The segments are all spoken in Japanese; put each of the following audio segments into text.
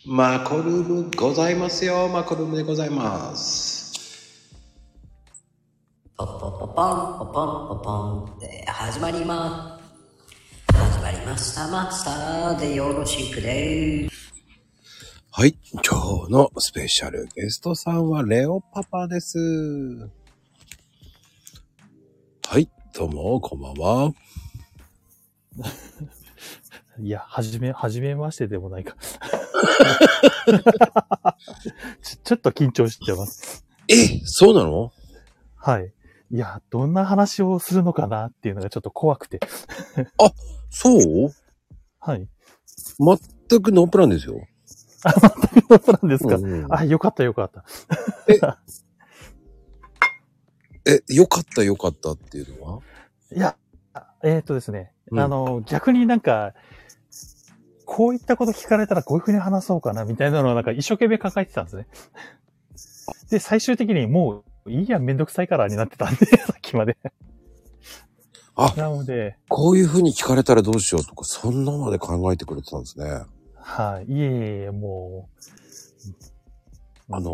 マコルームございますよ。マコルームでございます。 ポポポポンポポンポポンで始まりました。マスターでよろしくです。 はい。今日のスペシャルゲストさんはレオパパです。はい。どうも、こんばんは。 いや、はじめましてでもないか。ちょっと緊張してます。 そうなの？ はい。いや、どんな話をするのかなっていうのがちょっと怖くて。 あ、そう？ はい。 全くノープランですよ。 あ、全くノープランですか。あ、よかった。 よかったっていうのは？ いや、ですね。逆になんか、こういったこと聞かれたらこういう風に話そうかな、みたいなのをなんか一生懸命抱えてたんですね。で、最終的にもういいや、めんどくさいからになってたんで、さっきまで。なので。 こういう風に聞かれたらどうしようとか、そんなまで考えてくれてたんですね。 はい。いえ、もう。はい。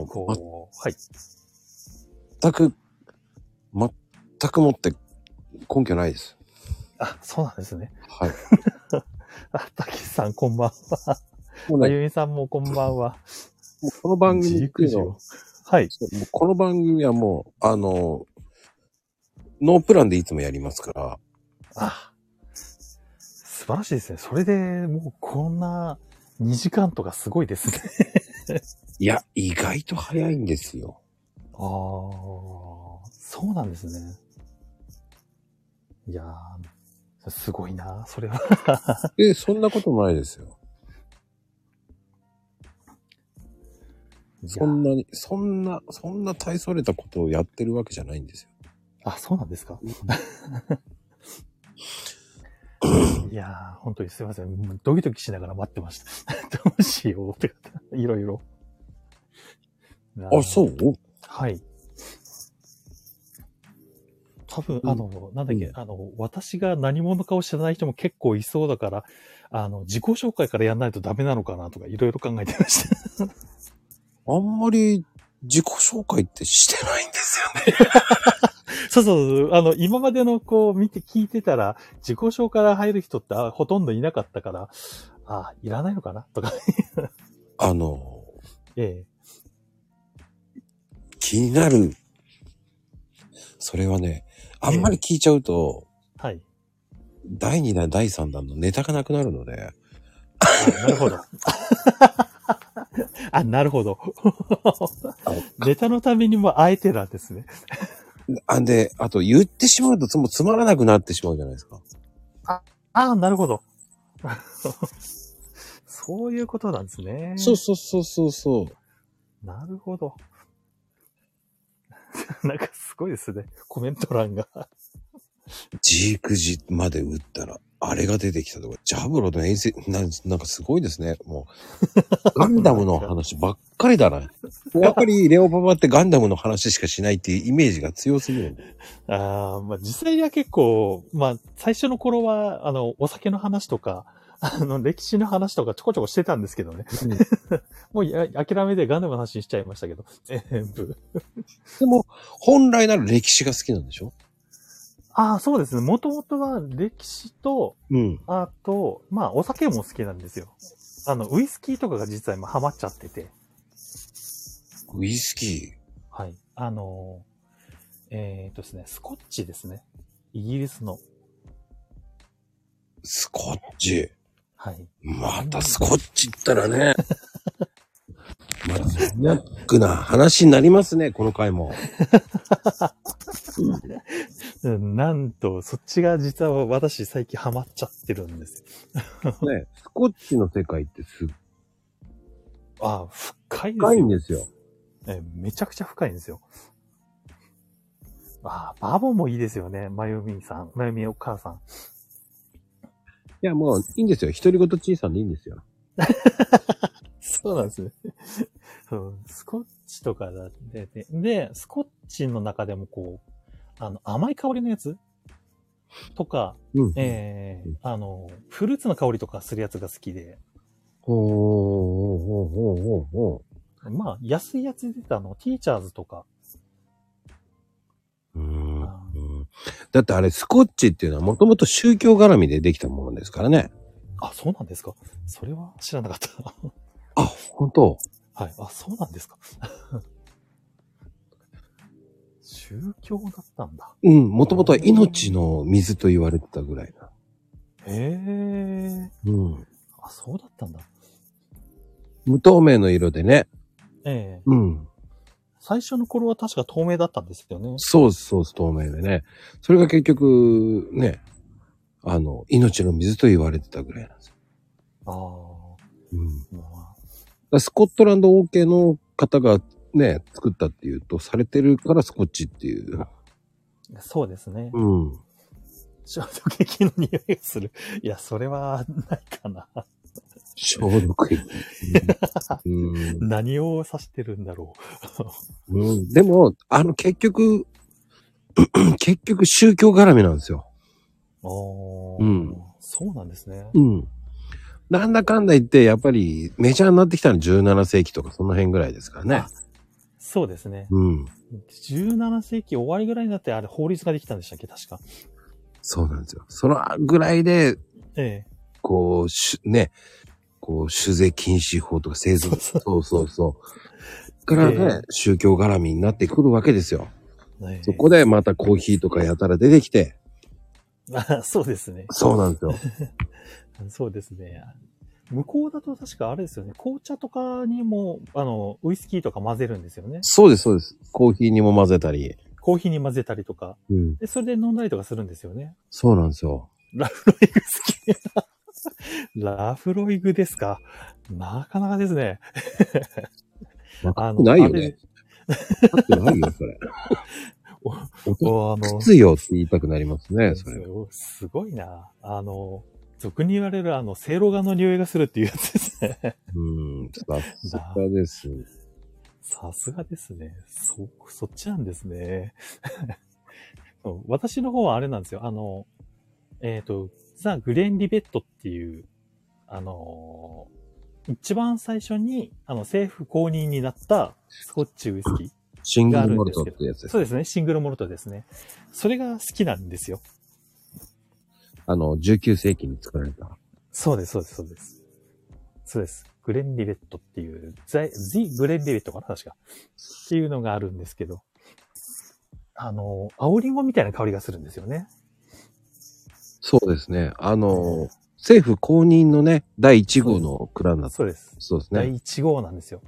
全くもって根拠ないです。 あ、そうなんですね。 はい。 たけしさん、こんばんは。まゆみさんもこんばんは。 もうこの番組っていうの、 はい。 もうこの番組はもう、ノープランでいつもやりますから。 あ、素晴らしいですね。それでもうこんな2時間とかすごいですね。 いや、意外と早いんですよ。 ああ、そうなんですね。いやー、すごいな、それは。 そんなことないですよ。そんな大それたことをやってるわけじゃないんですよ。 あ、そうなんですか。いやー、本当にすいません。もうドキドキしながら待ってました。どうしようっていろいろ。 あ、そう？ はい。多分、なんだっけ、私が何者かを知らない人も結構いそうだから、自己紹介からやんないとダメなのかなとかいろいろ考えてました。 あんまり自己紹介ってしてないんですよね。 そう、今までの聞いてたら、自己紹介から入る人ってほとんどいなかったから、いらないのかなとか。 気になる。それはね、あんまり聞いちゃうと、 はい。 第2弾、第3弾のネタがなくなるので。 なるほど。なるほど。ネタのためにもあえてなんですね。 あと言ってしまうとつまらなくなってしまうじゃないですか。 なるほど。そういうことなんですね。 そう。 なるほど。なんかすごいですね。コメント欄が。 ジークジまで打ったら、あれが出てきたとか、ジャブロの遠征、なんかすごいですね。もう、ガンダムの話ばっかりだな。やっぱりレオパパってガンダムの話しかしないっていうイメージが強すぎる。 実際には結構、最初の頃は、お酒の話とか、歴史の話とかちょこちょこしてたんですけどね。もう諦めてガンダムの話にしちゃいましたけど、全部。 でも、本来なら歴史が好きなんでしょ？ そうですね。もともとは歴史と、あと、お酒も好きなんですよ。ウイスキーとかが実は今ハマっちゃってて。 ウイスキー？はい。ですね、スコッチですね。イギリスの。 スコッチ。 はい。 またスコッチったらね。マニアックな話になりますね、この回も。 なんと、そっちが実は私最近ハマっちゃってるんですよ。ね、スコッチの世界って深いですよ。深いんですよ。 めちゃくちゃ深いんですよ。バーボンもいいですよね、まゆみお母さん。 いや、もういいんですよ。独り言小さんでいいんですよ。 そうなんですね。スコッチとかだって、で、スコッチの中でも甘い香りのやつとか、フルーツの香りとかするやつが好きで。 まあ、安いやつで出たティーチャーズとか。 だってあれ、スコッチっていうのはもともと宗教絡みでできたものですからね。 あ、そうなんですか。それは知らなかった。 あ、本当。 はい。あ、そうなんですか。宗教だったんだ。 もともとは命の水と言われてたぐらいな。 へえ。あ、そうだったんだ。 無透明の色でね。 ええ。 うん。 最初の頃は確か透明だったんですよね。 そう、透明でね。それが結局、ね、命の水と言われてたぐらいなんですよ。スコットランド OK の方がね、作ったっていうと、されてるからスコッチっていう。 そうですね。消毒液の匂いがする。いや、それはないかな。 消毒液。 何を指してるんだろう。でも、結局宗教絡みなんですよ。 そうなんですね。 なんだかんだ言って、やっぱりメジャーになってきたの17世紀とかその辺ぐらいですからね。 そうですね。17世紀終わりぐらいになってあれ法律ができたんでしたっけ、確か。 そうなんですよ。そのぐらいで、こう、酒税禁止法とか製造。そうからね、宗教絡みになってくるわけですよ。そこでまたコーヒーとかやたら出てきて。 そうですね。 そうなんですよ。 そうですね。向こうだと確かあれですよね。紅茶とかにも、ウイスキーとか混ぜるんですよね。 そうです。コーヒーにも混ぜたり。 コーヒーに混ぜたりとか。で、それで飲んだりとかするんですよね。 そうなんですよ。 ラフロイグ好き。ラフロイグですか。なかなかですね。 ないよね。ないよ、それ。きついよって言いたくなりますね、それ。 すごいな。俗に言われるせいろがの匂いがするっていうやつですね。 さすがです。 さすがですね。そっちなんですね。私の方はあれなんですよ。ザ・グレン・リベットっていう、一番最初に、政府公認になったスコッチウイスキー。 シングルモルトってやつです。 そうですね。シングルモルトですね。それが好きなんですよ。 19世紀に作られた。 そうです。グレンリベットっていう、The グレンリベットかな確か。っていうのがあるんですけど、青リンゴみたいな香りがするんですよね。 そうですね。政府公認のね、第1号の蔵になった。 そうです。 そうですね。 第1号なんですよ。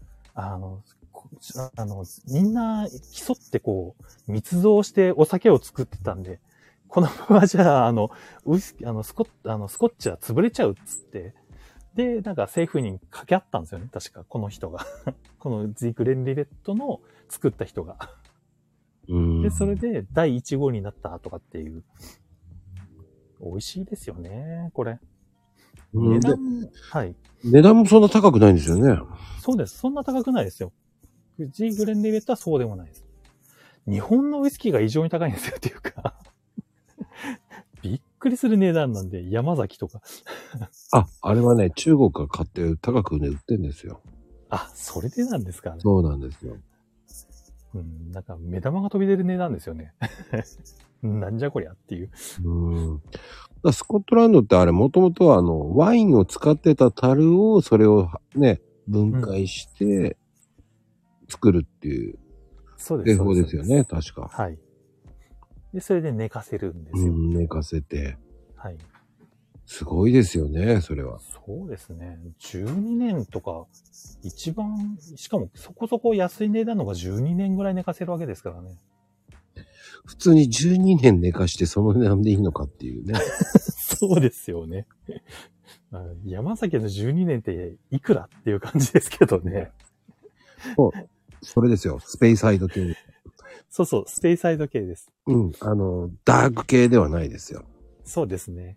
みんな競って密造してお酒を作ってたんで、このままじゃあ、スコッチは潰れちゃうっつって、で、なんか政府に掛け合ったんですよね、確か、この人が。このジーク・レンリベットの作った人が。で、それで第1号になったとかっていう。美味しいですよね、これ。値段もそんな高くないんですよね。 そうです。そんな高くないですよ。ジーグレンリベットはそうでもないです。日本のウイスキーが異常に高いんですよっていうか。びっくりする値段なんで、山崎とか。 あれはね、中国が買って高くね、売ってんですよ。 それでなんですかね。 そうなんですよ。 なんか目玉が飛び出る値段ですよね。なんじゃこりゃっていう。 スコットランドってあれ、もともとはワインを使ってた樽を、それをね、分解して作るっていう製法ですよね、確か。 はい。で、それで寝かせるんですよ。 寝かせて。 はい。 すごいですよね、それは。 そうですね。12年とか、一番、しかもそこそこ安い値段のが12年ぐらい寝かせるわけですからね。 普通に12年寝かしてその値段でいいのかっていうね。 そうですよね。山崎の12年っていくらっていう感じですけどね。 それですよ。スペイサイド系。 そう、スペイサイド系です。 ダーク系ではないですよ。 そうですね。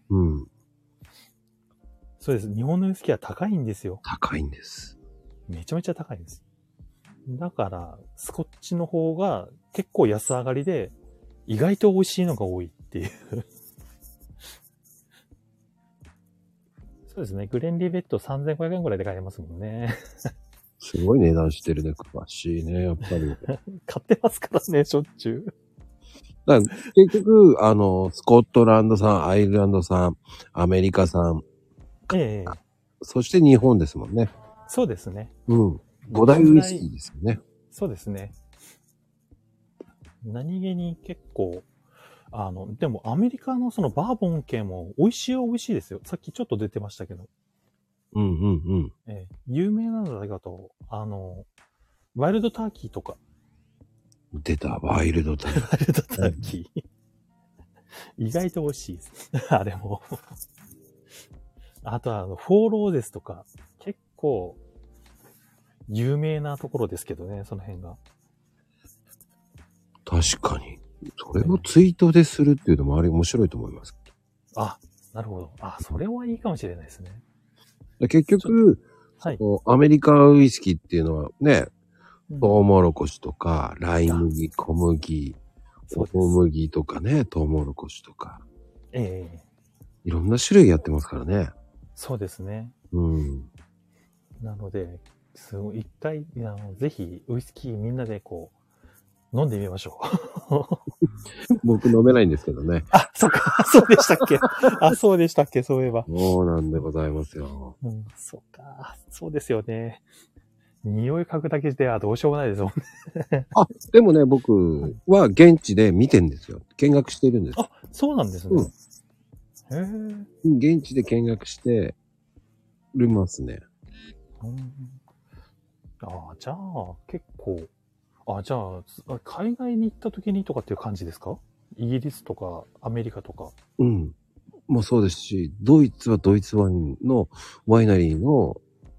そうです。日本のウイスキーは高いんですよ。 高いんです。 めちゃめちゃ高いんです。だから、スコッチの方が結構安上がりで、意外と美味しいのが多いっていう。 そうですね。グレンリベット3500円ぐらいで買えますもんね。 すごい値段してるね。詳しいね、やっぱり。 買ってますからね、しょっちゅう。 だから結局、スコットランド産、アイルランド産、アメリカ産、 ええ、 そして日本ですもんね。 そうですね。 うん。五大ウイスキーですよね。 そうですね。何気に結構、でもアメリカのそのバーボン系も美味しいは美味しいですよ。さっきちょっと出てましたけど。 うんうんうん。 有名なのだと、ワイルドターキーとか。 出た、ワイルドタイム。 ワイルドターキー。意外と美味しいです。あれも。あとは、フォーローゼスとか、結構、有名なところですけどね、その辺が。 確かに。それをツイートでするっていうのもあれ面白いと思います。 あ、なるほど。あ、それはいいかもしれないですね。 結局、 はい。 アメリカウイスキーっていうのはね、 うんトウモロコシとか、ライ麦、小麦、 そうです大麦とかね、トウモロコシとか、 ええ、 いろんな種類やってますからね。 そうですね。 うん。 なので、一回、ぜひ、ウイスキーみんなでこう、飲んでみましょう。 僕飲めないんですけどね。 あ、そっか、そうでしたっけ。あ、そうでしたっけ、そういえば。 そうなんでございますよ。 うん、そっか、そうですよね。匂い嗅ぐだけではどうしようもないですもんね。 あ、でもね、僕は現地で見てんですよ。見学してるんです。 あ、そうなんですね。へえ。 現地で見学してるますね。 じゃあ、結構、じゃあ、海外に行った時にとかっていう感じですか？イギリスとかアメリカとか。 うん。もうそうですし、ドイツはドイツワインのワイナリーの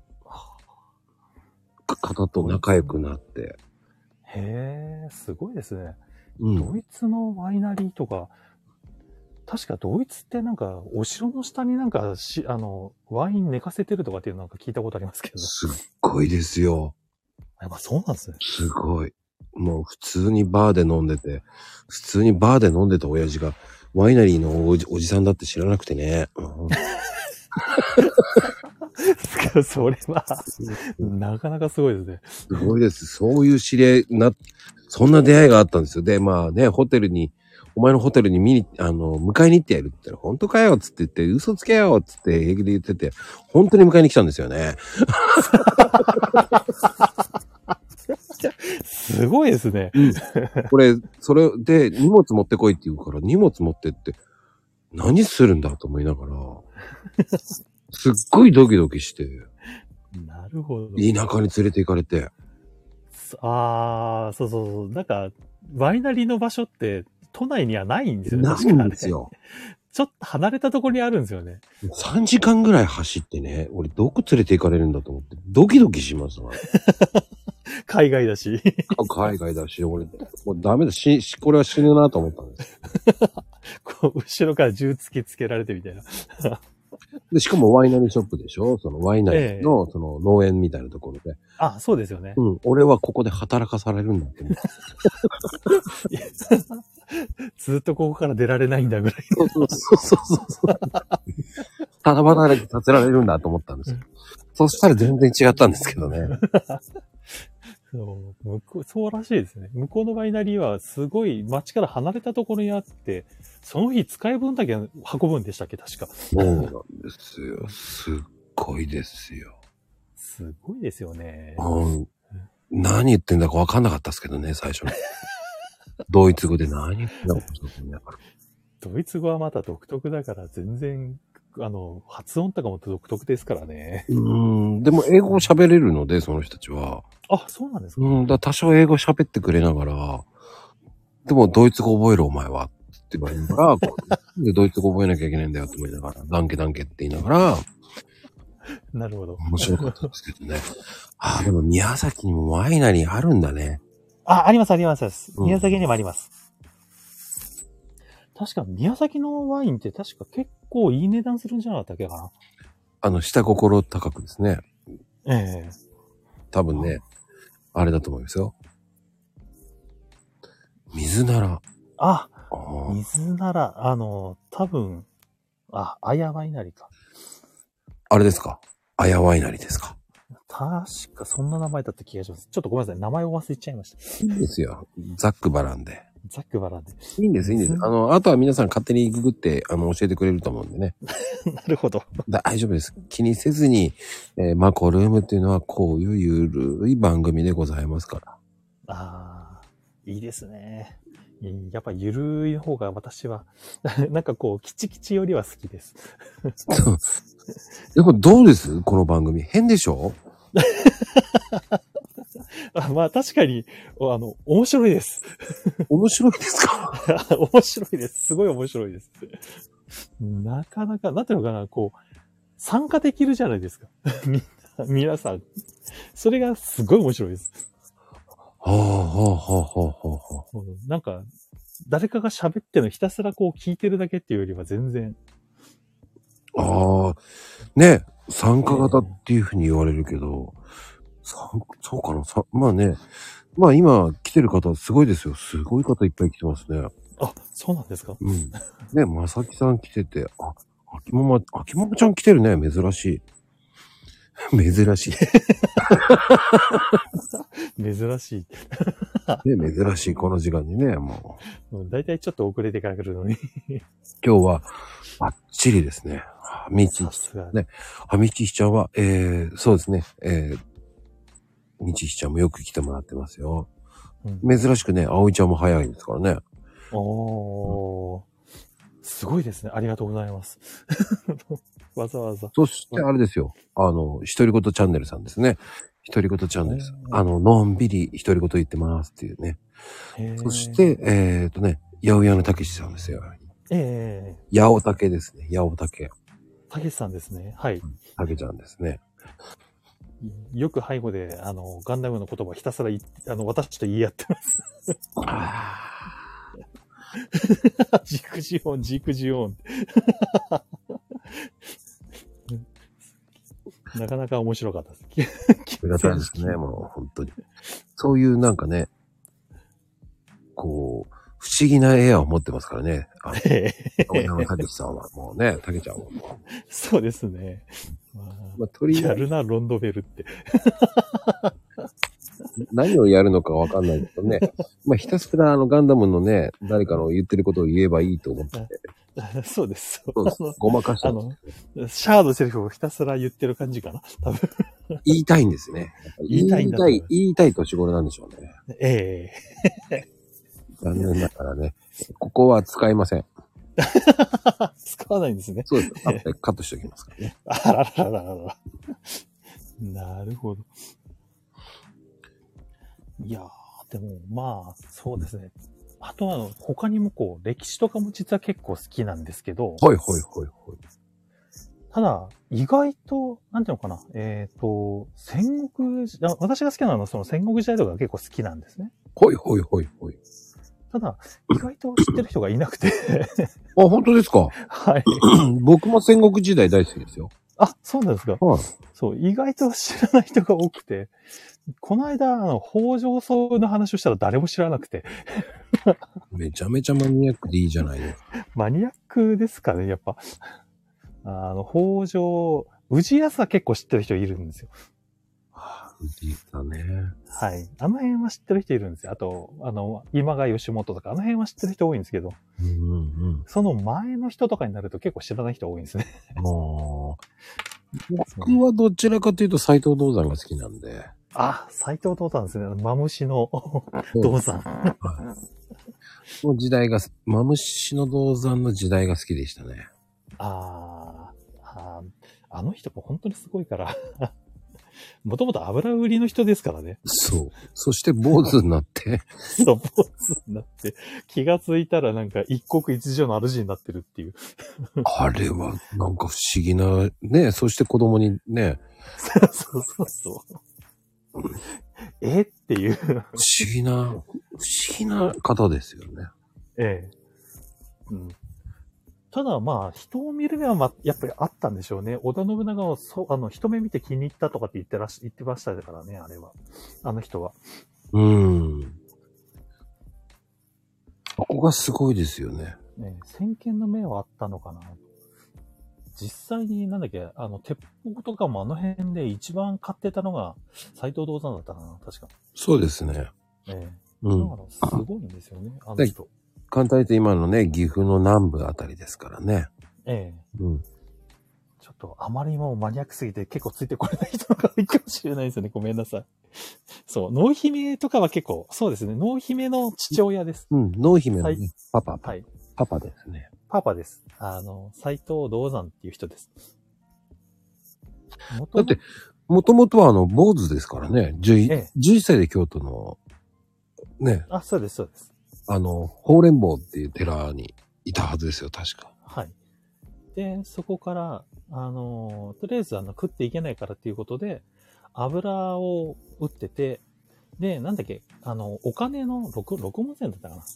方と仲良くなって。 へえ、すごいですね。 うん。 ドイツのワイナリーとか、確かドイツってなんか、お城の下になんかワイン寝かせてるとかっていうのなんか聞いたことありますけど。 すっごいですよ。 やっぱそうなんですね。 すごい。もう普通にバーで飲んでて、普通にバーで飲んでた親父がワイナリーのおじさんだって知らなくてね。 それは、なかなかすごいですね。 すごいです。そういう知り合いそんな出会いがあったんですよ。で、まあね、お前のホテルに迎えに行ってやるって言ったら、本当かよっつって言って、嘘つけよっつって平気で言ってて、本当に迎えに来たんですよね。 すごいですね。 うん。これ、それで荷物持ってこいって言うから、荷物持ってって、何するんだと思いながら、すっごいドキドキして、 なるほど。 田舎に連れて行かれて。 そうそうそう。なんか、ワイナリーの場所って、都内にはないんですよね。 ないんですよ。 ちょっと離れたところにあるんですよね。 3時間ぐらい走ってね、俺どこ連れて行かれるんだと思って、ドキドキしますわ。 海外だし。 海外だし、俺、もうダメだこれは死ぬなと思ったんです。 こう後ろから銃突きつけられてみたいな。 で、しかもワイナリーショップでしょ？そのワイナリーの、その農園みたいなところで。 あ、そうですよね。 うん、俺はここで働かされるんだって思って。 ずっとここから出られないんだぐらい。 そう。ただ離れてさせられるんだと思ったんですよ。そしたら全然違ったんですけどね。 そうらしいですね。向こうのワイナリーはすごい街から離れたところにあって、その日使い分だけ運ぶんでしたっけ、確か。 そうなんですよ。すっごいですよ。 すごいですよね。 何言ってんだか分かんなかったですけどね、最初に。ドイツ語で何言ってんだか分かんなかった。 ドイツ語はまた独特だから全然、発音とかも独特ですからね。 でも英語を喋れるので、その人たちは。 あ、そうなんですか？ だ多少英語喋ってくれながら、でもドイツ語覚えるお前はって言われるから、でドイツ語覚えなきゃいけないんだよって思いながら、ダンケって言いながら、 なるほど。 面白かったですけどね。でも宮崎にもワイナリーあるんだね。 あります。宮崎にもあります。確か宮崎のワインって確か結構いい値段するんじゃなかったっけかな。 下心高くですね。 ええ。 多分ね、あれだと思いますよ。水なら。 水なら、多分、綾ワイナリーか。 あれですか？あやワイナリーですか？ 確かそんな名前だった気がします。ちょっとごめんなさい。名前を忘れちゃいました。 いいんですよ。ザックバランで。 ザックバランで。 いいんです、いいんです。あとは皆さん勝手にググって、教えてくれると思うんでね。 なるほど。 大丈夫です。気にせずに、マコルームっていうのはこういうゆるい番組でございますから。 ああ、いいですね。やっぱゆるい方が私は、なんかこう、キチキチよりは好きです。 でもどうですこの番組。変でしょ？ まあ確かに、面白いです。 面白いですか？ 面白いです。すごい面白いです。なかなか、なんていうのかな、こう、参加できるじゃないですか。皆さん。それがすごい面白いです。 はあはあはあはあはあ。 なんか、誰かが喋ってるのひたすらこう聞いてるだけっていうよりは全然。 ああ、ね、参加型っていうふうに言われるけど、そうかな、まあね、まあ今来てる方すごいですよ。すごい方いっぱい来てますね。 あ、そうなんですか？ うん。ね、まさきさん来てて、秋桃ちゃん来てるね。珍しい。珍しい。 珍しい。 ね、珍しい。この時間にね、もう。だいたいちょっと遅れてから来るのに。 今日は、バッチリですね。みちひちゃんね。みちひちゃんは、そうですね。みちひちゃんもよく来てもらってますよ。うん、珍しくね、あおいちゃんも早いんですからね。 おー。すごいですね。ありがとうございます。わざわざ。 そしてあれですよ。独り言チャンネルさんですね。独り言チャンネルさん。のんびり独り言言ってますっていうね。そして、八百屋のたけしさんですよ。八百竹ですね。八百竹。 たけしさんですね。はい。 たけちゃんですね。 よく背後で、ガンダムの言葉ひたすら私と言い合ってます。ジクジオン、ジクジオン。なかなか面白かったです。 ありがたいですね、もう本当に。そういうなんかね、こう、不思議なエアを持ってますからね。たけしさんはもうね、たけちゃんはもう。 そうですね。やるな、ロンドベルって。 何をやるのかわかんないけどね。まあ、ひたすらガンダムのね、誰かの言ってることを言えばいいと思ってて。 そうです。 そうです。ごまかしてシャードセリフをひたすら言ってる感じかな。多分。 言いたいんですね。 言いたいんだ。 言いたい年頃なんでしょうね。 ええ残念だからね。ここは使いません。 使わないんですね。 そうです。カットしておきますからね。 あららららら。なるほど。いやー、でもまあ、そうですね。あとは他にもこう、歴史とかも実は結構好きなんですけど。 はい。 ただ、意外と、なんていうのかな。戦国、私が好きなのはその戦国時代とかが結構好きなんですね。 はい。 ただ、意外と知ってる人がいなくて。 あ、本当ですか？ はい。 僕も戦国時代大好きですよ。 あ、そうなんですか？ はい。 そう、意外と知らない人が多くて。この間、北条早の話をしたら誰も知らなくて。 めちゃめちゃマニアックでいいじゃないですか。 マニアックですかね、やっぱ。北条、氏康は結構知ってる人いるんですよ。 氏康ね。 はい。あの辺は知ってる人いるんですよ。あと、今川義元とか、あの辺は知ってる人多いんですけど。その前の人とかになると結構知らない人多いんですね。 僕はどちらかというと斎藤道山が好きなんで。 あ、斎藤道山ですね。マムシの道山。 の時代が、マムシの道山の時代が好きでしたね。 あの人も本当にすごいから。もともと油売りの人ですからね。 そう。そして坊主になって。 そう、坊主になって。気がついたらなんか一国一城の主になってるっていう。 あれはなんか不思議な、ね、そして子供にね。 そう。っていう。 不思議な方ですよね。 ええ。うん。ただまあ、人を見る目はやっぱりあったんでしょうね。織田信長を一目見て気に入ったとかって言ってましたからね、あれは。あの人は。 ここがすごいですよね。 先見の目はあったのかな。 実際になんだっけ、鉄砲とかもあの辺で一番買ってたのが斎藤道山だったかな、確か。 そうですね。 ええ。 うん。 だからすごいんですよね、あの人。 簡単に言うと今のね、岐阜の南部あたりですからね。 ええ。 うん。 ちょっとあまりもうマニアックすぎて結構ついてこれない人が多いかもしれないですよね。ごめんなさい。そう、濃姫とかは結構、そうですね。濃姫の父親です。 うん。濃姫の、ね、パパ。 はい。 パパですね。 パパです。斎藤道山っていう人です。 だって、もともとは坊主ですからね。11歳で京都の、ね。 あ、そうです、そうです。 法蓮坊っていう寺にいたはずですよ、確か。 はい。で、そこから、とりあえず食っていけないからっていうことで、油を売ってて、で、なんだっけ、お金の6文銭だったかな。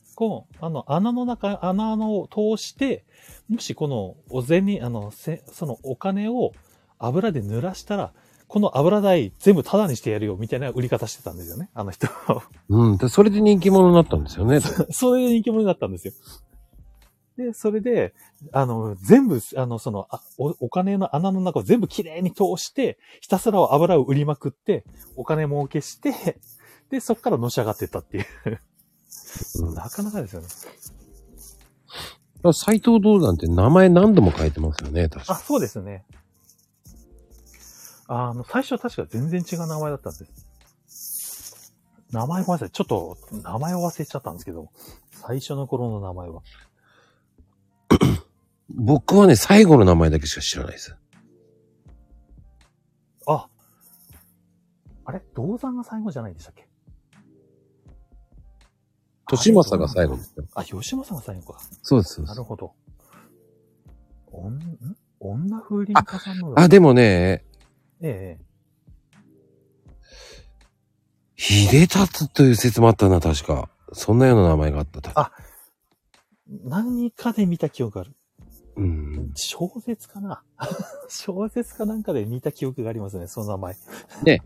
穴を通して、もしこのお銭、そのお金を油で濡らしたら、この油代全部タダにしてやるよ、みたいな売り方してたんですよね、あの人。 うん。で、それで人気者になったんですよね。 それで人気者になったんですよ。で、それで、全部、お金の穴の中を全部きれいに通して、ひたすら油を売りまくって、お金儲けして、で、そっからのし上がってったっていう。なかなかですよね。 斎藤道山って名前何度も変えてますよね、確か。 あ、そうですね。最初は確か全然違う名前だったんです。名前ごめんなさい。ちょっと、名前を忘れちゃったんですけど、最初の頃の名前は。 僕はね、最後の名前だけしか知らないです。 あれ道山が最後じゃないでしたっけ？ 年政が最後ですよ。 あ、吉政が最後か。 そうです。 なるほど。女風林家さんの。 でもね、 ええ。 秀達という説もあったな、確か。そんなような名前があった。 何かで見た記憶がある。 うん。 小説かな小説かなんかで見た記憶がありますね、その名前。 ね。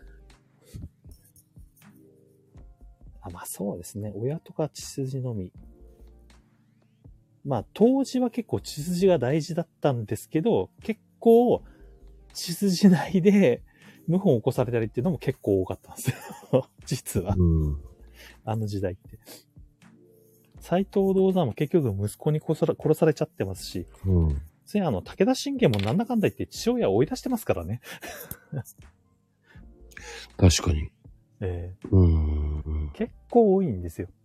まあそうですね。親とか血筋のみ。まあ当時は結構血筋が大事だったんですけど、結構血筋内で謀反を起こされたりっていうのも結構多かったんですよ。実は。あの時代って。斎藤道山も結局息子に殺されちゃってますし、それ武田信玄もなんだかんだ言って父親を追い出してますからね。 確かに。 結構多いんですよ。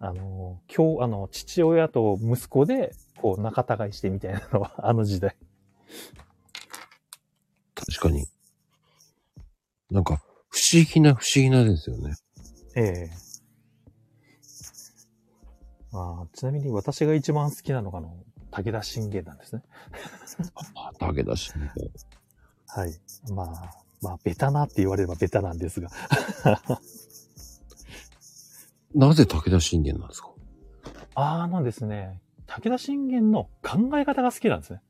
父親と息子で、こう、仲違いしてみたいなのは、あの時代。 確かに。なんか、不思議なですよね。 ちなみに私が一番好きなのが武田信玄なんですね。 武田信玄。 はい。まあ、ベタなって言われればベタなんですが。 なぜ武田信玄なんですか？ ですね、武田信玄の考え方が好きなんですね。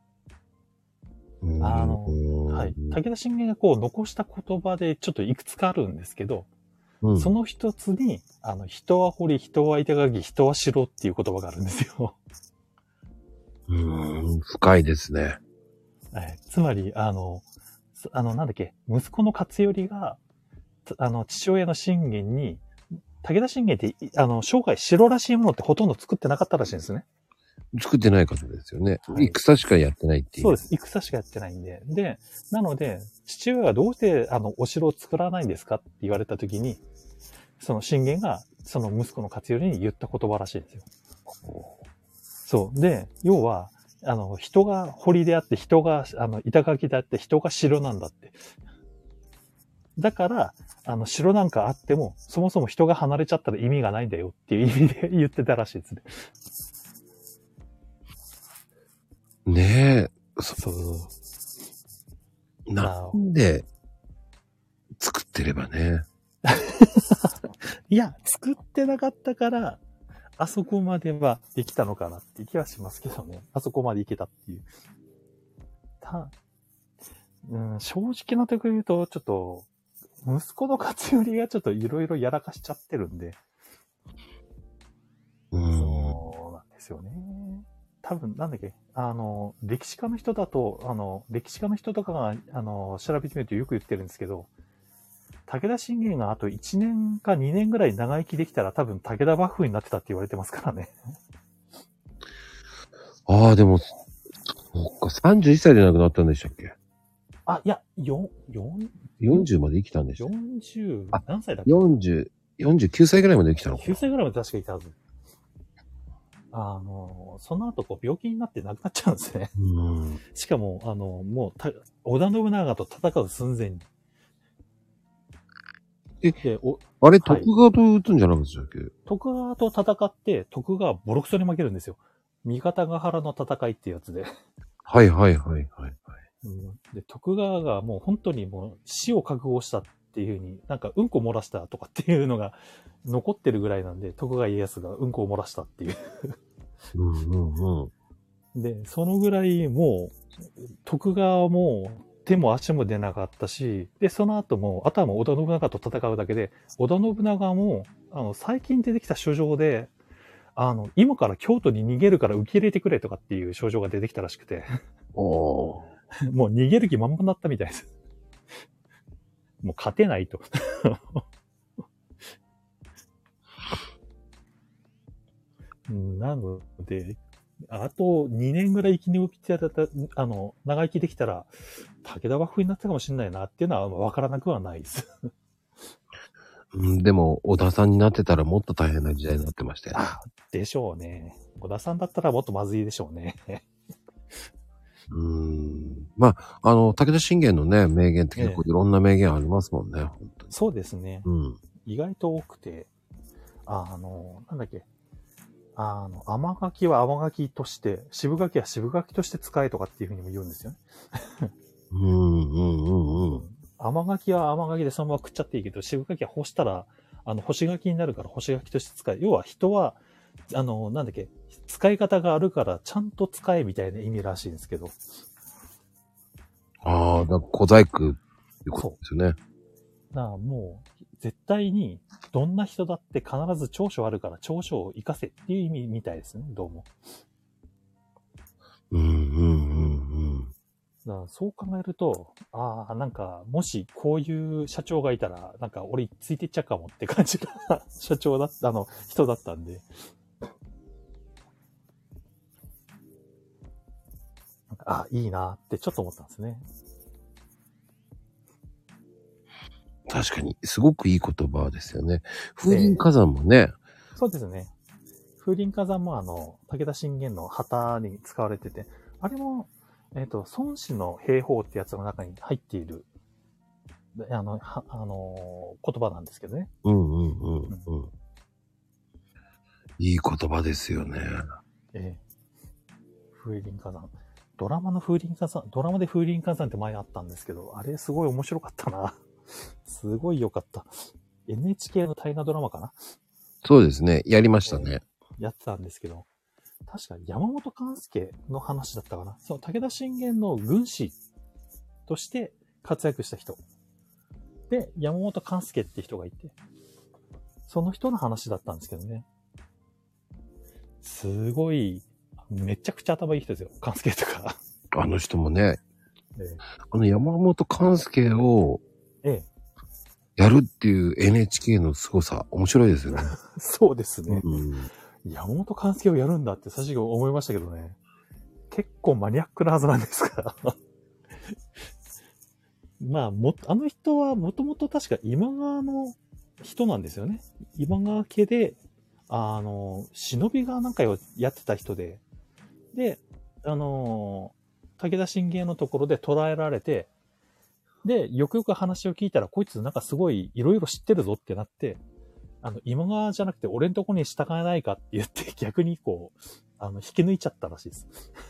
はい。武田信玄がこう残した言葉でちょっといくつかあるんですけど、その一つに、人は堀、人は板垣、人は城っていう言葉があるんですよ。 深いですね。 つまり、なんだっけ、息子の勝頼が、父親の信玄に、武田信玄って、生涯城らしいものってほとんど作ってなかったらしいんですね。 作ってない方ですよね。はい、戦しかやってないっていう。 そうです。戦しかやってないんで。で、なので、父親はどうして、お城を作らないんですかって言われたときに、その信玄が、その息子の勝頼に言った言葉らしいんですよ。そう。で、要は、人が堀であって、人が、板垣であって、人が城なんだって。だから、城なんかあっても、そもそも人が離れちゃったら意味がないんだよっていう意味で言ってたらしいですね。 ねえ。 そう。 なんで、作ってればね。 いや、作ってなかったから、あそこまではできたのかなっていう気はしますけどね。あそこまでいけたっていう。正直なところ言うと、ちょっと、息子の勝頼がちょっといろいろやらかしちゃってるんで。そうなんですよね。 多分、なんだっけ、歴史家の人だと、歴史家の人とかが、調べてみるとよく言ってるんですけど、武田信玄があと1年か2年ぐらい長生きできたら多分武田幕府になってたって言われてますからね。 ああ、でも、そっか、31歳で亡くなったんでしたっけ？ あ、いや、 40まで生きたんでしたっけ 40、何歳だっけ？ 49歳ぐらいまで生きたのか 9歳ぐらいまで確かいたはず。その後病気になって亡くなっちゃうんですね。しかも、もう織田信長と戦う寸前に。 あれ、徳川と撃つんじゃなかったっけ？ 徳川と戦って、徳川ボロクソに負けるんですよ。三方ヶ原の戦いっていうやつで。 はい。 で、徳川がもう本当にもう死を覚悟したっていう風に、なんかうんこ漏らしたとかっていうのが残ってるぐらいなんで、徳川家康がうんこを漏らしたっていう。で、そのぐらいもう、徳川も手も足も出なかったし、で、その後も、あとはもう織田信長と戦うだけで、織田信長も、最近出てきた書状で、今から京都に逃げるから受け入れてくれとかっていう書状が出てきたらしくて。もう逃げる気満々になったみたいです。もう勝てないと。なので、あと2年ぐらい生き抜きてた、長生きできたら、武田幕府になったかもしれないなっていうのは分からなくはないです。 でも、織田さんになってたらもっと大変な時代になってましたよね。 でしょうね。織田さんだったらもっとまずいでしょうね。 まあ、武田信玄のね、名言って結構いろんな名言ありますもんね、本当に。 そうですね。意外と多くて、なんだっけ。甘柿は甘柿として、渋柿は渋柿として使えとかっていうふうにも言うんですよね。甘柿は甘柿でそのまま食っちゃっていいけど、渋柿は干したら、干し柿になるから干し柿として使え。要は人は、なんだっけ、使い方があるからちゃんと使えみたいな意味らしいんですけど。 だから小細工っていうことですよね。 もう、絶対に、どんな人だって必ず長所あるから長所を活かせっていう意味みたいですね、どうも。だからそう考えると、なんか、もしこういう社長がいたら、なんか俺ついてっちゃうかもって感じが社長だった、人だったんで。いいなってちょっと思ったんですね。 確かに、すごくいい言葉ですよね。風林火山もね。 そうですね。風林火山も武田信玄の旗に使われてて、あれも、孫子の兵法ってやつの中に入っている、言葉なんですけどね。 いい言葉ですよね。 風林火山。ドラマで風林火山って前あったんですけど、あれすごい面白かったな。すごい良かった。NHK の大河ドラマかな？ そうですね。やりましたね。 やってたんですけど、確か山本勘助の話だったかな。その武田信玄の軍師として活躍した人。で、山本勘助って人がいて、その人の話だったんですけどね。すごい、めちゃくちゃ頭いい人ですよ。勘助とか。 あの人もね、山本勘助を、やるっていう NHK の凄さ、面白いですよね。 そうですね。山本勘助をやるんだって最初思いましたけどね。結構マニアックなはずなんですから。あの人はもともと確か今川の人なんですよね。今川家で、忍びがなんかをやってた人で、で、武田信玄のところで捕らえられて、で、よくよく話を聞いたら、こいつなんかすごいいろいろ知ってるぞってなって、今川じゃなくて俺んとこに従えないかって言って逆にこう、引き抜いちゃったらしいです。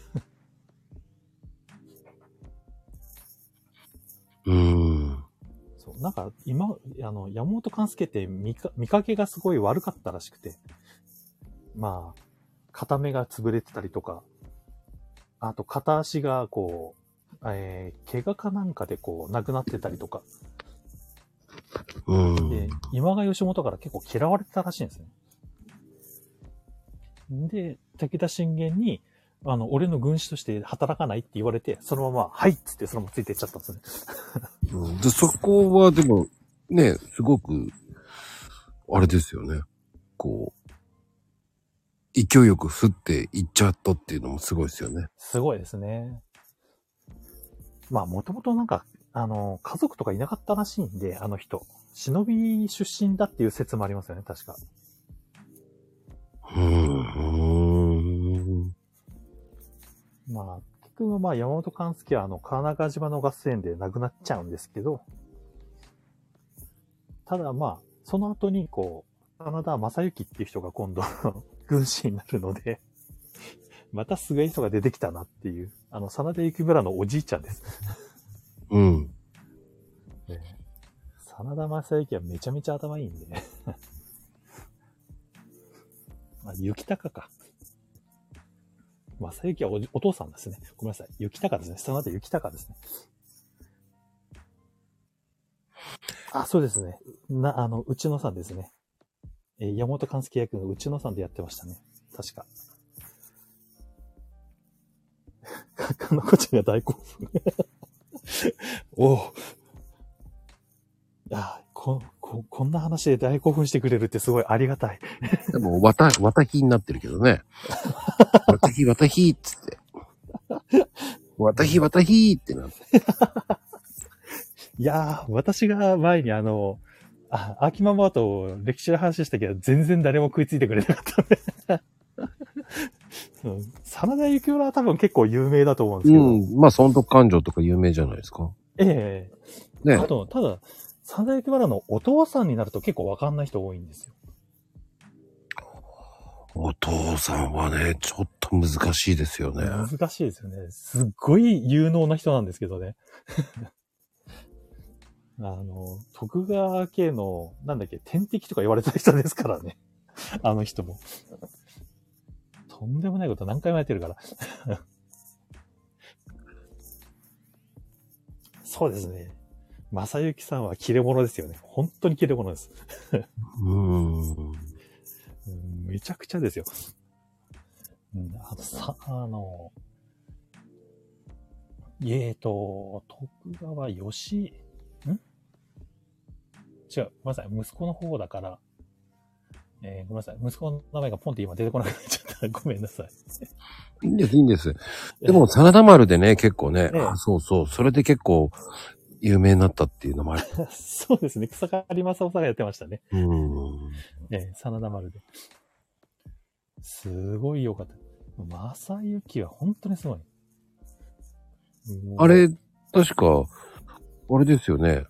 そう、なんか山本勘助って見かけがすごい悪かったらしくて、片目が潰れてたりとか、あと片足がこう、怪我かなんかでこう、亡くなってたりとか。で、今川義元から結構嫌われてたらしいんですね。で、武田信玄に、 俺の軍師として働かないって言われて、そのまま、はいっつってそのままついていっちゃったんですね。 で、そこはでも、ね、すごく、あれですよね。こう、勢いよく降っていっちゃったっていうのもすごいですよね。 すごいですね。まあ、もともとなんか、家族とかいなかったらしいんで、あの人。忍び出身だっていう説もありますよね、確か。まあ、結局まあ、山本勘介は川中島の合戦で亡くなっちゃうんですけど、ただまあ、その後に真田正幸っていう人が今度、軍師になるので、またすごい人が出てきたなっていう、真田幸村のおじいちゃんです。 うん。 真田正幸はめちゃめちゃ頭いいんで。まあ、雪高か。正幸はお父さんですね。ごめんなさい。雪高ですね。真田雪高ですね。あ、そうですね。内野さんですね。山本勘介役の内野さんでやってましたね。確か。かなこちゃんが大興奮。おう。こんな話で大興奮してくれるってすごいありがたい。 でも、わたひになってるけどね。わたひっつって。わたひってなって。 いやー、私が前に秋ママと歴史の話したけど、全然誰も食いついてくれなかったね。真田幸村は多分結構有名だと思うんですけど。うん。 まあ、損得感情とか有名じゃないですか。 ええね。 あと、ただ、真田幸村のお父さんになると結構わかんない人多いんですよ。 お父さんはね、ちょっと難しいですよね。 難しいですよね。すっごい有能な人なんですけどね。徳川家の、天敵とか言われた人ですからね。あの人も。とんでもないこと何回もやってるから。そうですね。正幸さんは切れ者ですよね。本当に切れ者です。めちゃくちゃですよ。あと徳川義、違う、ごめんなさい。息子の方だから、ごめんなさい。息子の名前がポンって今出てこなくなっちゃった。ごめんなさい。 いいんです。でも、真田丸でね、結構ね、そうそう、それで結構、有名になったっていうのもある。 そうですね。草刈正雄さんがやってましたね。真田丸で。すごい良かった。正幸は本当にすごい。 あれ、確か、あれですよね。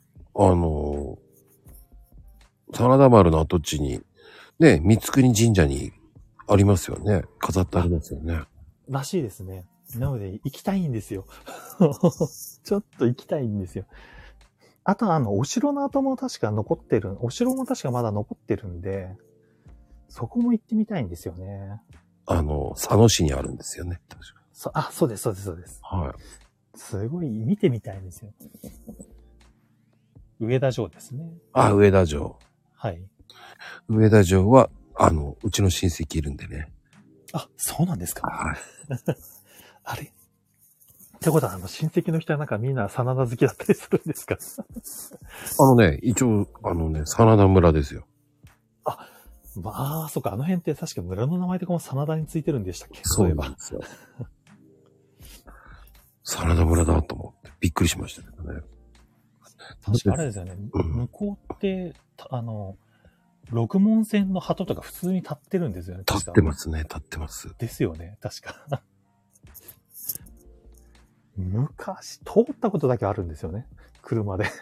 真田丸の跡地に、ね、三国神社にありますよね。飾ってありますよね。 らしいですね。なので、行きたいんですよ。ちょっと行きたいんですよ。あとお城の跡も確か残ってる。お城も確かまだ残ってるんで、そこも行ってみたいんですよね。 佐野市にあるんですよね。確か。 そうです。はい。すごい見てみたいんですよ。上田城ですね。 上田城。 はい。 上田城は、うちの親戚いるんでね。 そうなんですか。 はい。 あれってことは、親戚の人はみんな真田好きだったりするんですか？ 一応、真田村ですよ。 そっか、あの辺って確か村の名前とかも真田についてるんでしたっけ？ そうなんですよ。真田村だと思ってびっくりしましたけどね。 確かあれですよね。向こうって、六門線の鳩とか普通に立ってるんですよね。 立ってますね、立ってます。 ですよね、確か。昔、通ったことだけあるんですよね。車で。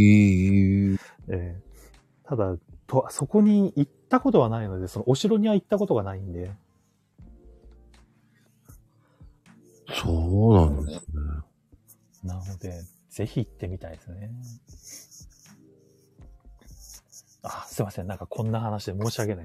ただ、そこに行ったことはないので、そのお城には行ったことがないんで。 そうなんですね。 なので、ぜひ行ってみたいですね。すいません。こんな話で申し訳ないです。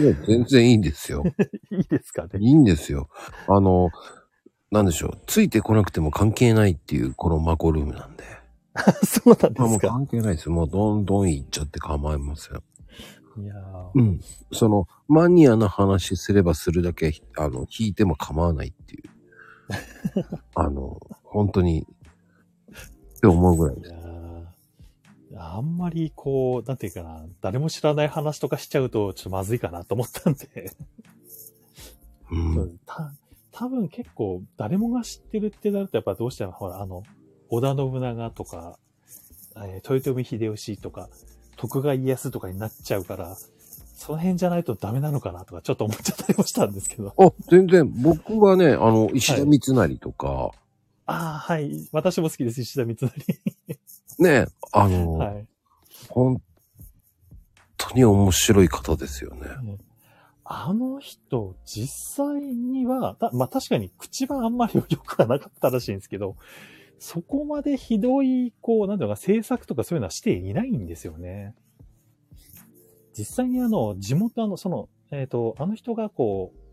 いや、全然いいんですよ。 いいですかね。 いいんですよ。なんでしょう。ついてこなくても関係ないっていう、このマコルームなんで。 そうなんですか。 もう関係ないですよ。もうどんどん行っちゃって構いません。 いやその、マニアな話すればするだけ、引いても構わないっていう。 本当に、って思うぐらいです。 あんまりこう、なんていうかな、誰も知らない話とかしちゃうとちょっとまずいかなと思ったんで。 うん。 多分結構誰もが知ってるってなるとやっぱどうしてもほら織田信長とか、豊臣秀吉とか、徳川家康とかになっちゃうから、その辺じゃないとダメなのかなとかちょっと思っちゃったりもしたんですけど。 あ、全然、僕はね、石田三成とか、 はい。私も好きです、石田三成。 ね、 はい。 本当に面白い方ですよね。 あの人、実際には、まあ確かに口はあんまり良くはなかったらしいんですけど、そこまでひどい、こう、なんていうのか、政策とかそういうのはしていないんですよね。実際に地元あの人がこう、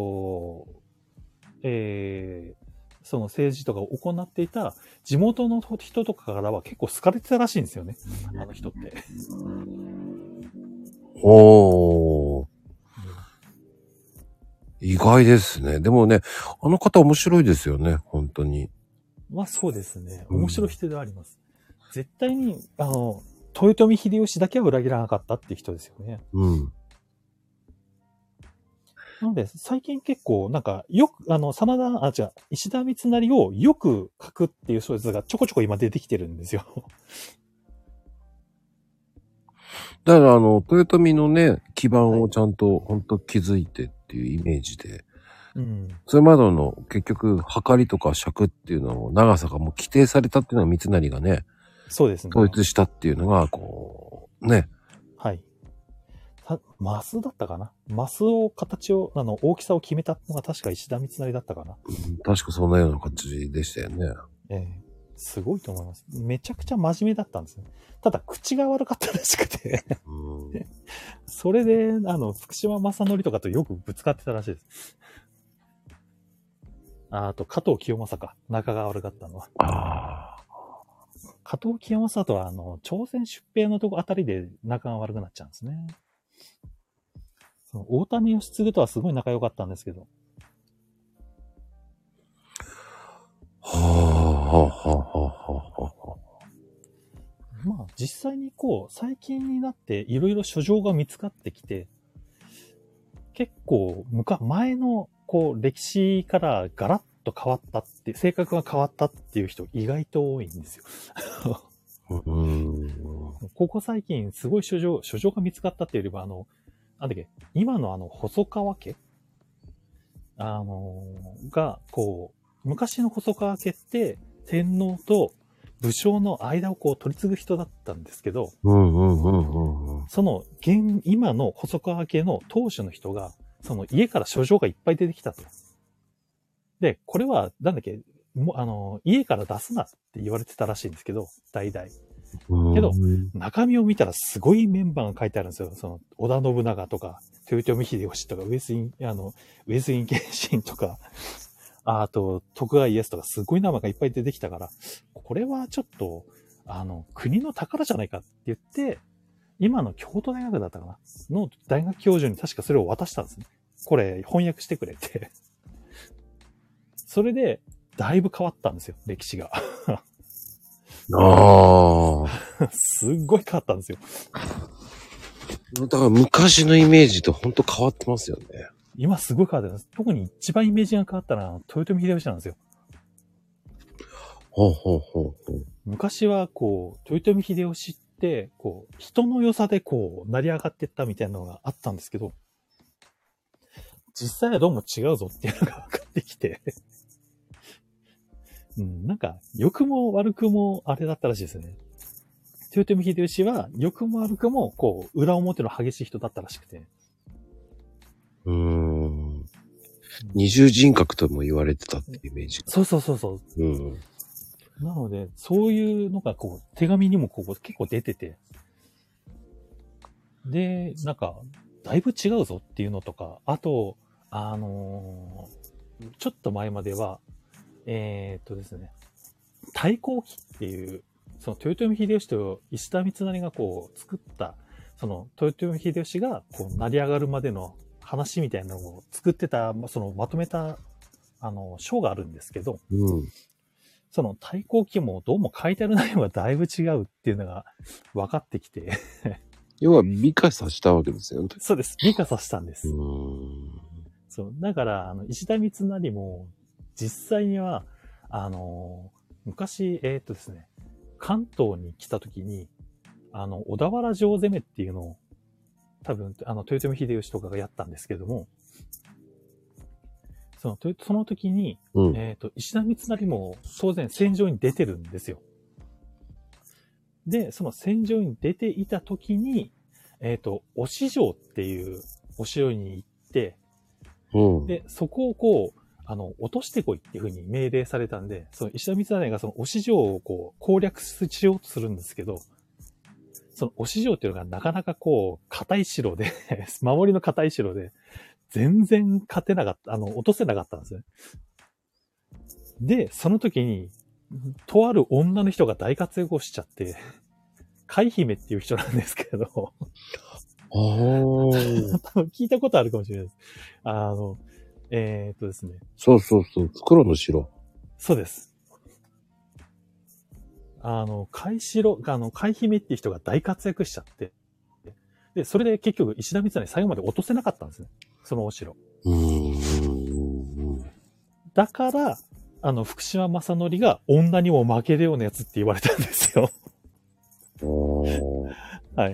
その政治とかを行っていた地元の人とかからは結構好かれてたらしいんですよね。あの人って。 おー。意外ですね。でもね、あの方面白いですよね、本当に。 まあそうですね。面白い人ではあります。絶対に、豊臣秀吉だけは裏切らなかったっていう人ですよね。 うん。 なので、最近結構、なんか、よく、石田三成をよく書くっていう小説がちょこちょこ今出てきてるんですよ。 だから、豊臣のね、基盤をちゃんと、本当築いてっていうイメージで、 うん。 それまでの、結局、計りとか尺っていうのを、長さがもう規定されたっていうのが三成がね、 そうですね。 統一したっていうのが、こう、ね。 はい。マスだったかな、マスを、形を、大きさを決めたのが確か石田三成だったかな。 うん、確かそんなような感じでしたよね。 すごいと思います。めちゃくちゃ真面目だったんですね。ただ、口が悪かったらしくてうん、 それで、福島正則とかとよくぶつかってたらしいです。あと、加藤清正か。仲が悪かったのは。 ああ。 加藤清正とは、朝鮮出兵のとこあたりで仲が悪くなっちゃうんですね。その大谷義継とはすごい仲良かったんですけど。 はあ、はあ、はあ、はあ、はあ。 まあ、実際にこう、最近になっていろいろ書状が見つかってきて、結構、前の、こう、歴史からガラッと変わったって、性格が変わったっていう人意外と多いんですよ。ここ最近すごい書状が見つかったっていうよりは、なんだっけ、今の細川家が、こう、昔の細川家って、天皇と武将の間をこう取り継ぐ人だったんですけど、その、今の細川家の当主の人が、その家から書状がいっぱい出てきたと。で、これは、なんだっけ、家から出すなって言われてたらしいんですけど、代々。けど、中身を見たらすごいメンバーが書いてあるんですよ。その、織田信長とか、豊臣秀吉とか、上杉謙信とか、あと、徳川家康とか、すごい名前がいっぱい出てきたから、これはちょっと、国の宝じゃないかって言って、今の京都大学だったかなの大学教授に確かそれを渡したんですね。これ、翻訳してくれって。それで、だいぶ変わったんですよ、歴史が。 ああ。 すっごい変わったんですよ。 だから昔のイメージと本当変わってますよね。 今すごい変わってます。特に一番イメージが変わったのは豊臣秀吉なんですよ。 ほうほうほうほう。 昔はこう、豊臣秀吉って、こう、人の良さでこう、成り上がってったみたいなのがあったんですけど、実際はどうも違うぞっていうのが分かってきて、なんか、良くも悪くもあれだったらしいですね。豊臣秀吉は、良くも悪くも、こう、裏表の激しい人だったらしくて。 二重人格とも言われてたってイメージ。 そう。なので、そういうのが、こう、手紙にもこう、結構出てて。で、なんか、だいぶ違うぞっていうのとか、あと、ちょっと前までは、ですね、太閤記っていう、その豊臣秀吉と石田三成がこう作った、その豊臣秀吉がこう成り上がるまでの話みたいなのを作ってた、そのまとめた、 章があるんですけど、 うん。 その対抗期もどうも書いてある内容がだいぶ違うっていうのが分かってきて。 要は美化させたわけですよね。 そうです。美化させたんです。 うーん。 そう。だから、石田三成も、実際には、昔、ですね、関東に来た時に、小田原城攻めっていうのを、多分、豊臣秀吉とかがやったんですけども、その時に、 うん。 石田三成も当然戦場に出てるんですよ。で、その戦場に出ていた時に、忍城っていうお城に行って、 うん。 で、そこをこう、落としてこいっていうふうに命令されたんで、その石田三成がその忍城をこう攻略しようとするんですけど、その忍城っていうのがなかなかこう、硬い城で、守りの硬い城で、全然勝てなかった、落とせなかったんですね。で、その時に、とある女の人が大活躍をしちゃって、海姫っていう人なんですけど、 ああ。 多分聞いたことあるかもしれないです。ですね。 そうそうそう。袋の城。 そうです。海姫っていう人が大活躍しちゃって、で、それで結局石田三成最後まで落とせなかったんですね。そのお城。だから、福島正則が女にも負けるようなやつって言われたんですよ。はい。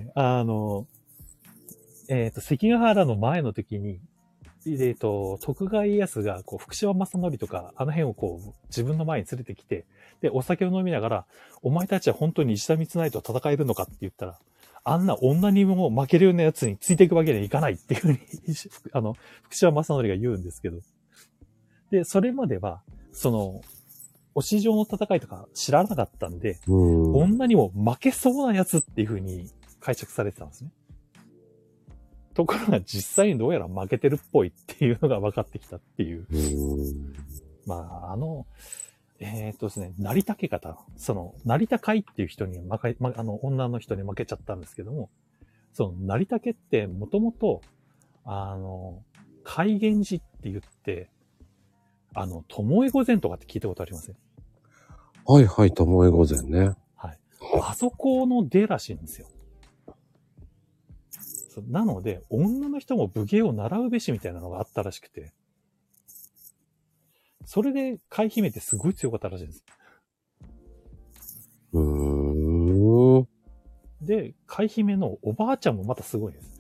関ヶ原の前の時に、徳川家康が、こう、福島正則とか、あの辺をこう、自分の前に連れてきて、で、お酒を飲みながら、お前たちは本当に石田三成と戦えるのかって言ったら、あんな女にも負けるようなやつについていくわけにはいかないっていうふうに、福島正則が言うんですけど。で、それまでは、忍城の戦いとか知らなかったんで、女にも負けそうなやつっていう風に解釈されてたんですね。ところが実際にどうやら負けてるっぽいっていうのが分かってきたっていう。まあ、ですね、成田家方、成田海っていう人に女の人に負けちゃったんですけども、成田家ってもともと、海源氏って言って、巴御前とかって聞いたことありません？ はいはい、巴御前ね。 はい。あそこの出らしいんですよ。なので、女の人も武芸を習うべしみたいなのがあったらしくて、それで海姫ってすごい強かったらしいんです。で、海姫のおばあちゃんもまたすごいです。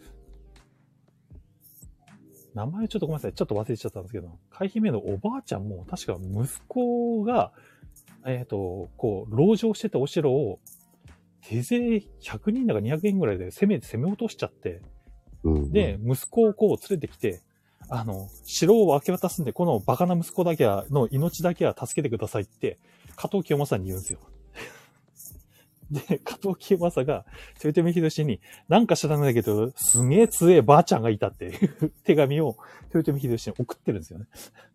名前ちょっとごめんなさい。ちょっと忘れちゃったんですけど、海姫のおばあちゃんも確か息子が、こう、籠城してたお城を、手勢100人だか200人ぐらいで攻め落としちゃって、で、息子をこう連れてきて、城を明け渡すんで、このバカな息子だけの命だけは助けてくださいって、加藤清正に言うんですよ。で、加藤清正が、豊臣秀吉に、なんか知らないけど、すげえ強えばあちゃんがいたっていう手紙を、豊臣秀吉に送ってるんですよね。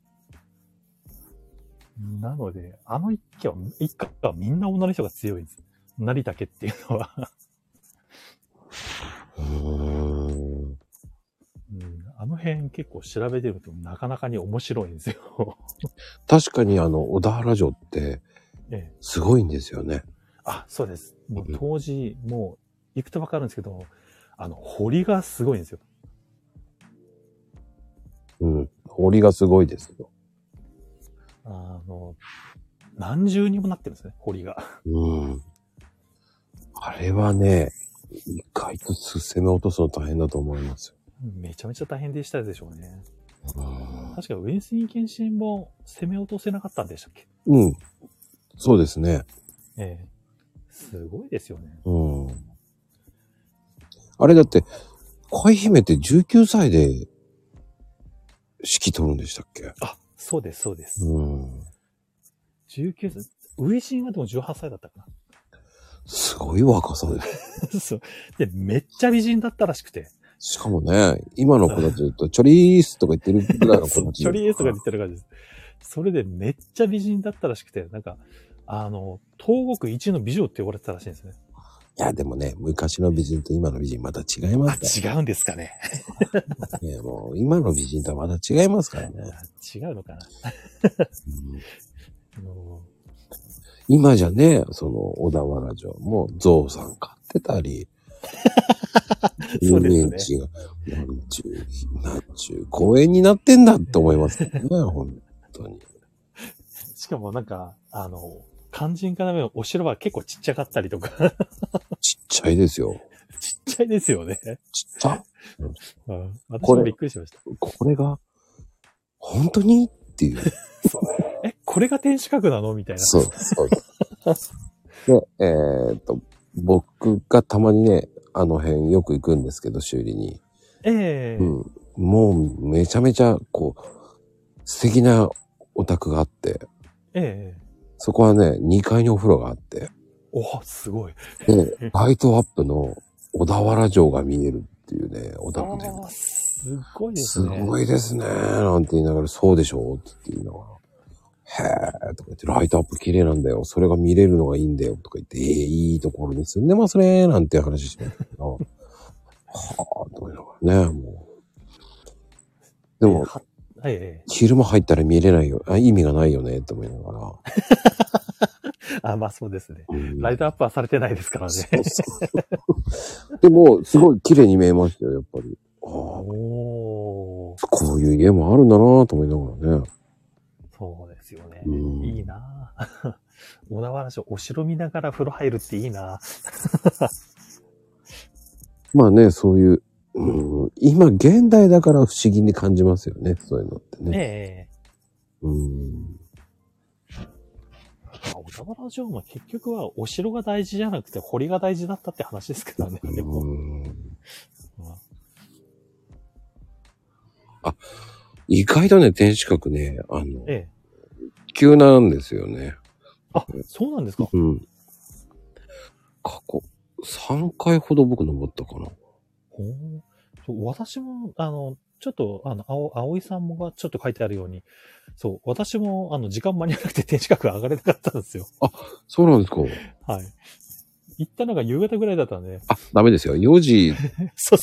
なので、一家はみんな女の人が強いんです。成田家っていうのは。あの辺結構調べてるとなかなかに面白いんですよ。 確かに小田原城って、すごいんですよね。 あ、そうです。もう当時、もう行くとわかるんですけど、堀がすごいんですよ。 堀がすごいですよ。 何重にもなってるんですね、堀が。 あれはね、一回と攻め落とすの大変だと思いますよ。 めちゃめちゃ大変でしたでしょうね。確か上杉謙信も攻め落とせなかったんでしたっけ？ そうですね。 すごいですよね。 あれだって、海姫って19歳で指揮取るんでしたっけ？ あ、そうです、そうです。19歳。初陣はでも18歳だったかな。 すごい若さです。 そう。で、めっちゃ美人だったらしくて。 しかもね、今の子たち言うと、チョリースとか言ってるぐらいの子たち。 チョリースとか言ってる感じです。それでめっちゃ美人だったらしくて、なんか、東国一の美女って呼ばれてたらしいんですね。 いや、でもね、昔の美人と今の美人また違いますから。違うんですかね。 ね、もう今の美人とはまた違いますからね。 違うのかな。 今じゃね、その小田原城もゾウさん飼ってたり、 そうですね遊園地がなんちゅう公園になってんだって思いますね、本当に。 しかもなんか、肝心要のお城は結構ちっちゃかったりとか。 ちっちゃいですよ。 ちっちゃいですよね。 ちっちゃ。 うん、私もびっくりしました。 これが、本当にっていう。 これが天守閣なのみたいな。 そう。で、僕がたまにね、あの辺よく行くんですけど、修理に。もうめちゃめちゃ、素敵なお宅があって。そこはね、2階にお風呂があって。 お、すごい。 で、ライトアップの小田原城が見えるっていうね、お宅で。 すごいですね。 すごいですね、なんて言いながら、そうでしょって言いながら。へーとか言って、ライトアップ綺麗なんだよ。それが見れるのがいいんだよ。とか言って、いいところに住んでますね。なんて話してましたけど。はぁ、と思いながらね、もう。でも、昼間入ったら見れないよ。意味がないよね、と思いながら。まあそうですね。ライトアップはされてないですからね。 そうでも、すごい綺麗に見えましたよ、やっぱり。こういう家もあるんだなと思いながらね。 そうですよね。いいなぁ。小田原城、お城見ながら風呂入るっていいなぁ。 まあね、そういう、今現代だから不思議に感じますよね、そういうのってね。 小田原城も結局はお城が大事じゃなくて堀が大事だったって話ですからね。でも意外とね、天守閣ね、急なんですよね。 そうなんですか？ 過去、3回ほど僕登ったかな。 私も、ちょっと、葵さんもがちょっと書いてあるように、そう、私も、時間間に合わなくて天守閣上がれなかったんですよ。 そうなんですか。 はい。行ったのが夕方ぐらいだったんで。 ダメですよ。4時。 そう。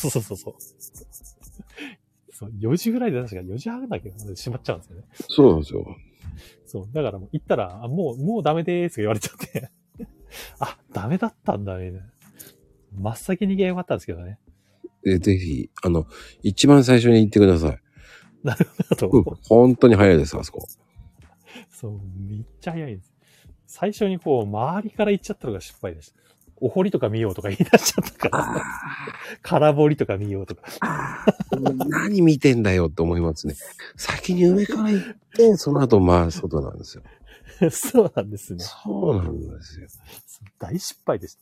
そう、4時ぐらいで確か4時半だけ閉まっちゃうんですよね。 そうなんですよ。 そう、だからもう行ったら、もうダメでーすって言われちゃって。ダメだったんだね。真っ先に行けばよかったんですけどね。 ぜひ、一番最初に行ってください。 なるほど。 本当に早いです、あそこ。 そう、めっちゃ早いです。最初に周りから行っちゃったのが失敗です。お堀とか見ようとか言い出しちゃったから。空堀とか見ようとか。 何見てんだよって思いますね。先に上から行って、その後外なんですよ。 そうなんですね。 そうなんですよ。 大失敗でした。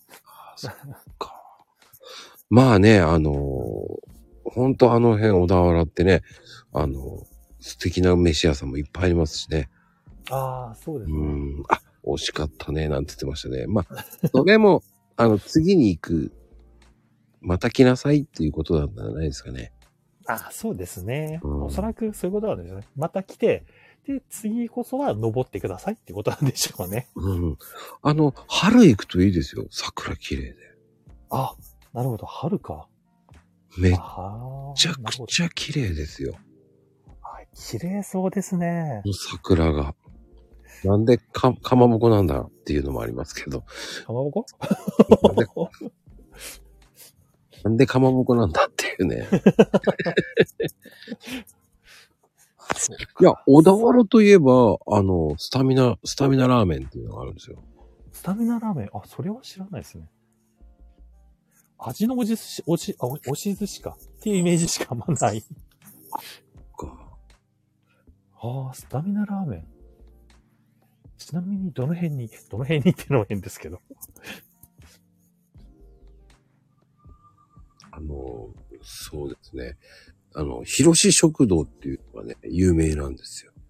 そっか。まあね、本当辺小田原ってね、素敵な飯屋さんもいっぱいありますしね。 そうですね。 惜しかったね、なんて言ってましたね。まあ、それも、次に行く、また来なさいっていうことなんじゃないですかね。 そうですね。おそらくそういうことなんですね。また来て、で、次こそは登ってくださいってことなんでしょうね。 春行くといいですよ。桜綺麗で。 なるほど。春か。 めっちゃくちゃ綺麗ですよ。 綺麗そうですね。 桜が。なんでかまぼこなんだっていうのもありますけど。 かまぼこなんでかまぼこなんだっていうね。いや、小田原といえば、スタミナラーメンっていうのがあるんですよ。 スタミナラーメンそれは知らないですね。味の押し寿司か。っていうイメージしかあんまない。スタミナラーメン。ちなみにどの辺にっていうのも変ですけど。 そうですね。広し食堂っていうのがね、有名なんですよ。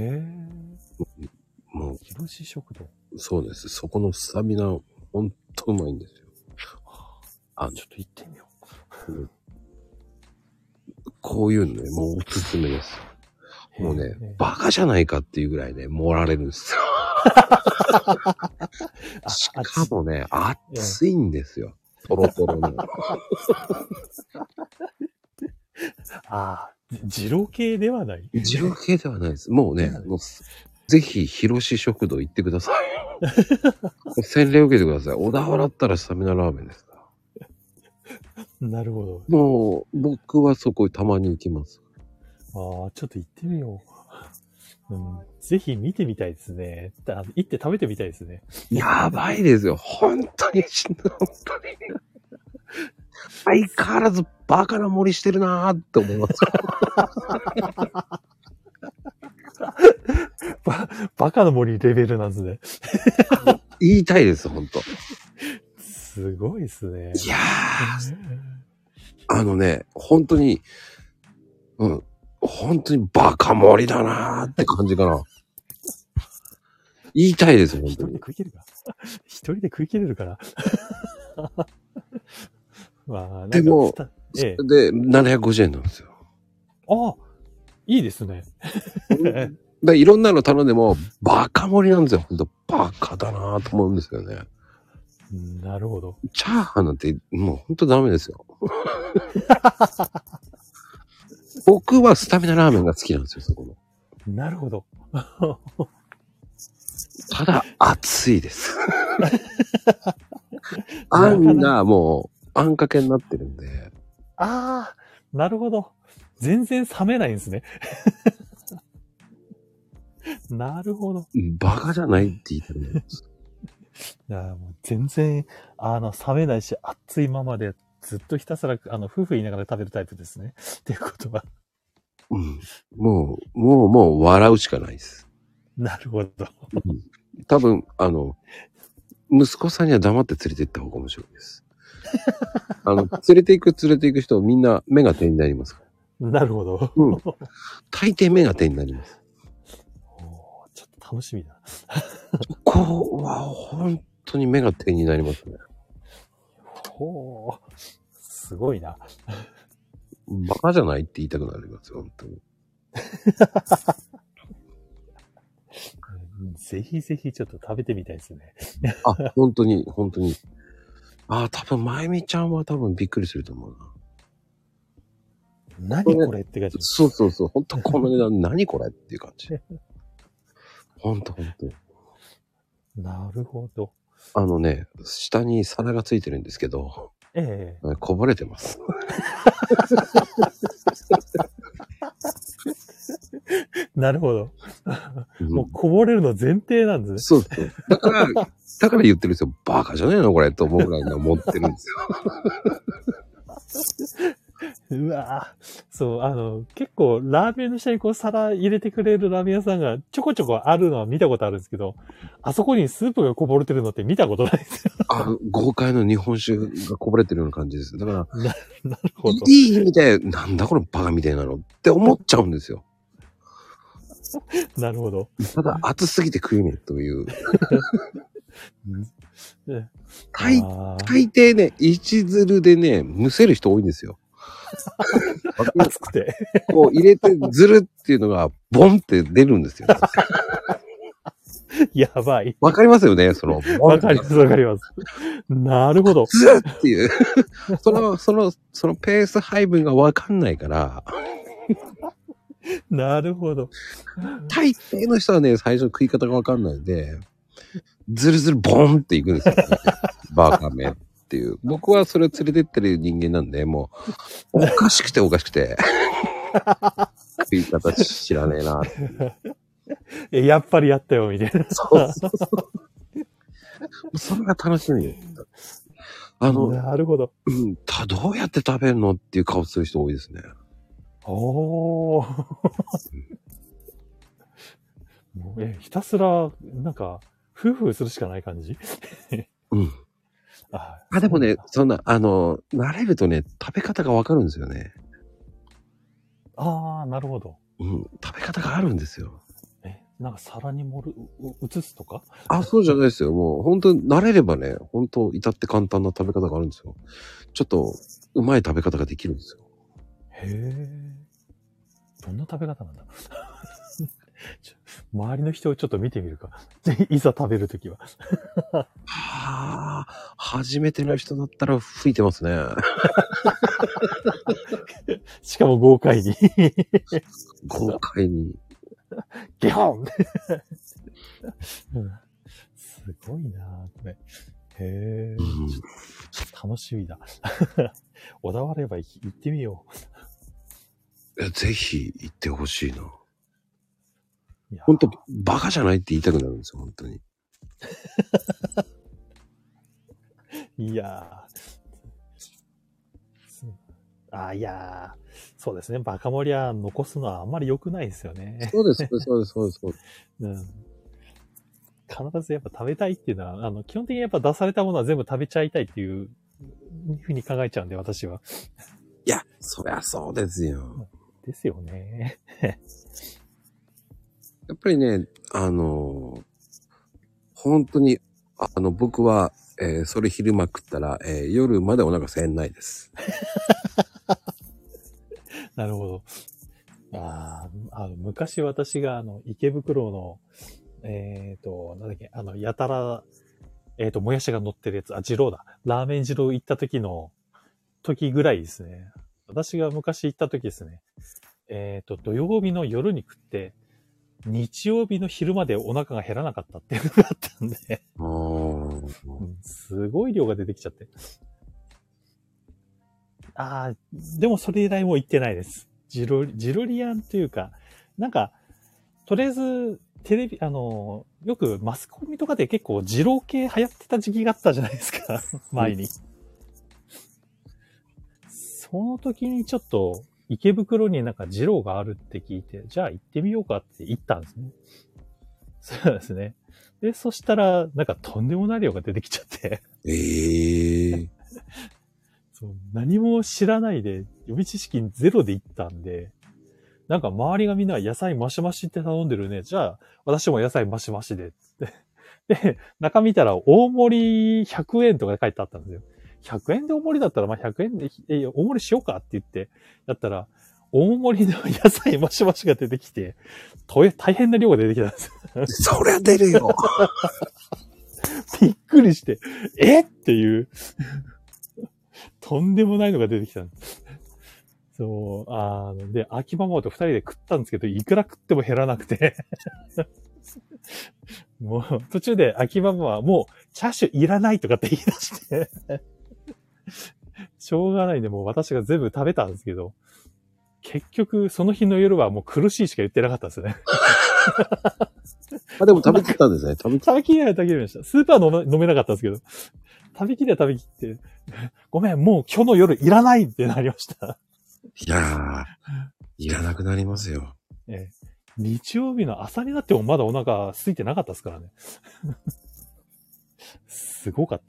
もう。 広し食堂。 そうです。そこのスタミナ、ほんとうまいんですよ。 ちょっと行ってみよう。こういうのね、もうおすすめです。もうね、バカじゃないかっていうぐらいね、盛られるんですよ。しかもね、熱いんですよ。トロトロの。 ああ、二郎系ではない。 二郎系ではないです。もうね、ぜひ、広し食堂行ってください。洗礼受けてください。小田原だったらスタミナラーメンですから。 なるほど。 もう、僕はそこたまに行きます。 ああ、ちょっと行ってみよう。うん、ぜひ見てみたいですね。行って食べてみたいですね。 やばいですよ。本当に本当に。相変わらずバカな森してるなーって思います。 バカの森レベルなんですね。 言いたいです、本当。 すごいですね。 いやー、本当に、本当にバカ盛りだなーって感じかな。言いたいです、本当に。 一人で食い切れるから。まあ、 でも、で、750円なんですよ。 ああ、いいですね。 いろんなの頼んでも、バカ盛りなんですよ。本当バカだなと思うんですよね。 なるほど。 チャーハンなんて、もう本当ダメですよ。僕はスタミナラーメンが好きなんですよ、そこの。 なるほど。 ただ、熱いです。あんがもう、あんかけになってるんで。 ああ、なるほど。全然冷めないんですね。なるほど。 バカじゃないって言いたくなります。 いや、もう全然、冷めないし、熱いままで、ずっとひたすら、夫婦言いながら食べるタイプですね。っていうことは。 うん。もう笑うしかないです。 なるほど。 多分、息子さんには黙って連れて行った方が面白いです。連れて行く人みんな目が点になりますから。 なるほど。 うん。大抵目が点になります。 ちょっと楽しみだ。 こうは本当に目が点になりますね。 ほう。すごいな。 バカじゃないって言いたくなりますよ、本当に。 ぜひぜひちょっと食べてみたいですね。 本当に。多分、まゆみちゃんは多分びっくりすると思うな。何これって感じ。 そう。本当この値段何これっていう感じ。本当。 なるほど。 下に皿がついてるんですけど、こぼれてます。 なるほど。もうこぼれるの前提なんですね。 そう。だから言ってるんですよ。バカじゃねえのこれと思うぐらいに思ってるんですよ。 うわぁ。そう、結構ラーメンの下にこう皿入れてくれるラーメン屋さんがちょこちょこあるのは見たことあるんですけど、あそこにスープがこぼれてるのって見たことないですよ。 豪快の日本酒がこぼれてるような感じです。だから、 なるほど。 いい意味で、なんだこのバカみたいなのって思っちゃうんですよ。 なるほど。 ただ、熱すぎて食えねえという。大抵ね、一汁でね、むせる人多いんですよ。 熱くて。 こう入れてずるっていうのが、ボンって出るんですよ。 やばい。 わかりますよね、 わかります。なるほど。 ずるっていう。そのペース配分がわかんないから。 なるほど。 大抵の人はね、最初食い方がわかんないんで、ずるずるボンっていくんですよ、ね。バカめっていう。僕はそれを連れてってる人間なんで、もう、おかしくて。食い方知らねえなって。 やっぱりやったよ、みたいな。 そう。それが楽しみです。 なるほど。 どうやって食べるのっていう顔する人多いですね。 おー。もうひたすら、なんか、夫婦するしかない感じ。 でもね、慣れるとね、食べ方がわかるんですよね。 なるほど。 食べ方があるんですよ。 なんか皿に移すとか？ そうじゃないですよ。もう、本当慣れればね、本当至って簡単な食べ方があるんですよ。ちょっと、うまい食べ方ができるんですよ。 へえ。どんな食べ方なんだ周りの人をちょっと見てみるか。いざ食べるときは。 初めての人だったら吹いてますね。 しかも豪快に。 豪快に。 ギョンすごいなぁ、これ。へぇ、楽しみだ。小田原ば行ってみよいやぜひ行ってほしいな。 う。 ほんと、バカじゃないって言いたくなるんですよ、本当に。 いやー。いやー。そうですね。バカ盛りは残すのはあんまり良くないですよね。 そうです、そうです、そうです、そうです。 うん。必ずやっぱ食べたいっていうのは、基本的にやっぱ出されたものは全部食べちゃいたいっていうふうに考えちゃうんで、私は。 いや、そりゃそうですよ。 ですよね。 やっぱりね、本当に、僕は、それ昼間食ったら、夜までお腹せんないです。 なるほど。昔私が池袋の、なんだっけ、やたら、もやしが乗ってるやつ、二郎だ。ラーメン二郎行った時ぐらいですね。私が昔行った時ですね。土曜日の夜に食って、日曜日の昼までお腹が減らなかったっていうのがあったんで、すごい量が出てきちゃって。でもそれ以来もう行ってないです。ジロリアンっていうか、なんか、とりあえず、テレビ、よくマスコミとかで結構二郎系流行ってた時期があったじゃないですか。前に。その時にちょっと池袋になんか二郎があるって聞いて、じゃあ行ってみようかって行ったんですね。そうですね。で、そしたら、なんかとんでもない量が出てきちゃって。そう、何も知らないで、予備知識ゼロで行ったんで、なんか周りがみんな野菜マシマシって頼んでるね。じゃあ、私も野菜マシマシで。で、中見たら大盛り100円とかで書いてあったんですよ。100円で大盛りだったら、まあ100円で、大盛りしようかって言って、やったら、大盛りの野菜マシマシが出てきて、大変な量が出てきたんですよ。 そりゃ出るよ。 びっくりして、っていう、とんでもないのが出てきたんです。そう、で、秋葉原と二人で食ったんですけど、いくら食っても減らなくて。もう、途中で秋葉原はもう、チャーシューいらないとかって言い出して。しょうがないんで、もう私が全部食べたんですけど、結局、その日の夜はもう苦しいしか言ってなかったですね。 でも食べきったんですね。食べきりました。スーパー飲めなかったんですけど、食べきって、ごめん、もう今日の夜いらないってなりました。 いやー、いらなくなりますよ。 日曜日の朝になってもまだお腹空いてなかったですからね。すごかった。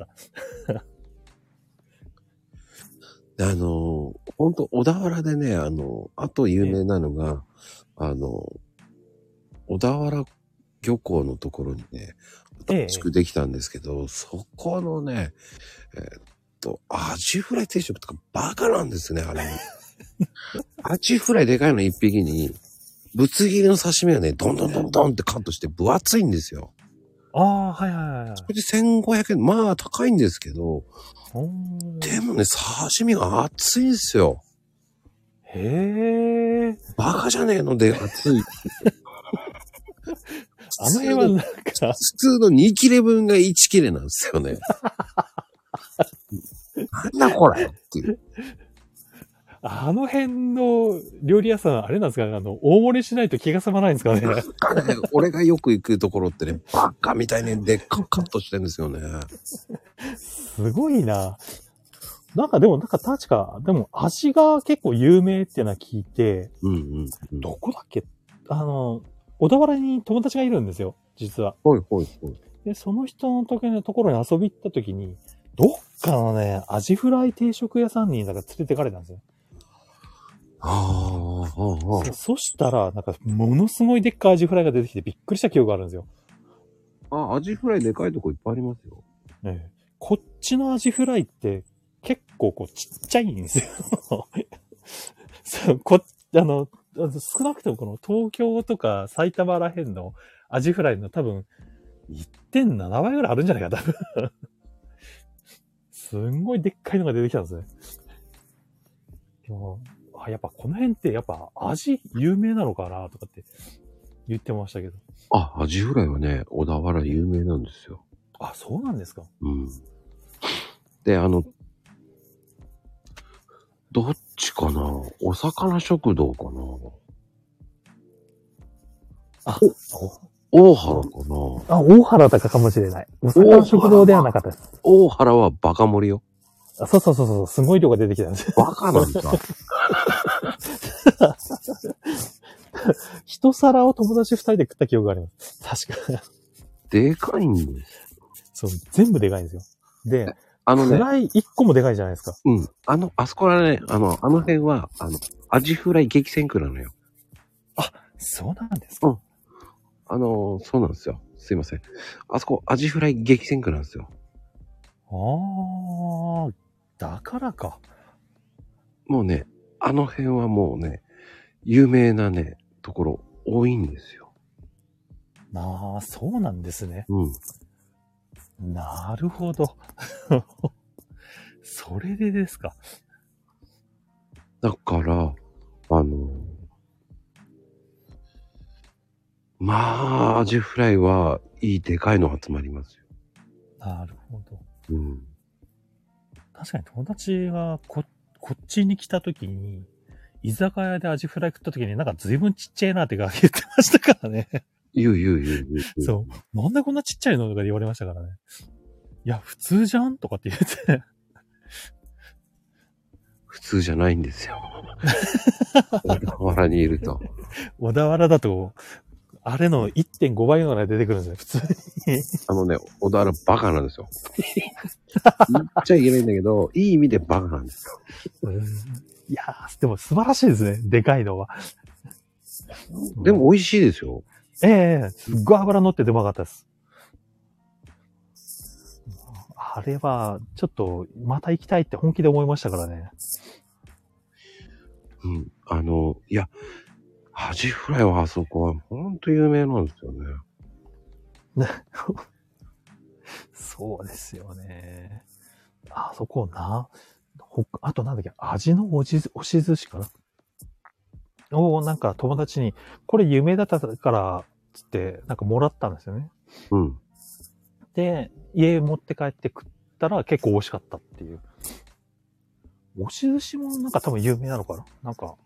ほんと、小田原でね、あと有名なのが、小田原漁港のところにね、新しくできたんですけど、そこのね、アジフライ定食とかバカなんですね、あれ。アジフライでかいの一匹に、ぶつ切りの刺身がね、どんどんどんどんってカットして分厚いんですよ。 はいはいはい。 それで1500円、まあ高いんですけど、でもね、刺身が厚いんですよ。 へー。 バカじゃねえので厚い。 あの辺はなんか、 普通の2切れ分が1切れなんですよね。なんだこれっていう。 あの辺の料理屋さん、あれなんですかね、大盛りしないと気が済まないんですかね。 俺がよく行くところってね、バカみたいにでっかくカットしてるんですよね。 すごいな。なんか確か、でも味が結構有名っていうのは聞いて、どこだっけ小田原に友達がいるんですよ、実は。で、その人のところに遊び行った時に、どっかのね、アジフライ定食屋さんに連れてかれたんですよ。そしたら、なんか、ものすごいでっかいアジフライが出てきてびっくりした記憶があるんですよ。 アジフライでかいとこいっぱいありますよ。 こっちのアジフライって結構ちっちゃいんですよ。そう、少なくともこの東京とか埼玉ら辺のアジフライの多分 1.7 倍ぐらいあるんじゃないか、多分。すんごいでっかいのが出てきたんですね。 あ、やっぱこの辺ってやっぱ味有名なのかなとかって言ってましたけど。 あ、アジフライはね、小田原有名なんですよ。 あ、そうなんですか。 うん。で、どっちかな？お魚食堂かな？ あ、 大原かな？ あ、大原だったかもしれない。お魚食堂ではなかったです。 大原はバカ盛りよ。 あ、そうそうそうそう、すごい量が出てきたんです。 バカなんだ。 一皿を友達二人で食った記憶があります。確か。 でかいんです。 そう、全部でかいんですよ。で、 ね、 フライ一個もでかいじゃないですか。 うん。あそこはね、あの辺は、アジフライ激戦区なのよ。 あ、そうなんですか。 うん。そうなんですよ。すいません。あそこ、アジフライ激戦区なんですよ。 ああ、だからか。 もうね、あの辺はもうね、有名なね、ところ多いんですよ。 ああ、そうなんですね。 うん。 なるほど。それでですか。 だから、まあ、アジフライはいいでかいの集まりますよ。 なるほど。 うん。 確かに友達がこっちに来た時に、居酒屋でアジフライ食った時になんか随分ちっちゃいなって言ってましたからね。 言う。 そう。なんでこんなちっちゃいのとか言われましたからね。いや、普通じゃんとかって言って。 普通じゃないんですよ。小田原にいると。 小田原だと、あれの 1.5 倍ぐらい出てくるんですよ、普通に。 小田原バカなんですよ。言っちゃいけないんだけど、いい意味でバカなんですよ。 いやー、でも素晴らしいですね、でかいのは。 でも美味しいですよ。 すっごい油乗っててうまかったです。あれは、ちょっと、また行きたいって本気で思いましたからね。 うん。いや、アジフライはあそこはほんと有名なんですよね。 そうですよね。あそこな。あとなんだっけ、味の押し寿司かななんか友達に、これ有名だったから、つって、なんかもらったんですよね。 うん。 で、家持って帰って食ったら結構美味しかったっていう。押し寿司もなんか多分有名なのかななんか。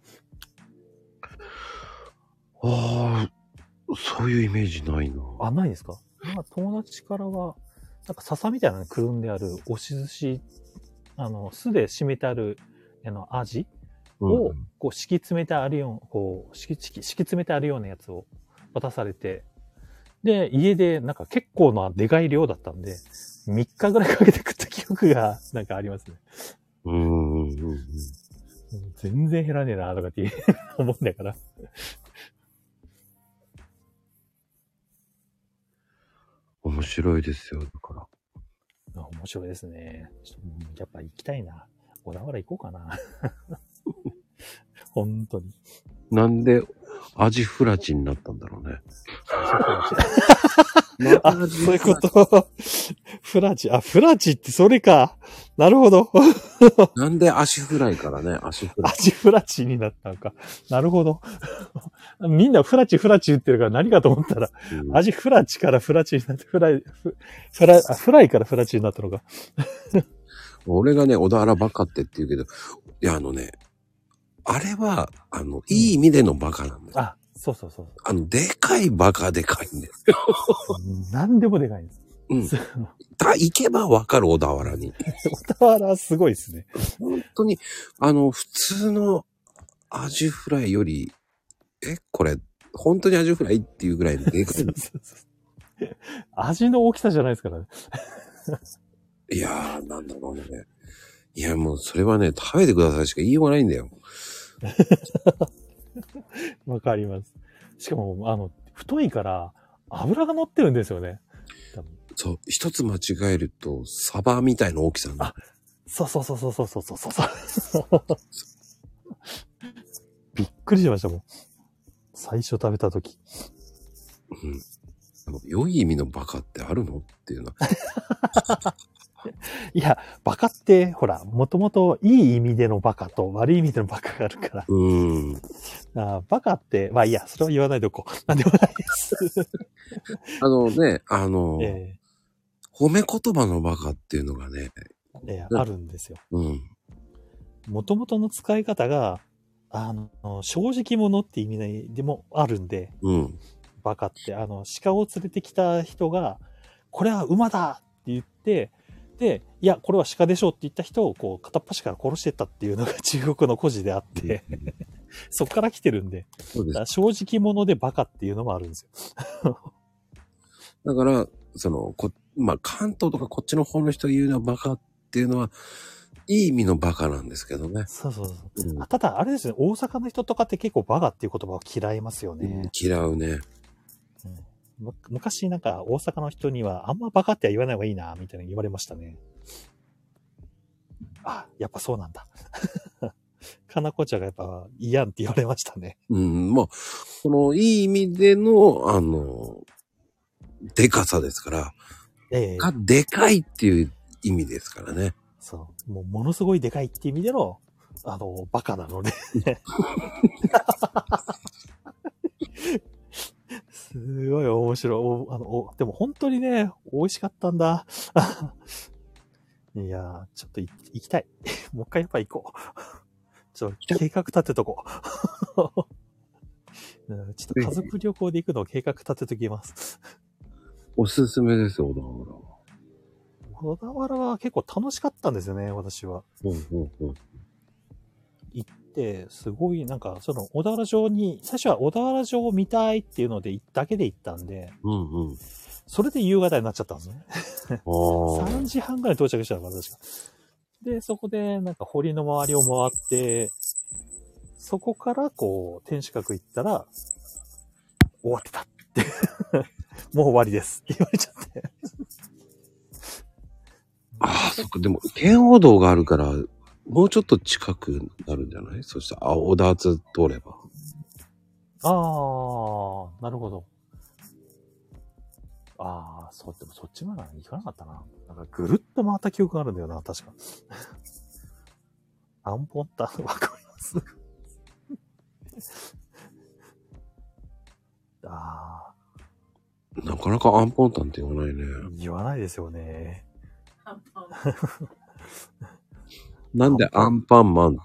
ああ、そういうイメージないな。 あ、ないですか？なんか友達からは、なんか笹みたいなのにくるんである押し寿司、酢で締めてある、アジを、こう、敷き詰めてあるよう、こう、敷き詰めてあるようなやつを渡されて、で、家でなんか結構なでかい量だったんで、3日ぐらいかけて食った記憶がなんかありますね。全然減らねえなとかって思うんだから。 面白いですよ、だから。 面白いですね。やっぱ行きたいな。小田原行こうかな。本当に。 なんでアジフラチになったんだろうね。 あ、そういうこと。フラチってそれか。なるほど。 なんでアジフライからね、アジフラチになったのか。なるほど。みんなフラチ言ってるから何かと思ったら、アジフラチからフラチになって、フライからフラチになったのか。 俺がね、小田原バカって言うけど、いやあれは、いい意味でのバカなんだよ。 あ、そう。 でかいバカでかいんですよ。 何でもでかいんです。 うん。行けばわかる小田原に。 小田原すごいですね。 本当に、普通のアジフライより、これ、本当にアジフライっていうぐらいのでかい。 味の大きさじゃないですからね。 いやー、なんだろうね。いや、もうそれはね、食べてくださいしか言いようがないんだよ。 わかります。しかも、太いから油が乗ってるんですよね。 そう、一つ間違えると、サバみたいな大きさになる。 そう。びっくりしましたもん。最初食べたとき。 良い意味のバカってあるのっていうのは。 いや、バカって、ほら、もともといい意味でのバカと悪い意味でのバカがあるから。バカって、まあいいや、それは言わないでおこう。なんでもないです。 褒め言葉のバカっていうのがね。 あるんですよ。もともとの使い方が、正直者って意味でもあるんで、バカって、鹿を連れてきた人が、これは馬だって言って、で、いや、これは鹿でしょうって言った人を、こう、片っ端から殺してったっていうのが中国の故事であって、そっから来てるんで、正直者でバカっていうのもあるんですよ。 だから、関東とかこっちの方の人が言うのはバカっていうのは、いい意味のバカなんですけどね。 そう。ただ、あれですね、大阪の人とかって結構バカっていう言葉を嫌いますよね。 嫌うね。 昔なんか大阪の人にはあんまバカっては言わない方がいいな、みたいな言われましたね。やっぱそうなんだ。かなこちゃんがやっぱ嫌んって言われましたね。 まあ、このいい意味での、でかさですから、でかいっていう意味ですからね。 そう。ものすごいでかいっていう意味での、バカなので。すごい面白い。でも本当にね、美味しかったんだ。いやー、ちょっと行きたい。もう一回やっぱ行こう。ちょっと計画立てとこう。ちょっと家族旅行で行くのを計画立てときます。 おすすめですよ、小田原は。 小田原は結構楽しかったんですよね、私は。行って、すごい、なんか、小田原城に、最初は小田原城を見たいっていうので、だけで行ったんで、それで夕方になっちゃったんですね。3時半ぐらい到着したのかな、確か。で、そこで、なんか堀の周りを回って、そこから、こう、天守閣行ったら、終わってたって。もう終わりです。って言われちゃって。 そっか、でも、圏央道があるから、もうちょっと近くなるんじゃない？そしたら、小田津通れば。 なるほど。でもそっちまで行かなかったな。なんかぐるっと回った記憶があるんだよな、確か。アンポンタン、わかります。 なかなかアンポンタンって言わないね。 言わないですよね。 なんでアンパンマンって。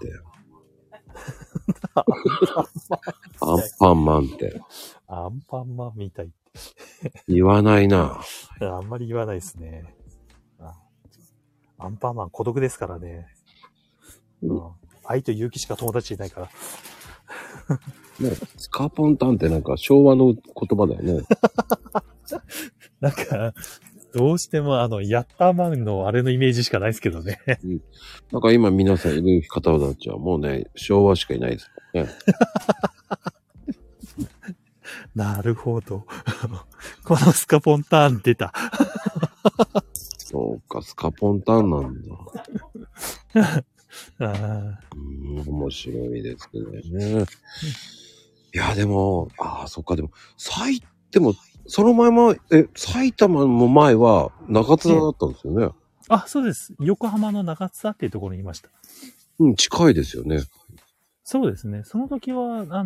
アンパンマンって。 アンパンマンみたいって。 言わないな。 あんまり言わないですね。アンパンマン孤独ですからね。愛と勇気しか友達いないから。 ね、スカポンタンってなんか昭和の言葉だよね。 なんか、どうしてもヤッターマンのあれのイメージしかないですけどね。 なんか今皆さんいる方たちはもうね、昭和しかいないですね。 なるほど。このスカポンターン出た。 そうか、スカポンターンなんだ。面白いですね。いや、でも、そっか、でも、その前も、埼玉の前は中津田だったんですよね。 そうです。横浜の中津田っていうところにいました。 近いですよね。 そうですね。その時は、なん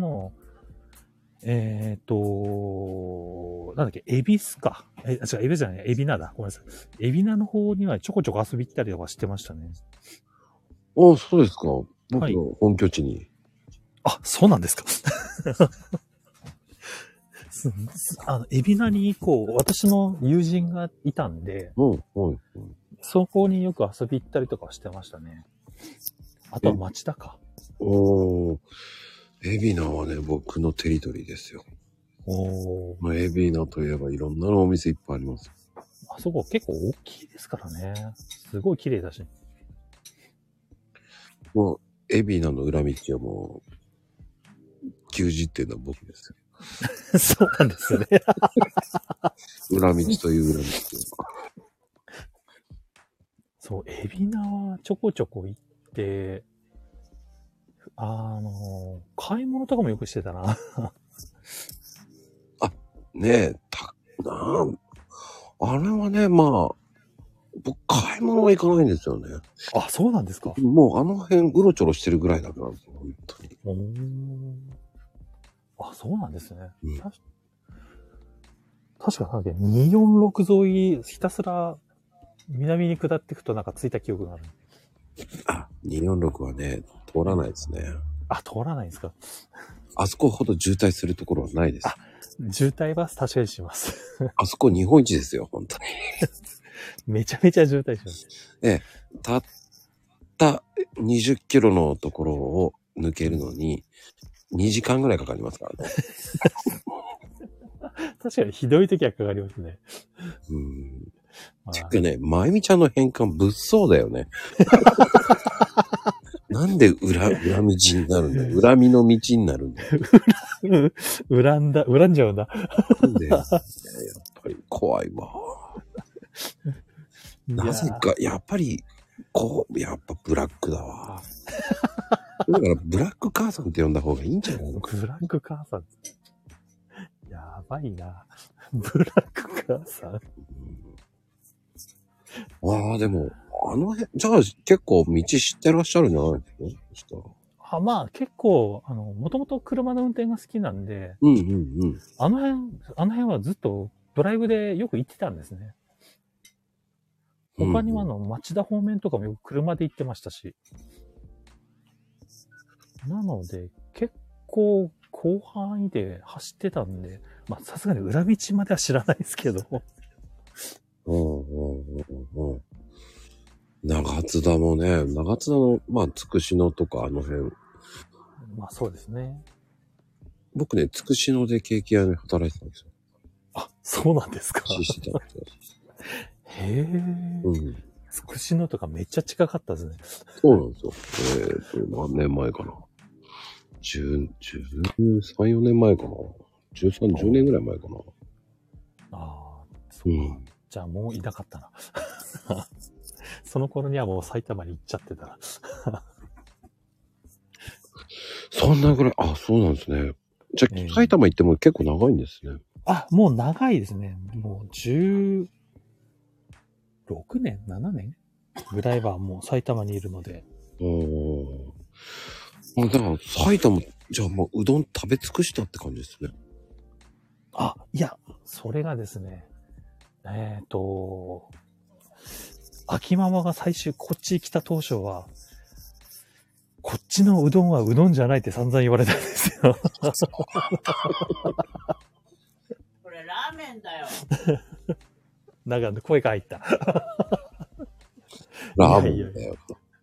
だっけ、恵比寿か。違う、恵比寿じゃない、海老名だ。ごめんなさい。海老名の方にはちょこちょこ遊び行ったりとかしてましたね。 そうですか。僕の本拠地に。 そうなんですか。海老名に私の友人がいたんで、そこによく遊び行ったりとかしてましたね。あとは町田か。 海老名はね、僕のテリトリーですよ。海老名といえばいろんなお店いっぱいあります。 あそこ結構大きいですからね。すごい綺麗だし。 もう、海老名の裏道はもう、牛耳っていうのは僕ですよ。 そうなんですよね。 裏道という裏道。 そう、海老名はちょこちょこ行って、買い物とかもよくしてたな。 ねえ、あれはね、まあ、 僕、買い物は行かないんですよね。 あ、そうなんですか。 もうあの辺うろちょろしてるぐらいだけなんですよ、本当に。 あ、そうなんですね。 うん、 確かなんか246沿いひたすら南に下っていくとなんかついた記憶がある。 あ、246はね、通らないですね。 あ、通らないんですか。 あそこほど渋滞するところはないです。 あ、渋滞は確かにします。 あそこ日本一ですよ、本当に。 めちゃめちゃ渋滞します。 たった20キロのところを抜けるのに2時間ぐらいかかりますからね。 確かにひどい時はかかりますね。 てかね、まゆみちゃんの変換物騒だよね。なんで裏道になるんだよ。恨みの道になるんだよ。 恨んじゃうんだ。 なんで、やっぱり怖いわ。なぜか、やっぱり、やっぱブラックだわ。だから、ブラック母さんって呼んだ方がいいんじゃないの？ ブラック母さん。やばいな。ブラック母さん。 ああ、でも、あの辺、じゃあ結構道知ってらっしゃるんじゃないですか？ まあ結構、もともと車の運転が好きなんで、あの辺はずっとドライブでよく行ってたんですね。他には町田方面とかもよく車で行ってましたし。なので、結構広範囲で走ってたんで、まあさすがに裏道までは知らないですけど。 長津田もね、長津田の、まあ、つくし野とかあの辺。 まあそうですね。 僕ね、つくし野でケーキ屋で働いてたんですよ。 あ、そうなんですか。 してたんですよ。 へえ。つくし野とかめっちゃ近かったですね。 そうなんですよ。何年前かな。13、4年前かな。13、10年ぐらい前かな。 ああ、そうか。じゃあもういなかったな。その頃にはもう埼玉に行っちゃってたら。 そんなぐらい、あ、そうなんですね。じゃあ、埼玉行っても結構長いんですね。 あ、もう長いですね。もう16年 ?7 年ぐらいはもう埼玉にいるので。 だから埼玉、じゃあもううどん食べ尽くしたって感じですね。 あ、いや、それがですね、秋ママが最終こっち来た当初は、こっちのうどんはうどんじゃないって散々言われたんですよ。 これラーメンだよ。 なんか声が入った。 ラーメンだよ。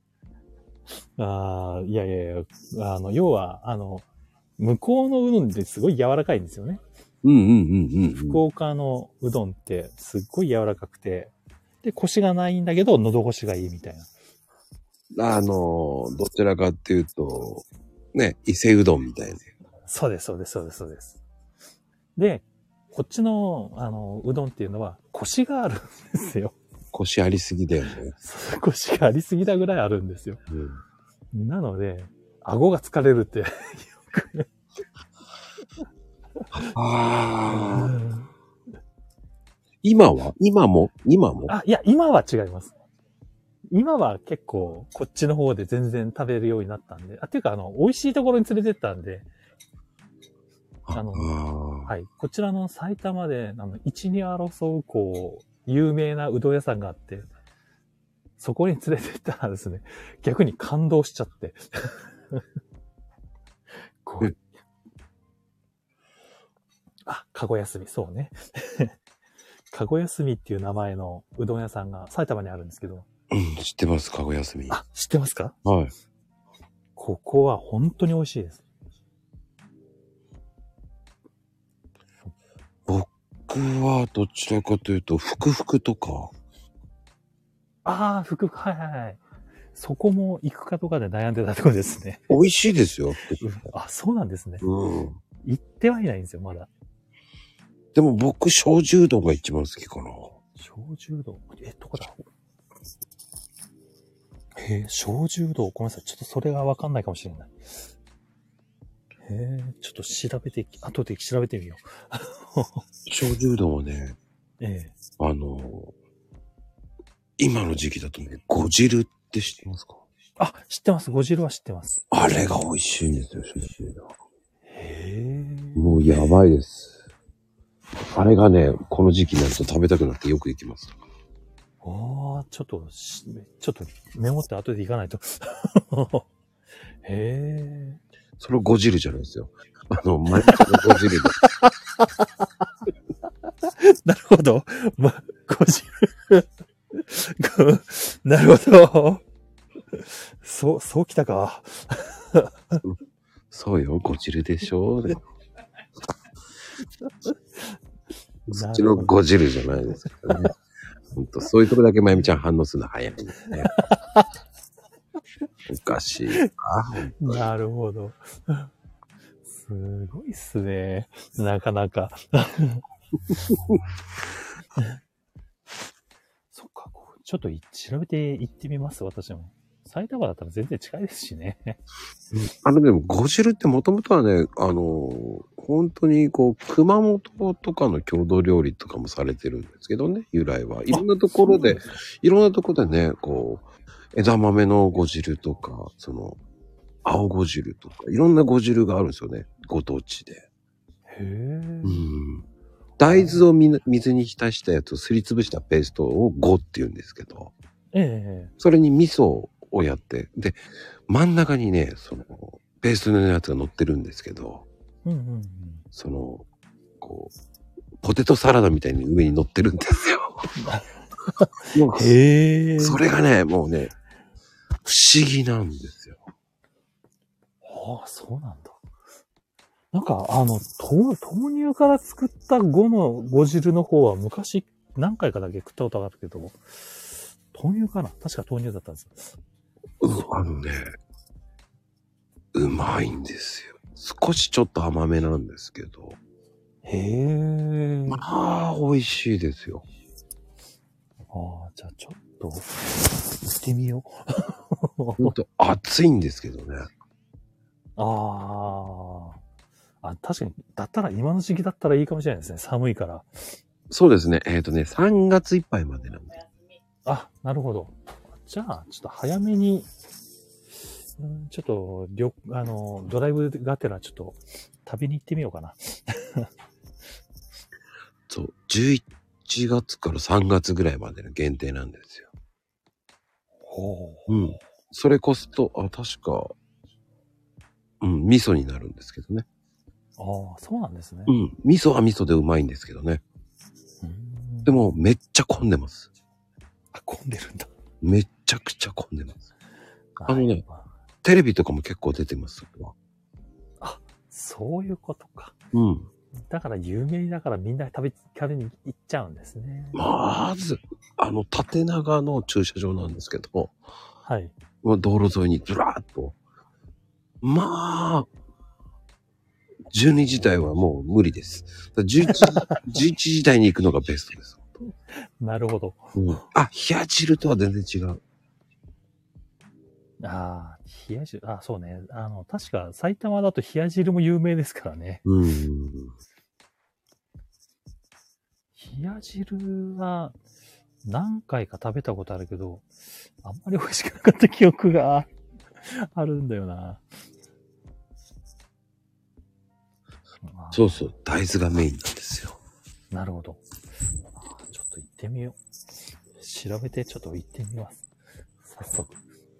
いや、要は、向こうのうどんってすごい柔らかいんですよね。福岡のうどんってすっごい柔らかくて、で、コシがないんだけど、喉越しがいいみたいな。 どちらかっていうと、ね、伊勢うどんみたいな。 そうです。で、こっちの、うどんっていうのは、コシがあるんですよ。 コシありすぎだよね。 コシがありすぎだぐらいあるんですよ。なので、顎が疲れるって、よく。 今もいや、今は違います。今は結構、こっちの方で全然食べるようになったんで、っていうか、美味しいところに連れてったんで、はい、こちらの埼玉で、一二争う、有名なうどん屋さんがあって、そこに連れてったらですね、逆に感動しちゃって。かごやすみ、そうね。かごやすみっていう名前のうどん屋さんが埼玉にあるんですけど。 知ってます、かごやすみ。 知ってますか？ はい。 ここは本当に美味しいです。 僕はどちらかというと、ふくふくとか。 ふくふく、はい。そこも行くかとかで悩んでたところですね。 美味しいですよ。 そうなんですね。行ってはいないんですよ、まだ。 でも僕、小獣丼が一番好きかな。 小獣丼どこだ？小獣丼。ごめんなさい。ちょっとそれがわかんないかもしれない。ちょっと後で調べてみよう。 小獣丼はね、 今の時期だとね、ゴ汁って知ってますか？ あ、知ってます。ゴ汁は知ってます。 あれが美味しいんですよ、 へー。 もうやばいです。あれがね、この時期になると食べたくなってよく行きます。 ちょっとメモって後で行かないと。へー。 それゴ汁じゃないですよ。毎日のゴ汁で。 なるほど。ゴ汁。なるほど。そうきたか。 そうよ、ゴ汁でしょ。そっちのゴ汁じゃないですからね。ほんと、そういうとこだけまゆみちゃん反応するの早いんですね。おかしいな。 なるほど。すごいっすね。なかなか。そっか、ちょっと調べて行ってみます、私も。埼玉だったら全然近いですしね。 でも、ゴ汁ってもともとはね、本当に熊本とかの郷土料理とかもされてるんですけどね、由来は。いろんなところでね、枝豆のゴ汁とか、青ゴ汁とか、いろんなゴ汁があるんですよね、ご当地で。 へー。 大豆を水に浸したやつをすりつぶしたペーストをゴって言うんですけど、それに味噌をやって、で、真ん中にね、ペーストのやつが乗ってるんですけど、ポテトサラダみたいに上に乗ってるんですよ。 へー。 それがね、もうね、不思議なんですよ。 ああ、そうなんだ。なんか、豆乳から作ったゴ汁の方は昔何回かだけ食ったことがあるけど、豆乳かな？確か豆乳だったんです。 うまいんですよ。少しちょっと甘めなんですけど。 へえ。 まあ、美味しいですよ。 じゃあちょっと、行ってみよう。 ほんと、暑いんですけどね。 確かに、だったら今の時期だったらいいかもしれないですね。寒いから。 そうですね。3月いっぱいまでなんで。 なるほど。じゃあ、ちょっと早めに、ちょっと、ドライブがてらちょっと旅に行ってみようかな。 そう、11月から3月ぐらいまでの限定なんですよ。それこそと、確か、味噌になるんですけどね。 そうなんですね。 味噌は味噌でうまいんですけどね。でも、めっちゃ混んでます。 混んでるんだ。 めちゃくちゃ混んでます。テレビとかも結構出てます。 そういうことか。だから有名だからみんな食べに行っちゃうんですね。 まず、縦長の駐車場なんですけど、 はい。 道路沿いにずらーっと。まあ、12時台はもう無理です。11時台に行くのがベストです。 なるほど。 冷や汁とは全然違う。 冷や汁、そうね。確か埼玉だと冷や汁も有名ですからね。冷や汁は何回か食べたことあるけど、あんまり美味しくなかった記憶があるんだよな。 そうそう、大豆がメインなんですよ。 なるほど。ちょっと行ってみよう。調べてちょっと行ってみます。早速。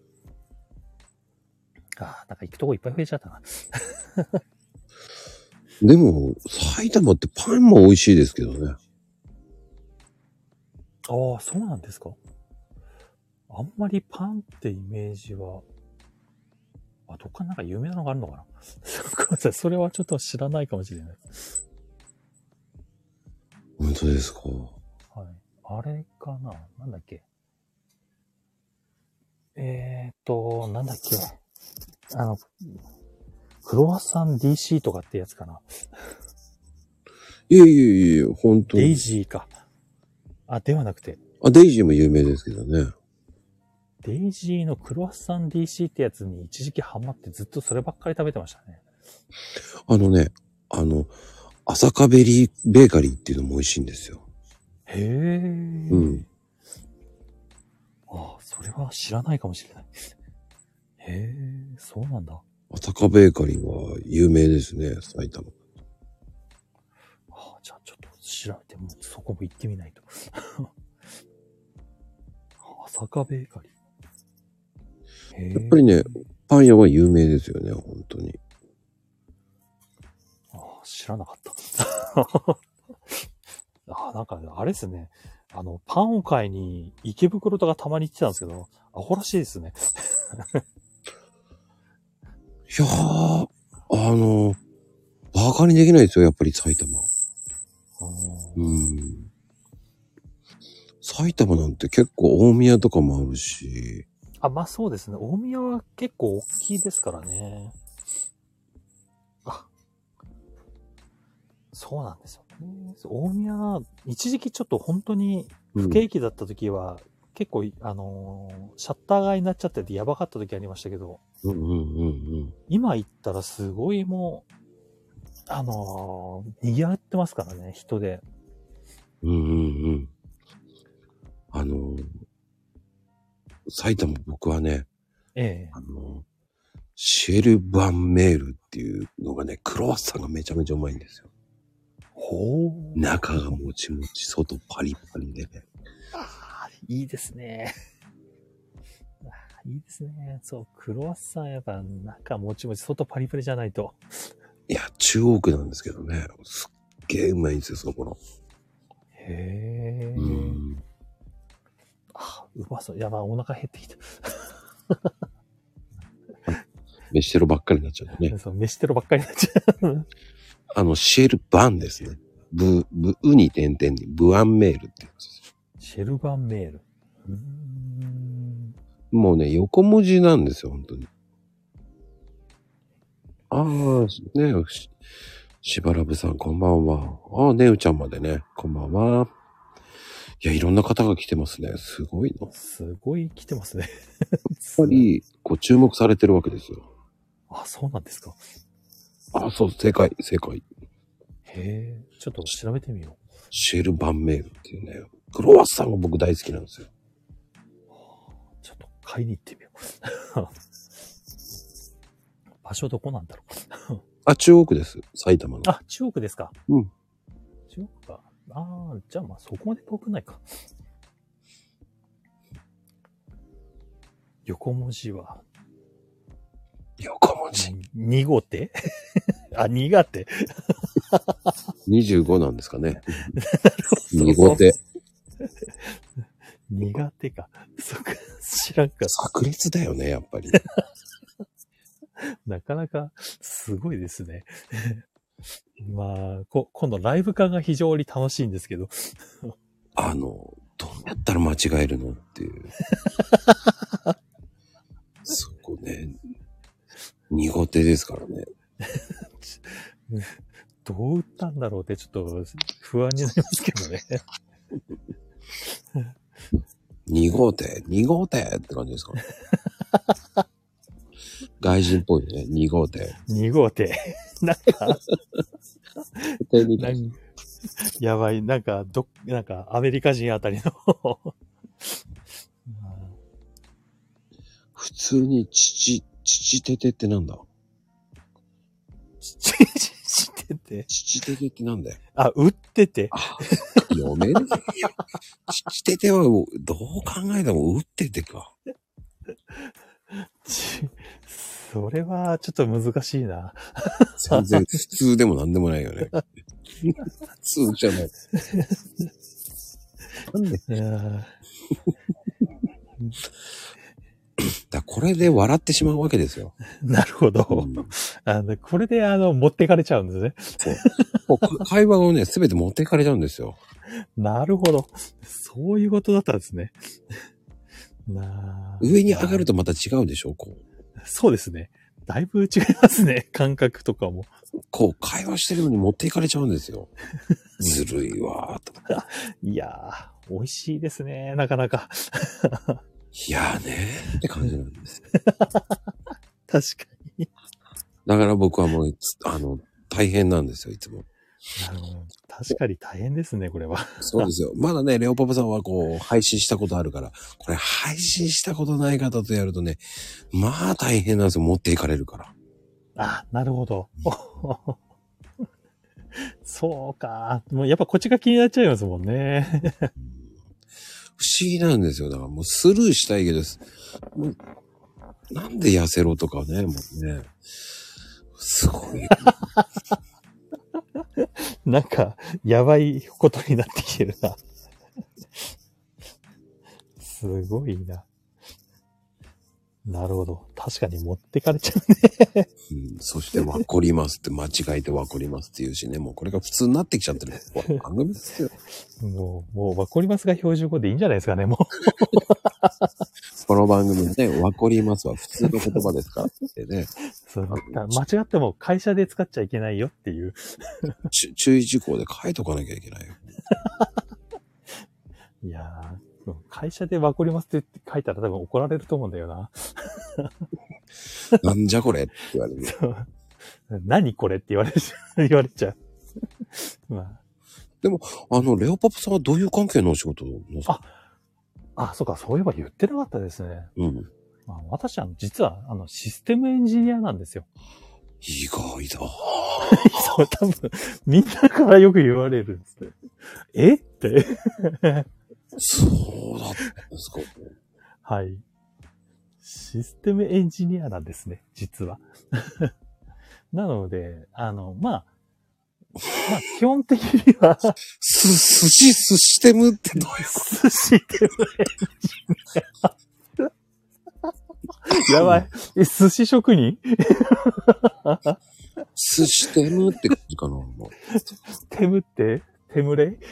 なんか行くとこいっぱい増えちゃったな。 でも、埼玉ってパンも美味しいですけどね。 そうなんですか？あんまりパンってイメージは、どっかなんか有名なのがあるのかな？ごめんなさい、それはちょっと知らないかもしれない。 本当ですか？ はい。あれかな？なんだっけ？なんだっけ？クロワッサン DC とかってやつかな？ いや、本当に。 デイジーか。ではなくて。 デイジーも有名ですけどね。 デイジーのクロワッサン DC ってやつに一時期ハマってずっとそればっかり食べてましたね。 朝霞ベリーベーカリーっていうのも美味しいんですよ。 へー。 それは知らないかもしれない。へえ、そうなんだ。 朝霞ベーカリーは有名ですね、埼玉。 じゃあちょっと調べて、もうそこも行ってみないと。朝霞ベーカリー。へえ。 やっぱりね、パン屋は有名ですよね、本当に。 知らなかった。なんか、あれですね。パンを買いに池袋とかたまに行ってたんですけど、アホらしいですね。 いやー、バカにできないですよ、やっぱり埼玉。埼玉なんて結構大宮とかもあるし。 まあそうですね。大宮は結構大きいですからね。そうなんですよね。大宮、一時期ちょっと本当に不景気だった時は、結構、シャッター街になっちゃっててやばかった時ありましたけど、今行ったらすごいもう、賑わってますからね、人で。 埼玉僕はね、 ええ。 シェルバンメールっていうのがね、クロワッサンがめちゃめちゃうまいんですよ。 ほう。 中がもちもち、外パリパリでね。 いいですね。いいですね。そう、クロワッサンやっぱ中もちもち、外パリパリじゃないと。 いや、中央区なんですけどね。すっげえうまいんですよ、そこの。 へえ。うまそう。やばい、お腹減ってきた。 飯テロばっかりになっちゃうね。 そう、飯テロばっかりになっちゃう。 シェルバンですね。うに点々に、ブアンメールって言うんですよ。 シェルバンメール。 もうね、横文字なんですよ、本当に。ねしばらぶさん、こんばんは。ねうちゃんまでね、こんばんは。いや、いろんな方が来てますね。すごいの。 すごい来てますね。 やっぱり、注目されてるわけですよ。 そうなんですか。 そう、正解。 へえ、ちょっと調べてみよう。 シェルバンメールっていうね、クロワッサンが僕大好きなんですよ。 ちょっと買いに行ってみよう。場所どこなんだろう。中央区です。埼玉の。 中央区ですか。 うん。 中央区か。じゃあまあそこまで遠くないか。横文字は。 横文字。 濁手苦手。 25なんですかね。濁手。 苦手か。そっか、知らんか。 炸裂だよね、やっぱり。 なかなかすごいですね。まあ、今度ライブ感が非常に楽しいんですけど。 どうやったら間違えるのっていう。そこね、濁手ですからね。 どう打ったんだろうってちょっと不安になりますけどね。 濁手って感じですかね。外人っぽいね。濁手。 なんか、やばい、なんかアメリカ人あたりの。 普通に父ててってなんだ？ 父ててってなんだよ。 打ってて。 読めるよ。父ててはどう考えても打っててか。 それはちょっと難しいな。 全然普通でもなんでもないよね。普通じゃない。なんでこれで笑ってしまうわけですよ。 なるほど。これで持っていかれちゃうんですね。 そう。会話をね、すべて持っていかれちゃうんですよ。 なるほど。そういうことだったんですね。 上に上がるとまた違うでしょ、 そうですね。だいぶ違いますね。感覚とかも。 会話してるのに持っていかれちゃうんですよ。ずるいわーと。 いやー、美味しいですね。なかなか。 いやーねーって感じなんですよ。 確かに。 だから僕はもう、大変なんですよ、いつも。 なるほど。確かに大変ですね、これは。 そうですよ。まだね、レオパパさんはこう、配信したことあるから、これ配信したことない方とやるとね、まあ大変なんですよ。持っていかれるから。 あ、なるほど。そうか。もうやっぱこっちが気になっちゃいますもんね。 不思議なんですよ。だからもうスルーしたいけど、もうなんで痩せろとかね、もうね。すごい。 なんか、やばいことになってきてるな。すごいな。なるほど。確かに持ってかれちゃうね。 うん、そしてわこりますって間違えてわこりますって言うしね、もうこれが普通になってきちゃってる番組ですよ。 もう、わかりますが標準語でいいんじゃないですかね、もう。 この番組ね、わこりますは普通の言葉ですからってね。 そう間違っても会社で使っちゃいけないよっていう。 注意事項で書いとかなきゃいけないよ。 いやー、会社でわかりますって書いたら多分怒られると思うんだよな。 なんじゃこれって言われる。 何これって言われちゃう。まあ。 でも、レオパパさんはどういう関係のお仕事なんですか？ あ、そうか、そういえば言ってなかったですね。 うん。 私実は、システムエンジニアなんですよ。 意外だ。 そう、多分、みんなからよく言われるんですね。えって。 そうだったんですか。 はい。システムエンジニアなんですね、実は。なので、基本的には、 寿司テムってどういうシステムエンジニア。やばい。寿司職人寿司テムって感じかな。 テムってテムレイ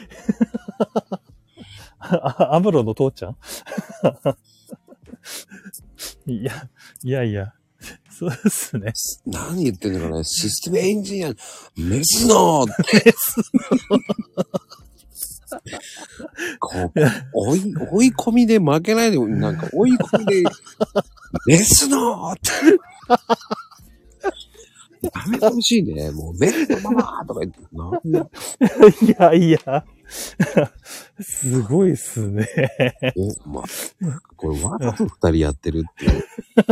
アムロの父ちゃんいや。そうですね。 何言ってんのかね。システムエンジニア、メスのこう追い込みで負けないで、なんか追い込みで、メスのってやめてほしいね。もう、メスのままとか言って、なんいや。すごいっすね。 これわざと二人やってるっていう。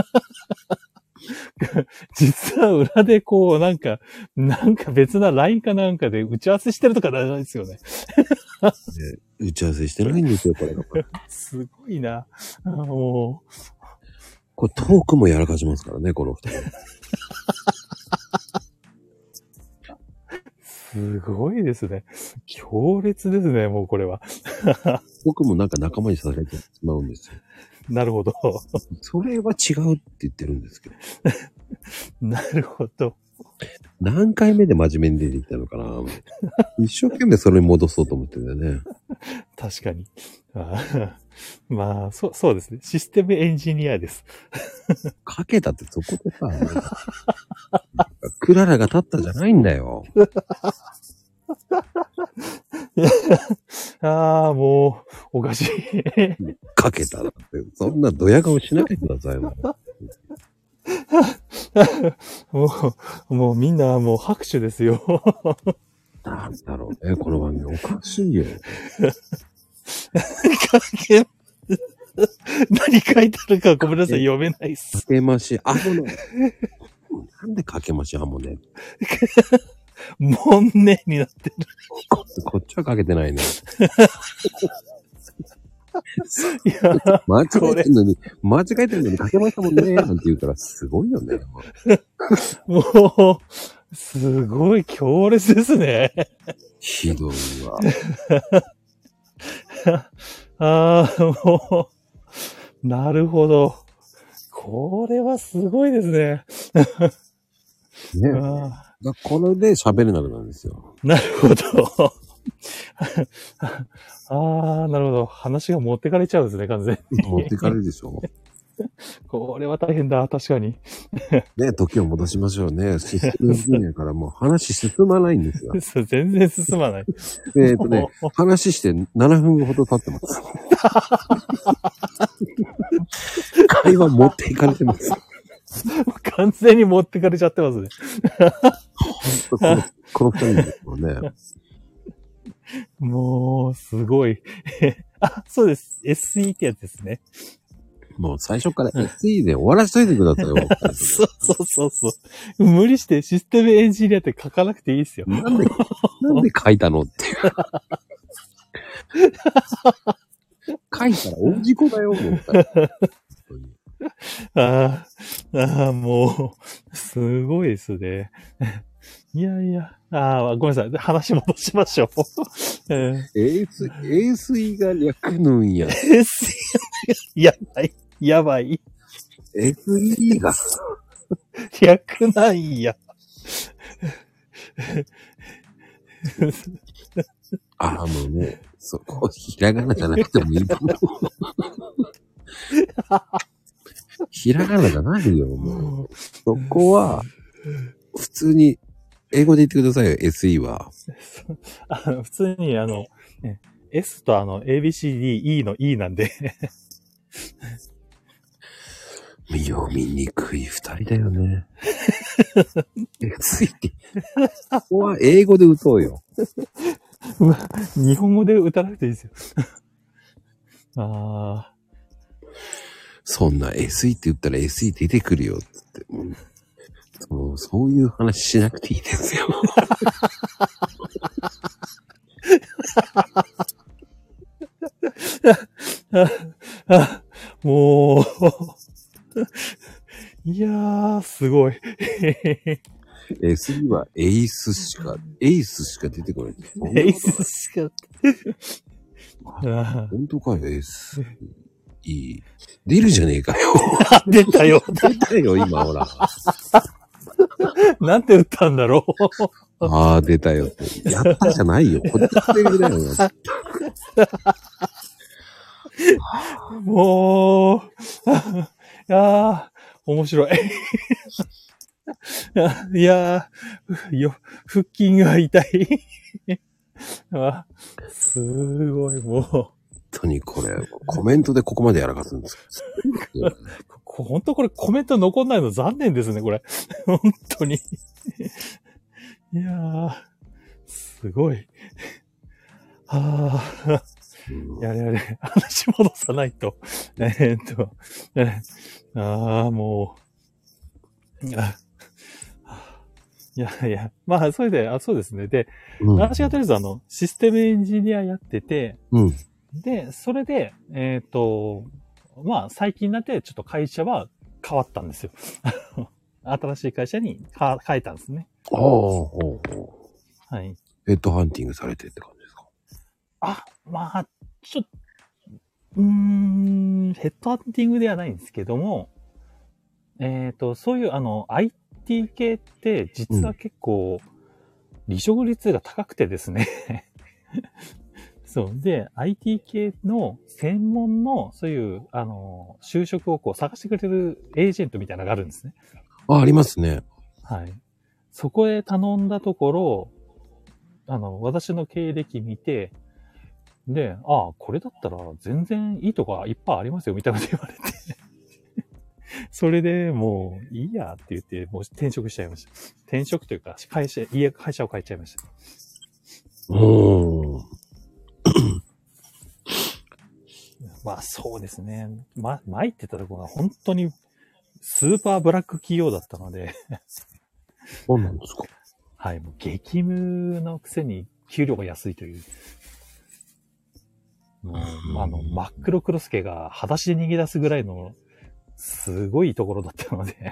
実は裏でこう、なんか別な LINE かなんかで打ち合わせしてるとかなんですよね。 打ち合わせしてないんですよ、これが。 すごいな。もう。 これトークもやらかしますからね、この二人。 すごいですね。強烈ですね、もうこれは。 僕もなんか仲間にされてしまうんですよ。 なるほど。 それは違うって言ってるんですけど。 なるほど。 何回目で真面目に出てきたのかな一生懸命それに戻そうと思ってるんだよね。 確かに。そうですね。システムエンジニアです。 かけたってそこでさ、クララが立ったじゃないんだよ。 もう、おかしい。 かけたらって、そんなドヤ顔しないでくださいもうみんなもう拍手ですよ。 なんだろうね、この番組おかしいよ。 何書いてあるかごめんなさい、読めないっす。 かけまし、なんでかけまし、もね。 門ねになってる。 こっちはかけてないね。 いや、 間違えてるのにかけましたもんね、なんて言うからすごいよね。 もう、すごい強烈ですね。 ひどいわ。もう、なるほど。これはすごいですね。 ね。これで喋れなくなるんですよ。 なるほど。なるほど。話が持ってかれちゃうんですね、完全に。 持ってかれるでしょ。 これは大変だ、確かに。 ね、時を戻しましょうね。システムエンジニアからもう話進まないんですよ。 全然進まない。 話して7分ほど経ってます。会話持っていかれてます。 完全に持ってかれちゃってますね。 この二人ですもんね。 もう、すごい。あ、そうです。SE ってやつですね。 もう最初から SE で終わらしといてくださいよ。 そう。無理してシステムエンジニアって書かなくていいですよ。 なんで書いたのっていう。書いたら大事故だよ、もう。 ああ、もう、すごいですね。いやいや、ごめんなさい。話戻しましょう。 ASE が略ぬんや。 やばい。 SE が。 略なんや。 もうね、そこ、ひらがなじゃなくてもいいと思う。ひらがなじゃないよ、もう。そこは、普通に、英語で言ってくださいよ、SE は。 普通にS とABCD、E の E なんで。 読みにくい二人だよね。SE って、ここは英語で打とうよ。 日本語で打たなくていいですよ。 そんな SE って言ったら SE 出てくるよ、つって。そういう話しなくていいですよ。 もう、いやー、すごい。 SE はエイスしか出てこない。 エイスしか。 本当かよ、SE。出るじゃねえかよ。 出たよ、 今、ほら。 なんて打ったんだろう。出たよって。やったじゃないよ。こっちセリフだよ。 もう、面白い。いやー、腹筋が痛い。すごい、もう。 本当にこれ、コメントでここまでやらかすんですよ。 本当これコメント残んないの残念ですね、これ。本当に。いやー、すごい。やれ、話戻さないと。もう。いや、まあ、それで、そうですね。で、私がとりあえずシステムエンジニアやってて、で、それで、まあ、最近になってちょっと会社は変わったんですよ。新しい会社に変えたんですね。はい。 ヘッドハンティングされてって感じですか？ まあ、ヘッドハンティングではないんですけども、そういうIT 系って実は結構離職率が高くてですね。そう。で、IT 系の専門のそういう、就職を探してくれるエージェントみたいなのがあるんですね。 ありますね。 はい。そこへ頼んだところ、私の経歴見て、で、これだったら全然いいとこいっぱいありますよ、みたいなこと言われて。それでもういいやって言って、もう転職しちゃいました。転職というか、会社を変えちゃいました。まあそうですね。参ってたところが本当にスーパーブラック企業だったので。 そうなんですか？ はい、もう激務のくせに給料が安いという。もう、真っ黒クロスケが裸足で逃げ出すぐらいのすごいところだったので。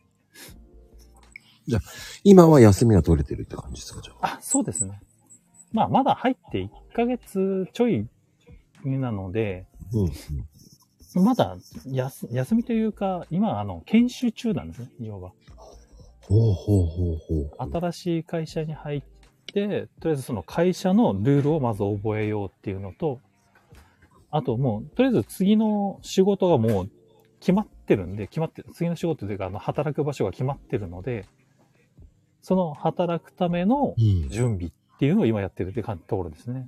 じゃあ、今は休みが取れてるって感じですか？じゃあ。 そうですね。まあ、まだ入って1ヶ月ちょいなので、まだ休みというか、今研修中なんですね、要は。新しい会社に入って、とりあえずその会社のルールをまず覚えようっていうのと、あともう、とりあえず次の仕事がもう決まってるんで、次の仕事というか、働く場所が決まってるので、その働くための準備っていうのを今やってるってところですね。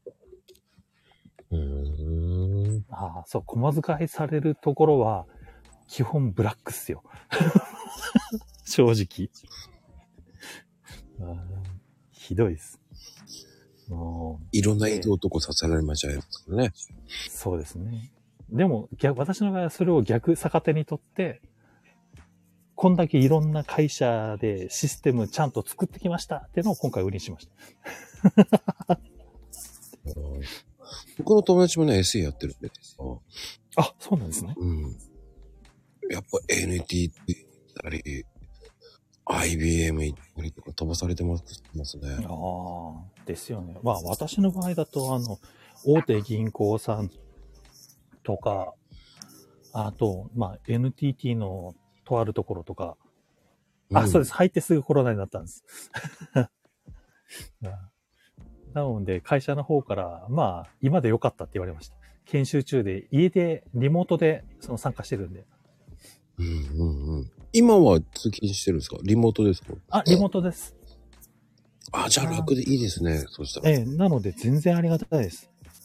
そう、駒使いされるところは、基本ブラックっすよ。正直。 ひどいです。もう。 いろんな移動とこさせられまちゃいますからね。 そうですね。でも、私の場合はそれを逆手にとって、こんだけいろんな会社でシステムちゃんと作ってきましたっていうのを今回売りにしました。 僕の友達もね、SE やってるんで。 あ、そうなんですね。 うん。やっぱ NTT 行ったり、IBM 行ったりとか飛ばされてますね。 ああ、ですよね。まあ私の場合だと、大手銀行さんとか、あと、まあ NTT のとあるところとか、あ、そうです。入ってすぐコロナになったんです。なので、会社の方から、まあ、今で良かったって言われました。研修中で、家で、リモートで、参加してるんで。 うんうんうん。今は通勤してるんですか？リモートですか？ あ、リモートです。 あ、じゃあ楽でいいですね。そうしたら。 なので、全然ありがたいです。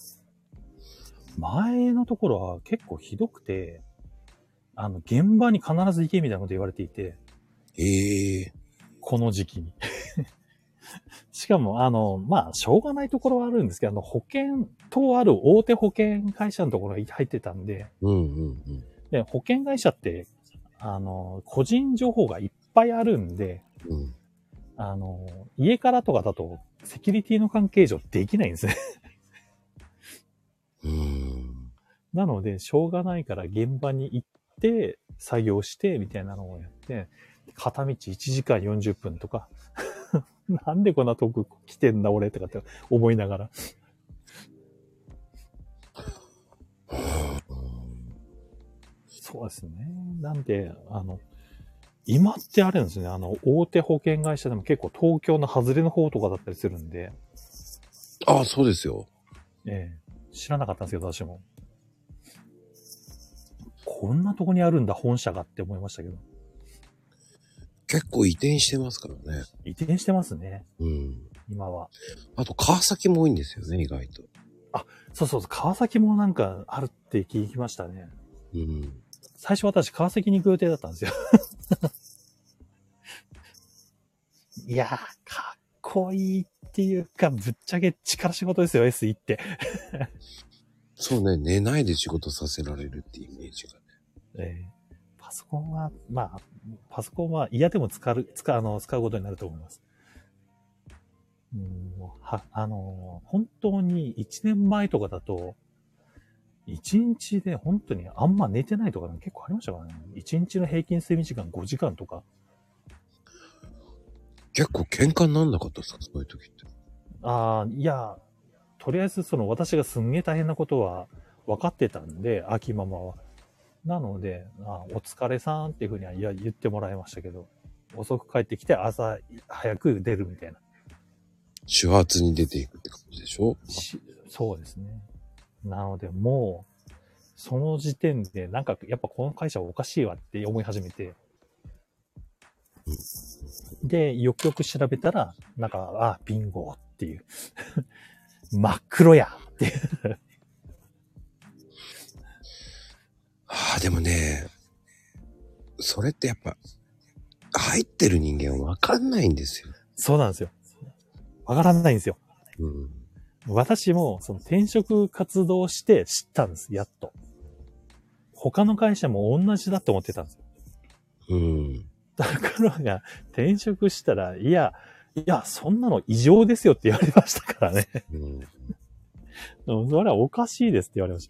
前のところは結構ひどくて、現場に必ず行けみたいなこと言われていて。この時期に。しかも、まあ、しょうがないところはあるんですけど、保険とある大手保険会社のところが入ってたんで、で、保険会社って、個人情報がいっぱいあるんで、家からとかだと、セキュリティの関係上できないんですね。なので、しょうがないから現場に行って、作業して、みたいなのをやって、片道1時間40分とか、なんでこんな遠く来てんだ俺とかって思いながら。そうですね。なんで、今ってあれなんですね。大手保険会社でも結構東京の外れの方とかだったりするんで。 ああ、そうですよ。 知らなかったんですけど、私も。こんなとこにあるんだ、本社がって思いましたけど。 結構移転してますからね。 移転してますね。 うん。 今は。 あと、川崎も多いんですよね、意外と。 あ、そうそうそう、川崎もなんかあるって聞きましたね。 うん。 最初私、川崎に行く予定だったんですよ。いやー、かっこいいっていうか、ぶっちゃけ力仕事ですよ、SE って。 そうね、寝ないで仕事させられるっていうイメージがね。 パソコンは、まあ、パソコンは嫌でも使うことになると思います。本当に1年前とかだと、1日で本当にあんま寝てないとか結構ありましたからね。1日の平均睡眠時間5時間とか。 結構喧嘩になんなかったですか、そういう時って。 いや、とりあえず私がすんげえ大変なことは分かってたんで、秋ママは。なので、お疲れさんっていうふうには言ってもらいましたけど、遅く帰ってきて朝早く出るみたいな。 手圧に出ていくって感じでしょ？ そうですね。なので、もう、その時点で、なんか、やっぱこの会社はおかしいわって思い始めて。で、よくよく調べたら、なんか、ビンゴっていう。真っ黒やっていう。 でもね、それってやっぱ、入ってる人間はわかんないんですよ。 そうなんですよ。わからないんですよ。 うん。 私も転職活動して知ったんです、やっと。他の会社も同じだと思ってたんですよ。 うん。 だからが、転職したら、いや、そんなの異常ですよって言われましたからね。それはおかしいですって言われました。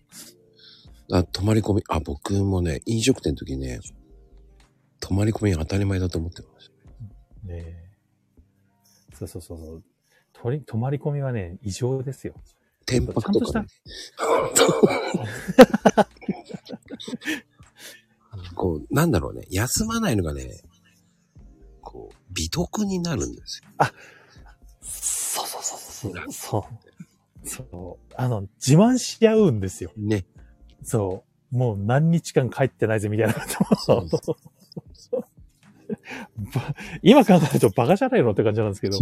泊まり込み、僕もね、飲食店の時ね、泊まり込み当たり前だと思ってました。 ねえ。そう。泊まり込みはね、異常ですよ。 天泊とか、ね。こう、なんだろうね。休まないのがね、こう、美徳になるんですよ。 そう。自慢し合うんですよ。 ね。 そう。もう何日間帰ってないぜみたいなことを。今考えるとバカじゃないのって感じなんですけど。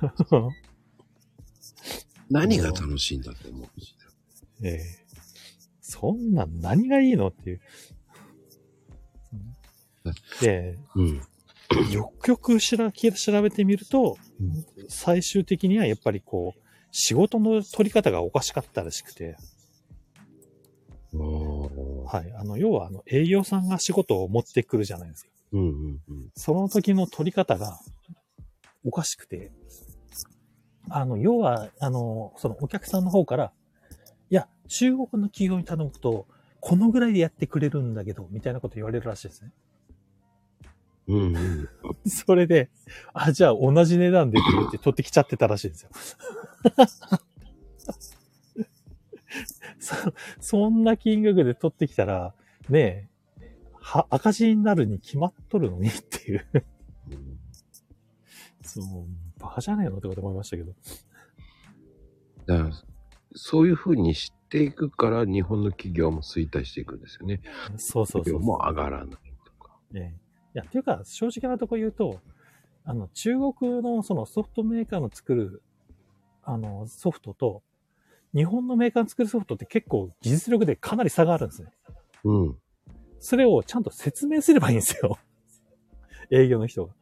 何が楽しいんだって思う。 そんなん何がいいのっていう。で、 よくよく調べてみると、最終的にはやっぱりこう、仕事の取り方がおかしかったらしくて、はい。要は営業さんが仕事を持ってくるじゃないですか。 うんうんうん。 その時の取り方がおかしくて、要は、そのお客さんの方から、いや、中国の企業に頼むと、このぐらいでやってくれるんだけど、みたいなこと言われるらしいですね。 うんうん。 それで、じゃあ同じ値段でって言って取ってきちゃってたらしいんですよ。そんな金額で取ってきたら、ねえ、赤字になるに決まっとるのにっていう。そう、バカじゃねえのってこと思いましたけど。 だからそういう風に知っていくから日本の企業も衰退していくんですよね。 そうそうそう。 企業も上がらないとか。 ねえ。いや、っていうか、正直なとこ言うと、中国のそのソフトメーカーの作る、ソフトと、日本のメーカーの作るソフトって結構技術力でかなり差があるんですね。 うん。 それをちゃんと説明すればいいんですよ。営業の人が。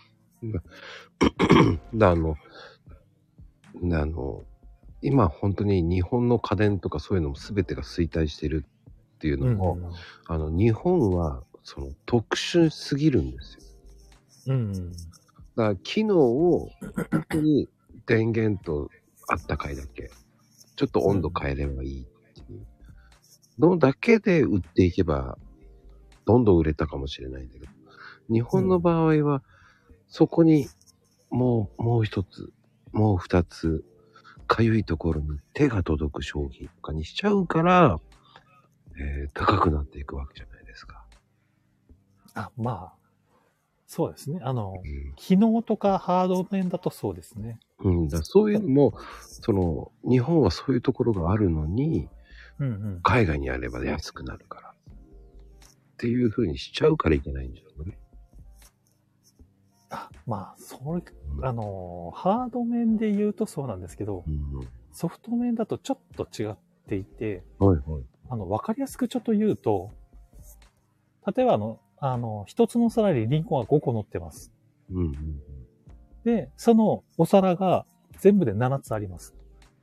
今本当に日本の家電とかそういうのも全てが衰退してるっていうのも、日本はその特殊すぎるんですよ。 うん。 だから機能を本当に電源とあったかいだけ、ちょっと温度変えればいいっていうのだけで売っていけば、どんどん売れたかもしれないんだけど、日本の場合は、そこにもう一つ、もう二つ、かゆいところに手が届く商品とかにしちゃうから、高くなっていくわけじゃないですか。 まあ、そうですね。機能とかハード面だとそうですね。 そういうのも、日本はそういうところがあるのに、海外にやれば安くなるから。っていう風にしちゃうからいけないんじゃないね。 まあ、ハード面で言うとそうなんですけど、ソフト面だとちょっと違っていて、わかりやすくちょっと言うと、例えば一つの皿にリンゴが5個乗ってます。で、そのお皿が全部で7つあります。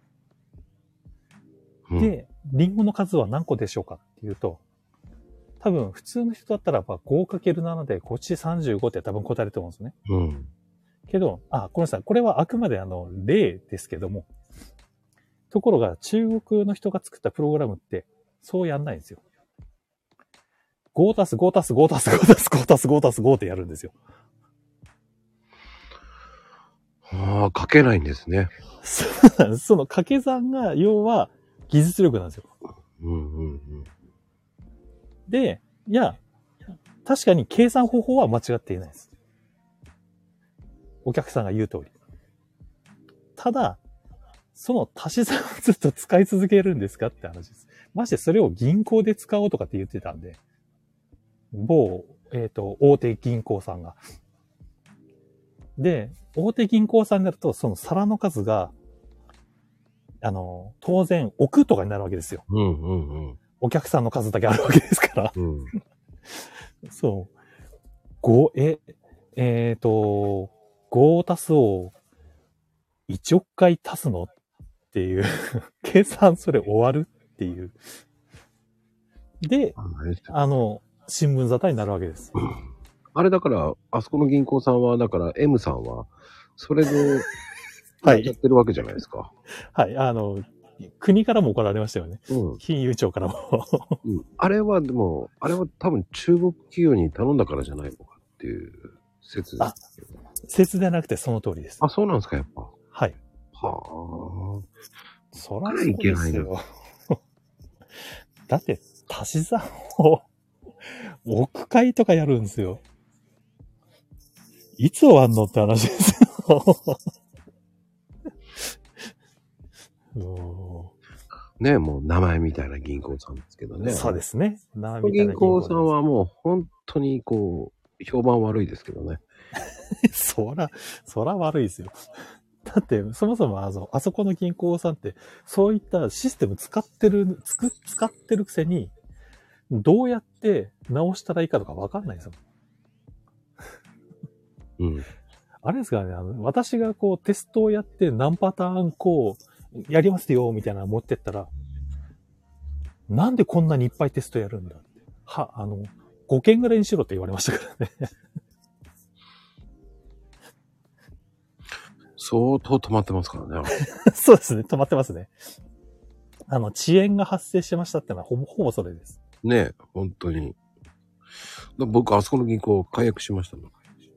で、リンゴの数は何個でしょうかっていうと、多分普通の人だったら5×7 でこっち35って多分答えると思うんですね。けど、ごめんなさい。これはあくまで例ですけども。ところが中国の人が作ったプログラムってそうやんないんですよ。5足す5足す5足す5足す5足す5足す5ってやるんですよ。 書けないんですね。 その掛け算が要は技術力なんですよ。で、いや、確かに計算方法は間違っていないです。お客さんが言う通り。ただ、その足し算をずっと使い続けるんですかって話です。ましてそれを銀行で使おうとかって言ってたんで、某、大手銀行さんが。で、大手銀行さんになると、その皿の数が、当然、億とかになるわけですよ。お客さんの数だけあるわけですから。そう。5足すを1億回足すのっていう計算それ終わるっていう。で、新聞沙汰になるわけです。 あれだから、あそこの銀行さんは、だから M さんは、それで、やってるわけじゃないですか。 はい。国からも怒られましたよね。金融庁からも。 あれは多分中国企業に頼んだからじゃないのかっていう説です。 説でなくてその通りです。 そうなんですか、やっぱ。 はい。そらそうですよ。だって、足し算を億回とかやるんですよ。いつ終わんのって話ですよ。 ね、もう名前みたいな銀行さんですけどね。 そうですね。 名前みたいな銀行さんはもう本当に評判悪いですけどね。 そら悪いですよ。だって、そもそもあそこの銀行さんって、そういったシステム使ってるくせに、どうやって直したらいいかとかわかんないですよ。 うん。 あれですからね、私がこうテストをやって何パターンこう、やりますよ、みたいなの持ってったら、なんでこんなにいっぱいテストやるんだって。5件ぐらいにしろって言われましたからね。 相当止まってますからね。 そうですね、止まってますね。遅延が発生してましたってのはほぼそれです。 ねえ、本当に。僕、あそこの銀行、解約しましたもん。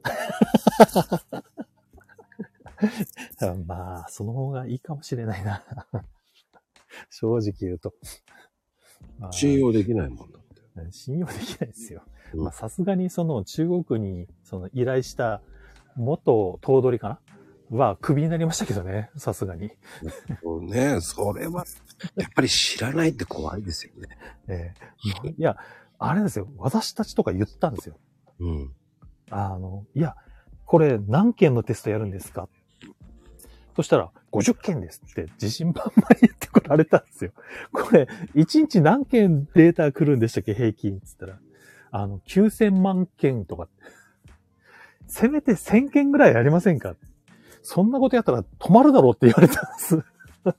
まあ、その方がいいかもしれないな。正直言うと。 信用できないもんだって。 信用できないですよ。 うんまあ、さすがにその中国に依頼した元頭取かなはクビになりましたけどね、さすがに。 ねえ、それは、やっぱり知らないって怖いですよね。 いや、あれですよ。私たちとか言ったんですよ。 うん。 いや、これ何件のテストやるんですか？そしたら、50件ですって自信満々言ってこられたんですよ。これ、1日何件データ来るんでしたっけ、平均つったら。9000万件とか。せめて1000件ぐらいやりませんか？そんなことやったら止まるだろうって言われたんです。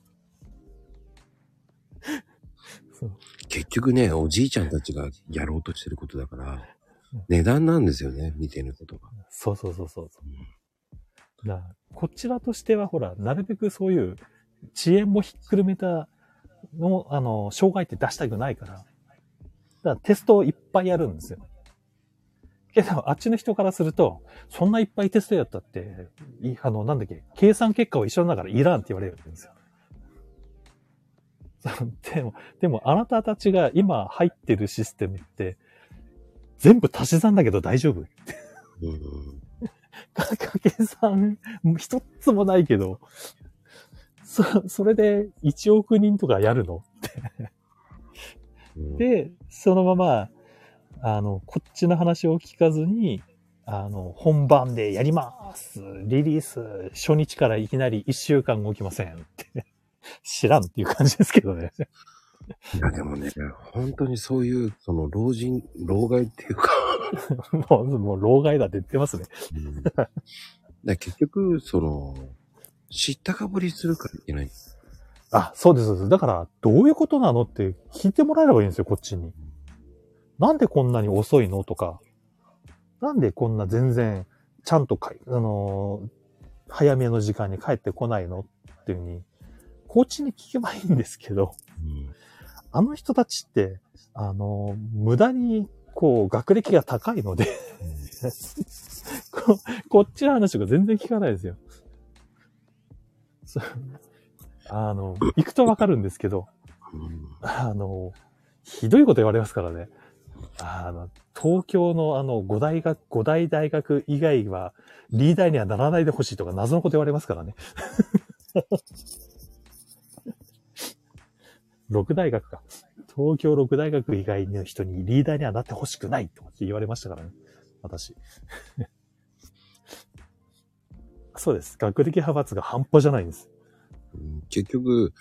結局ね、おじいちゃんたちがやろうとしてることだから、値段なんですよね、見てることが。 そう。だからこちらとしては、ほら、なるべくそういう遅延もひっくるめたの、障害って出したくないから。だからテストをいっぱいやるんですよ。けど、あっちの人からすると、そんないっぱいテストやったって、なんだっけ、計算結果は一緒だからいらんって言われるんですよ。でも、あなたたちが今入ってるシステムって、全部足し算だけど大丈夫？掛け算、一つもないけど、それで1億人とかやるのって。で、そのまま、こっちの話を聞かずに、本番でやります。リリース、初日からいきなり1週間動きませんって。知らんっていう感じですけどね。 いや、でもね、本当にそういう、老害っていうかもう、老害だって言ってますね。 結局、知ったかぶりするからいけない。 あ、そうです。だから、どういうことなのって聞いてもらえればいいんですよ、こっちに。なんでこんなに遅いのとか、なんでこんな全然、ちゃんと早めの時間に帰ってこないのっていう風に、こっちに聞けばいいんですけど、あの人たちって、無駄に、学歴が高いのでこっちの話が全然聞かないですよ。行くとわかるんですけど、ひどいこと言われますからね。東京の五大大学以外はリーダーにはならないでほしいとか謎のこと言われますからね。六大学か。東京六大学以外の人にリーダーにはなってほしくないとかって言われましたからね。私。そうです。学歴派閥が半端じゃないんです。 結局、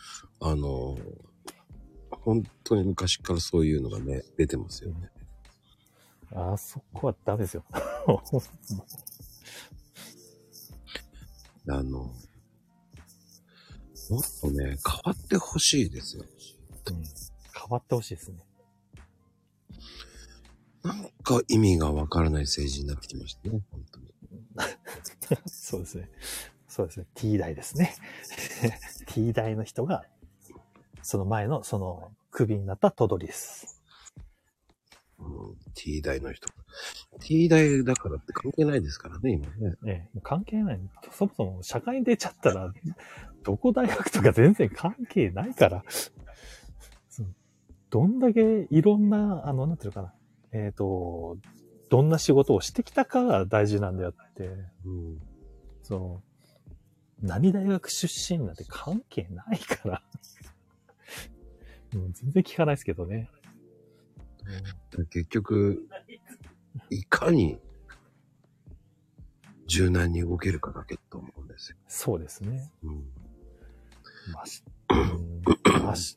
本当に昔からそういうのがね、出てますよね。 あそこはダメですよ。 もっとね、変わってほしいですよ。 変わってほしいですね。 なんか意味がわからない政治になってきましたね、本当に。 そうですね。そうですね。T 大ですね。T 大の人が、その前の、クビになったトドリです。 T 大の人。T 大だからって関係ないですからね、今ね。 関係ない。そもそも社会に出ちゃったら、どこ大学とか全然関係ないから。どんだけいろんな、なんていうのかな。どんな仕事をしてきたかが大事なんであって、何大学出身なんて関係ないから。全然聞かないですけどね。 結局、いかに柔軟に動けるかだけと思うんですよ。 そうですね。まして、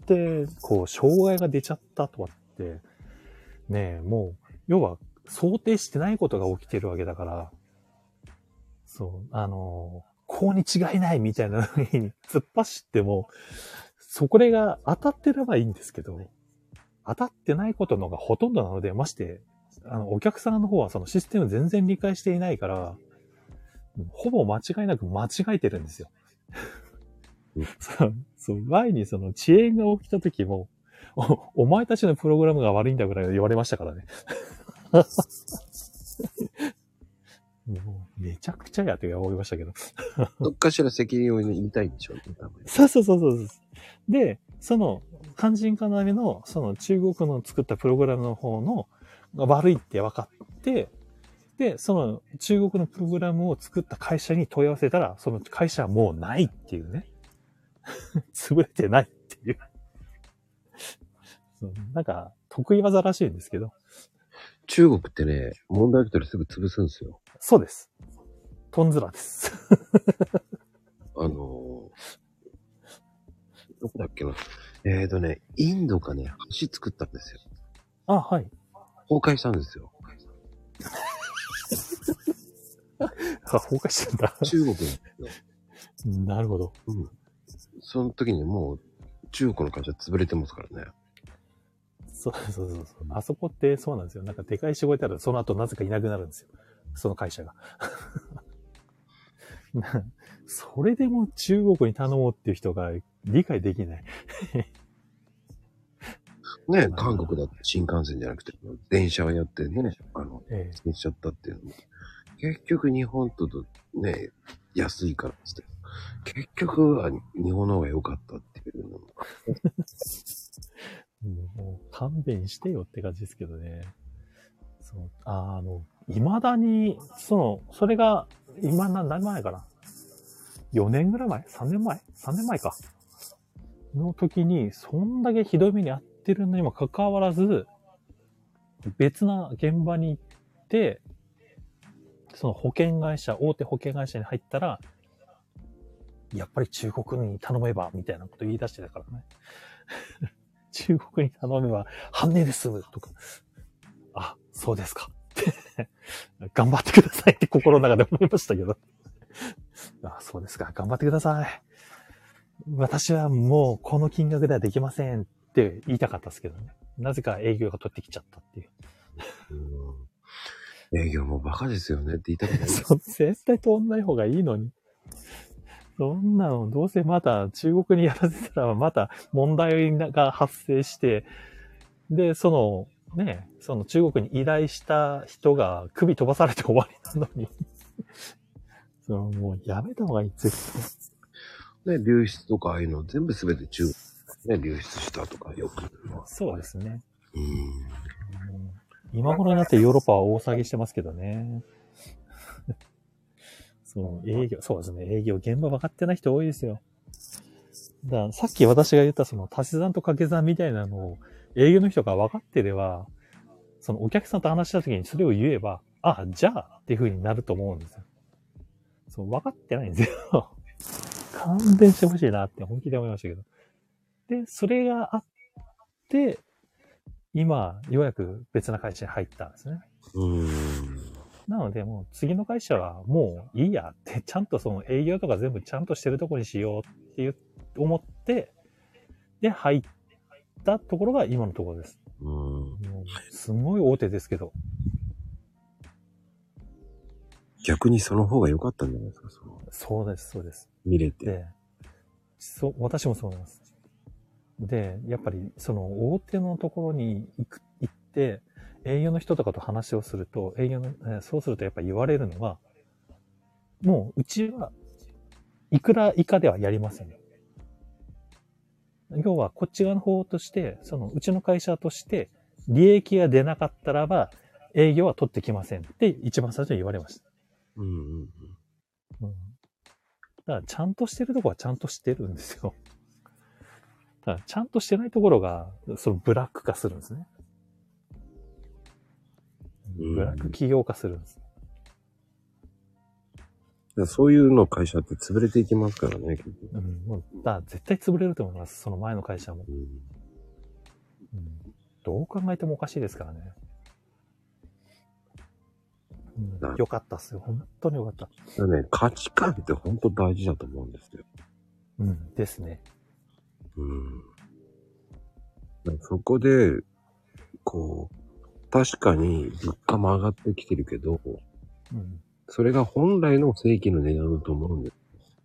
障害が出ちゃったとはって、ねえ、もう、要は、想定してないことが起きてるわけだから、 そう、こうに違いないみたいなのに突っ走っても、これが当たってればいいんですけど、当たってないことの方がほとんどなので、まして、お客さんの方はそのシステム全然理解していないから、ほぼ間違いなく間違えてるんですよ。そう、前にその遅延が起きた時も、お前たちのプログラムが悪いんだぐらい言われましたからね。もうめちゃくちゃやって思いましたけど。 どっかしら責任を言いたいんでしょうね、多分。 そう。で、その、肝心要の、その中国の作ったプログラムの方の、が悪いって分かって、で、その中国のプログラムを作った会社に問い合わせたら、その会社はもうないっていうね。潰れてないっていう。なんか、得意技らしいんですけど。 中国ってね、問題起きたらすぐ潰すんですよ。 そうです。トンズラです。 どこだっけな。インドがね、橋作ったんですよ。 あ、はい。 崩壊したんですよ。 崩壊してんだ。 中国なんですよ。 なるほど。 うん。その時にもう、中国の会社潰れてますからね。 そう。あそこってそうなんですよ。なんかでかい仕事やったらその後なぜかいなくなるんですよ。その会社が。それでも中国に頼もうっていう人が理解できない。 ね、韓国だって新幹線じゃなくて、電車をやってね、しちゃったっていうのも。結局日本とね、安いからっつって。結局は日本の方が良かったっていうのも。 もう勘弁してよって感じですけどね。そう、未だに、それが、何年前かな。4年ぐらい前 ?3 年前 ?3 年前か。の時に、そんだけひどい目に遭ってるのにもかかわらず、別な現場に行って、その大手保険会社に入ったら、やっぱり中国に頼めば、みたいなこと言い出してたからね。中国に頼めば、半値で済むとか。あ、そうですか。頑張ってくださいって心の中で思いましたけど。あ、そうですか。頑張ってください。私はもうこの金額ではできませんって言いたかったですけどね。なぜか営業が取ってきちゃったっていう。 営業もバカですよねって言いたくない。 そう、絶対通んない方がいいのに。そんなの、どうせまた中国にやらせたらまた問題が発生して、で、その中国に依頼した人が首飛ばされて終わりなのに。もうやめた方がいい、絶対。ね、流出とかああいうの全部すべて中国ね、流出したとかよく。 そうですね。今頃になってヨーロッパは大騒ぎしてますけどね。そうですね。営業、現場分かってない人多いですよ。だからさっき私が言ったその足し算と掛け算みたいなのを営業の人が分かってれば、そのお客さんと話した時にそれを言えば、あ、じゃあっていう風になると思うんですよ。そう、分かってないんですよ。勘弁してほしいなって本気で思いましたけど。で、それがあって、今、ようやく別な会社に入ったんですね。なので、もう次の会社はもういいやって、ちゃんとその営業とか全部ちゃんとしてるところにしようって思って、で、入ったところが今のところです。もうすごい大手ですけど。 逆にその方が良かったんじゃないですか、 そうです。 見れて。 で、私もそう思います。で、やっぱりその大手のところに行って、営業の人とかと話をすると、そうするとやっぱり言われるのは、もううちはいくら以下ではやりません。要はこっち側の方として、うちの会社として利益が出なかったらば営業は取ってきませんって一番最初に言われました。だからちゃんとしてるところはちゃんとしてるんですよ。だからちゃんとしてないところがブラック化するんですね。ブラック企業化するんです。 そういうの会社って潰れていきますからね。 もう絶対潰れると思います。その前の会社も。どう考えてもおかしいですからね。 うん、よかったっすよ。本当によかった。 だからね、価値観って本当大事だと思うんですよ。 うんですね。 だからそこで、こう、確かに物価も上がってきてるけど、 うん。 それが本来の正規の値段だと思うんです。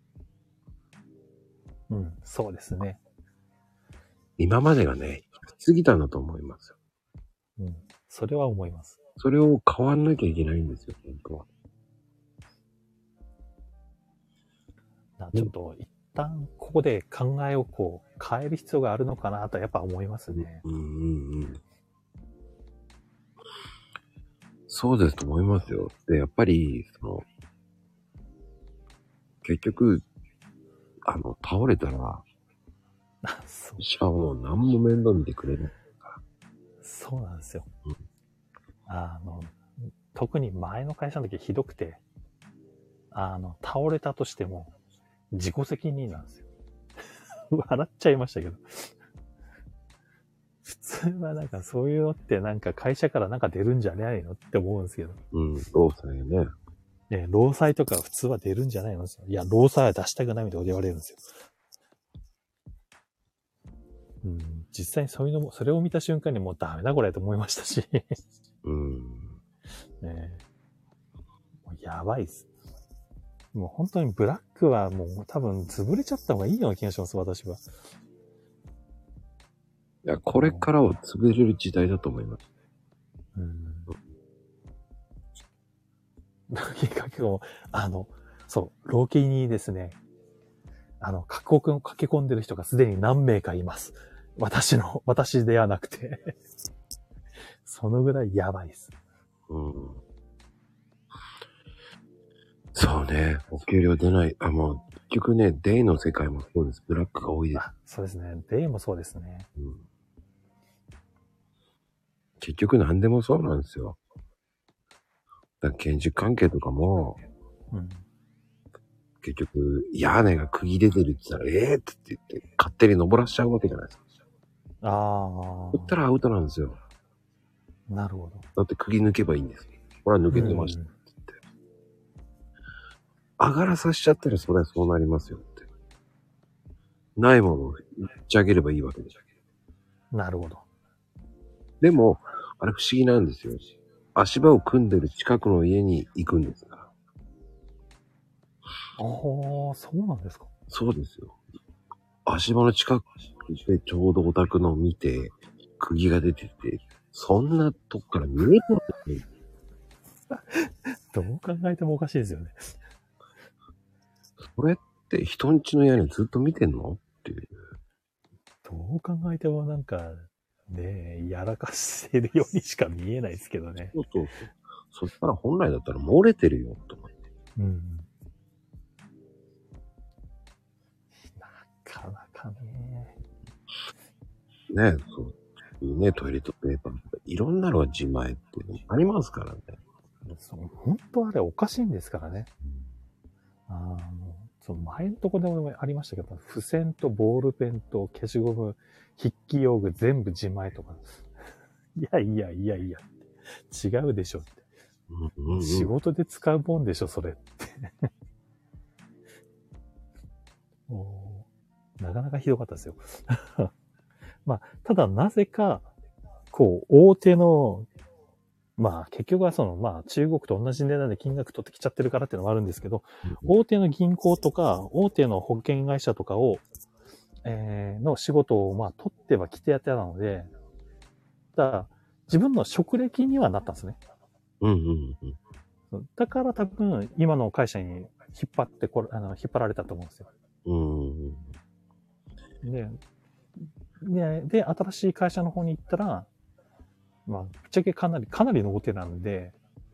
うん、そうですね。 今までがね、低すぎたんだと思いますよ。 うん。それは思います。 それを変わんなきゃいけないんですよ、本当は。 ちょっと一旦ここで考えをこう変える必要があるのかなとやっぱ思いますね。 そうですと思いますよ。で、やっぱり、結局、倒れたら、 そう。 しかも何も面倒見てくれない。 そうなんですよ。特に前の会社の時ひどくて、倒れたとしても自己責任なんですよ。笑っちゃいましたけど。普通はなんかそういうのってなんか会社からなんか出るんじゃないのって思うんですけど。 労災ね。 ね、労災とか普通は出るんじゃないの？いや、労災は出したくないみたいなこと言われるんですよ。実際にそういうのも、それを見た瞬間にもうダメだこれと思いましたし。ねえ、もうやばいっす。もう本当にブラックはもう多分潰れちゃった方がいいような気がします、私は。 いや、これからは潰れる時代だと思います。 そう、老期にですね、書き込んでる人がすでに何名かいます。私ではなくて。そのぐらいやばいです。 そうね。お給料出ない。もう、結局ね、デイの世界もそうです。ブラックが多いです。 そうですね。デイもそうですね。 結局何でもそうなんですよ。だから建築関係とかも、結局、屋根が釘出てるって言ったら、って言って、勝手に登らしちゃうわけじゃないですか。そったらアウトなんですよ。 なるほど。 だって釘抜けばいいんですよ。これは抜けてましたって言って。上がらさしちゃったらそれはそうなりますよって。ないものを打ち上げればいいわけでしょ。 なるほど。 でも、あれ不思議なんですよ。足場を組んでる近くの家に行くんですから。 そうなんですか。 そうですよ。足場の近くでちょうどお宅の見て、釘が出てて、そんなとこから見えるわけない。 どう考えてもおかしいですよね。 それって人んちの屋根ずっと見てんのっていう。 どう考えてもなんか、ねえ、やらかしてるようにしか見えないですけどね。 そう。そしたら本来だったら漏れてるよ、と思って。 なかなかね。 ね、そういうね、トイレットペーパーとか、いろんなのが自前っていうのもありますからね。 本当あれおかしいんですからね。前のとこでもありましたけど、付箋とボールペンと消しゴム、筆記用具全部自前とか。いや、違うでしょって。仕事で使うもんでしょ、それって。なかなかひどかったですよ。ただなぜか、大手の、結局は中国と同じ値段で金額取ってきちゃってるからっていうのもあるんですけど、大手の銀行とか、大手の保険会社とかを、の仕事を取っては来てやってたので、自分の職歴にはなったんですね。だから多分、今の会社に引っ張られたと思うんですよ。で、新しい会社の方に行ったら、ぶっちゃけかなりの大手なんで、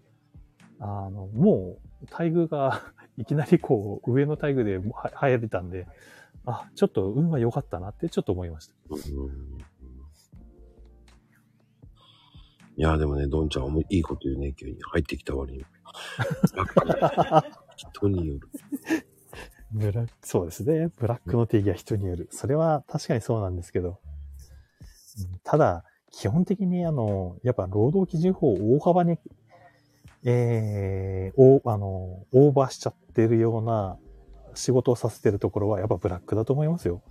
もう、待遇がいきなり上の待遇で入れたんで、ちょっと運は良かったなってちょっと思いました。 いや、でもね、どんちゃんいいこと言うね、急に入ってきた割に。人による。 そうですね。ブラックの定義は人による。それは確かにそうなんですけど。ただ、基本的にやっぱ労働基準法を大幅にオーバーしちゃってるような仕事をさせてるところはやっぱブラックだと思いますよ。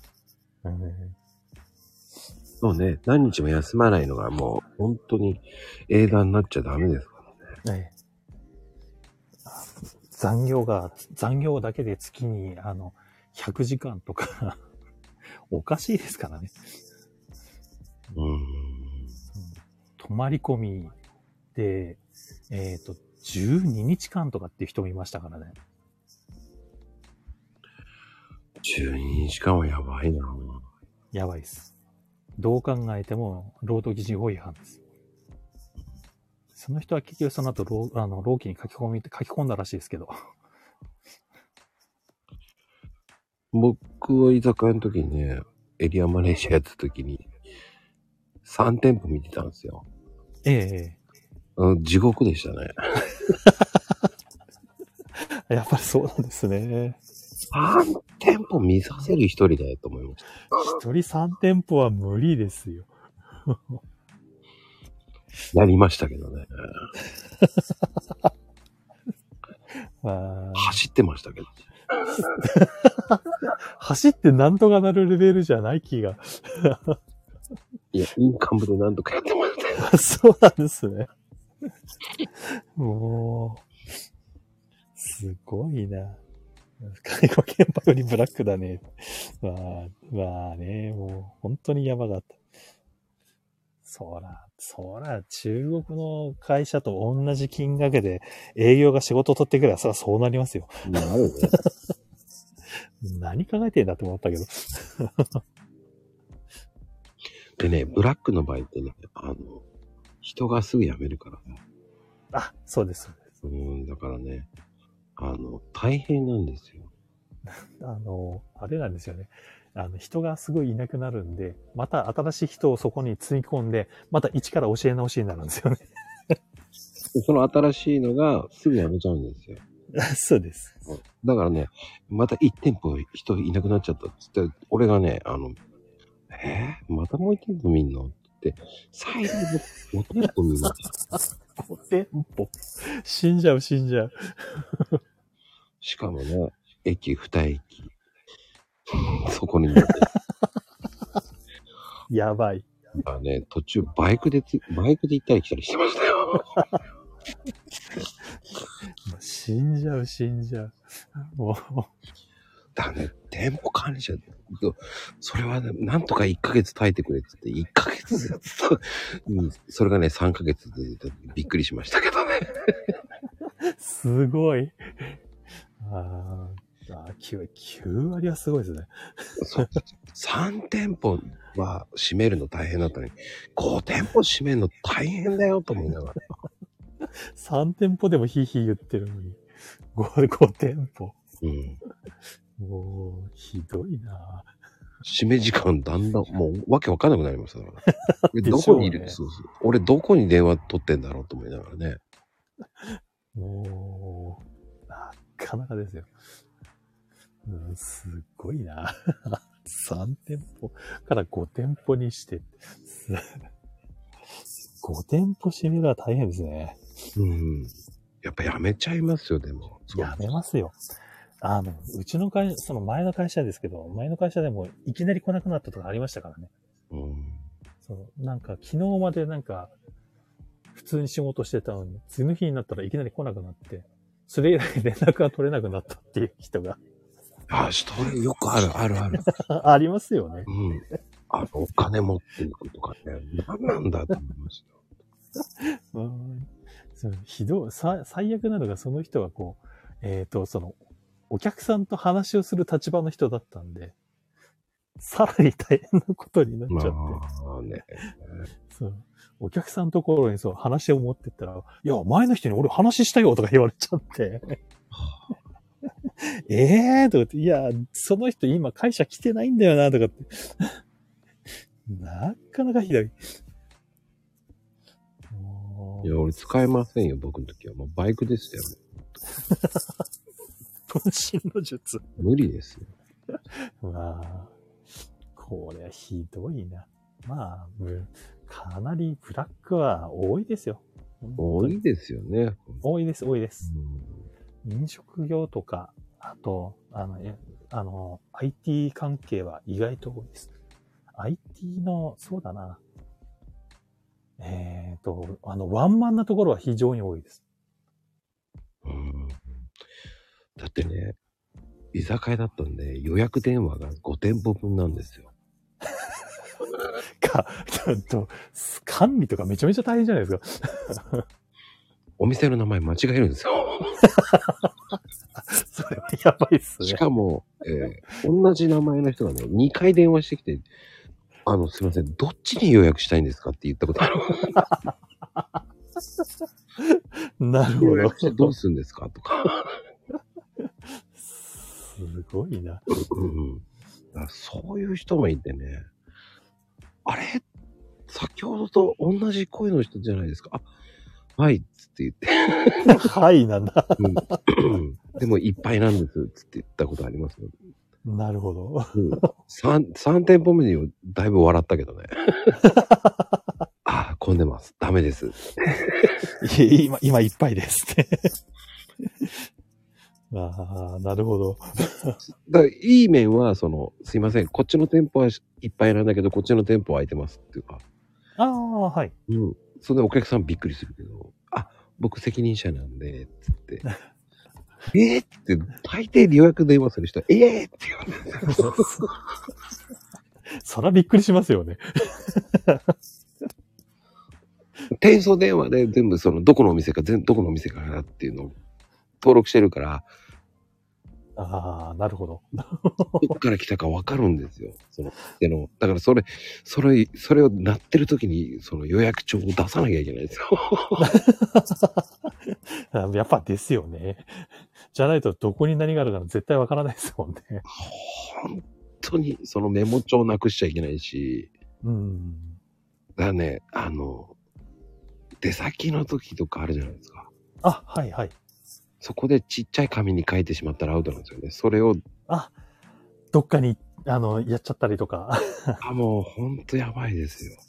そうね。何日も休まないのがもう本当に映画になっちゃダメですからね。 残業だけで月に100時間とかおかしいですからね。泊まり込みで、12日間とかっていう人もいましたからね。 12日間はやばいな。 やばいです。どう考えても労働基準法違反です。その人は結局その後労基に書き込んだらしいですけど。 僕は居酒屋の時にね、エリアマネージャーやった時に、3店舗見てたんですよ。地獄でしたね。 やっぱりそうなんですね。 3店舗見させる一人だよと思いました。 一人3店舗は無理ですよ。 やりましたけどね。走ってましたけど。 走ってなんとかなるレベルじゃない気が。 いや、インカムでなんとかやってましたよ。 そうなんですね。もう、すごいな。介護現場よりブラックだね。まあね、もう本当にやばかった。そら、中国の会社と同じ金額で営業が仕事を取ってくれば、そうなりますよ。 なるね。 何考えてんだと思ったけど。 でね、ブラックの場合ってね、人がすぐ辞めるからね。 あ、そうです。 だからね、大変なんですよ。 あれなんですよね。人がすごいいなくなるんで、また新しい人をそこに積み込んで、また一から教え直しになるんですよね。 その新しいのがすぐ辞めちゃうんですよ。 そうです。 だからね、また1店舗人いなくなっちゃったっつって、俺がね、またもう1店舗見んのって、最後の5店舗見ました。 5店舗死んじゃう。 しかもね、駅2駅。そこにね。 やばい。 途中バイクで行ったり来たりしてましたよ。 死んじゃう。もう。 だね、店舗管理者、それはね、なんとか1ヶ月耐えてくれって言って、1ヶ月ずつと、それがね、3ヶ月でびっくりしましたけどね。 すごい。9割はすごいですね。 そう。3店舗は閉めるの大変だったのに、5店舗閉めるの大変だよと思いながら。 3店舗でもヒーヒー言ってるのに、5店舗。もう、ひどいな。 閉め時間だんだん、もうわけわかんなくなりましたから。どこにいる、そう。俺どこに電話取ってんだろうと思いながらね。 もう、なかなかですよ。すっごいな。3店舗から5店舗にして、5店舗閉めるのは大変ですね。 やっぱやめちゃいますよ、でも。 やめますよ。うちの会社、その前の会社ですけど、前の会社でもいきなり来なくなったとかありましたからね。なんか昨日までなんか、普通に仕事してたのに、次の日になったらいきなり来なくなって、それ以来連絡が取れなくなったっていう人が。 それよくある。 ありますよね。 お金持っていくとかね。何なんだと思いました。ひどい。最悪なのがその人がこう、お客さんと話をする立場の人だったんで、さらに大変なことになっちゃって。お客さんのところに話を持ってったら、いや、前の人に俺話したよとか言われちゃって。とかって、いや、その人今会社来てないんだよな、とかって。なかなかひどい。 いや、俺使えませんよ、僕の時は。もうバイクですよ。 渾身の術。 無理ですよ。 これはひどいな。かなりブラックは多いですよ。 多いですよね。 多いです、多いですう。ん飲食業とか、あと、IT 関係は意外と多いです。IT の、そうだな。ワンマンなところは非常に多いです。 うんだってね、居酒屋だったんで予約電話が5店舗分なんですよ。 管理とかめちゃめちゃ大変じゃないですか。 お店の名前間違えるんですよ。 それはやばいっすね。 しかも、同じ名前の人がね、2回電話してきて、すいません、どっちに予約したいんですかって言ったことある。 なるほ予約してどど。 うするんですかとか。 すごいな。 うんだからそういう人もいてね、あれ先ほどと同じ声の人じゃないですか。あ、はい、つって言って。 はいなんだ。 でもいっぱいなんです、つって言ったことありますよ。 なるほど。 3店舗目にだいぶ笑ったけどね。あ、混んでます。ダメです。 今いっぱいですね。ああ、なるほど。 だからいい面は、すいません、こっちの店舗はいっぱいなんだけど、こっちの店舗は空いてますっていうか。 ああ、はい。 うん。それでお客さんびっくりするけど、あ、僕責任者なんで、つって。って、大抵予約電話する人は、って言われる。 そらびっくりしますよね。 転送電話で全部どこのお店かっていうのを登録してるから、 ああ、なるほど。 どこから来たかわかるんですよ。だからそれを鳴ってる時に、予約帳を出さなきゃいけないんですよ。 やっぱですよね。じゃないとどこに何があるか絶対わからないですもんね。 本当に、メモ帳なくしちゃいけないし、だからね、出先の時とかあるじゃないですか。 あ、はいはい。 そこでちっちゃい紙に書いてしまったらアウトなんですよね。それを。 どっかに、やっちゃったりとか。 もうほんとやばいですよ。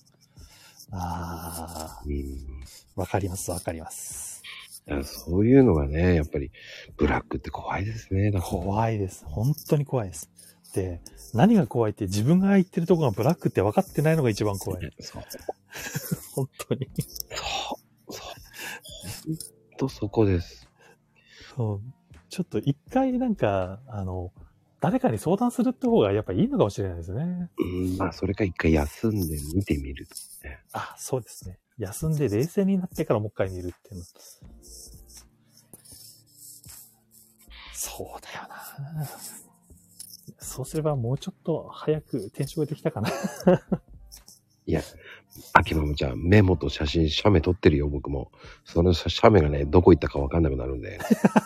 わかります、わかります。 そういうのがね、やっぱり、ブラックって怖いですね。 怖いです。本当に怖いです。で、何が怖いって自分が言ってるところがブラックって分かってないのが一番怖い。 そう。 本当に。 そう。ほんとそこです。 そう。ちょっと一回誰かに相談するって方がやっぱいいのかもしれないですね。 それか一回休んで見てみるとね。 そうですね。休んで冷静になってからもう一回見るっていうの。そうだよな。そうすればもうちょっと早く転職できたかな。 いや、秋マムちゃん、メモと写メ撮ってるよ、僕も。その写メがね、どこ行ったかわかんなくなるんで。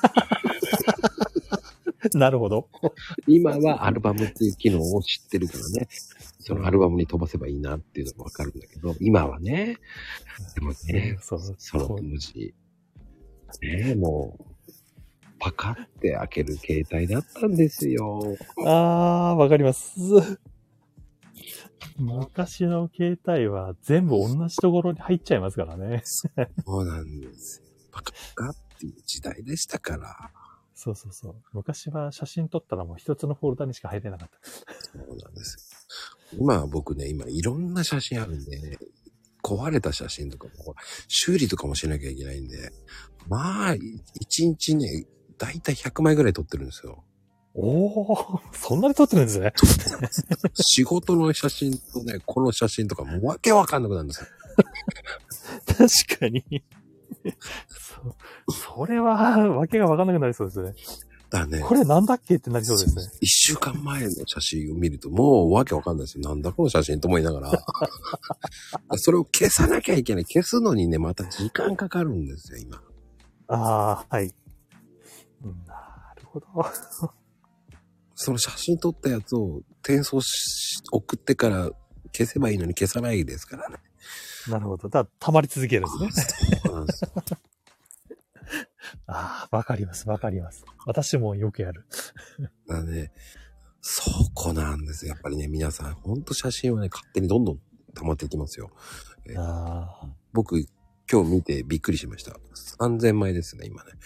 なるほど。 今はアルバムっていう機能を知ってるからね、そのアルバムに飛ばせばいいなっていうのがわかるんだけど、今はね、でもね、その当時、ね、もう、パカって開ける携帯だったんですよ。 わかります。昔の携帯は全部同じところに入っちゃいますからね。 そうなんですよ。パカパカっていう時代でしたから。 そう。昔は写真撮ったらもう一つのフォルダにしか入れなかった。 そうなんですよ。今は僕ね、いろんな写真あるんで、ね、壊れた写真とかも、修理とかもしなきゃいけないんで、一日ね、だいたい100枚ぐらい撮ってるんですよ。 そんなに撮ってるんですね。 仕事の写真とね、この写真とかもうわけわかんなくなるんですよ。 確かに。それは、わけがわかんなくなりそうですね。 だね。 これなんだっけってなりそうですね。 1週間前の写真を見ると、もうわけわかんないですよ。なんだこの写真と思いながら。それを消さなきゃいけない。消すのにね、また時間かかるんですよ、今。 はい。なるほど。 その写真撮ったやつを送ってから消せばいいのに消さないですからね。 なるほど。溜まり続けるんですね。 そうなんですよ。 わかります。私もよくやる。 だね、そこなんですよ。やっぱりね、皆さん、ほんと写真はね、勝手にどんどん溜まっていきますよ。僕、 今日見てびっくりしました。3000枚ですね、今ね。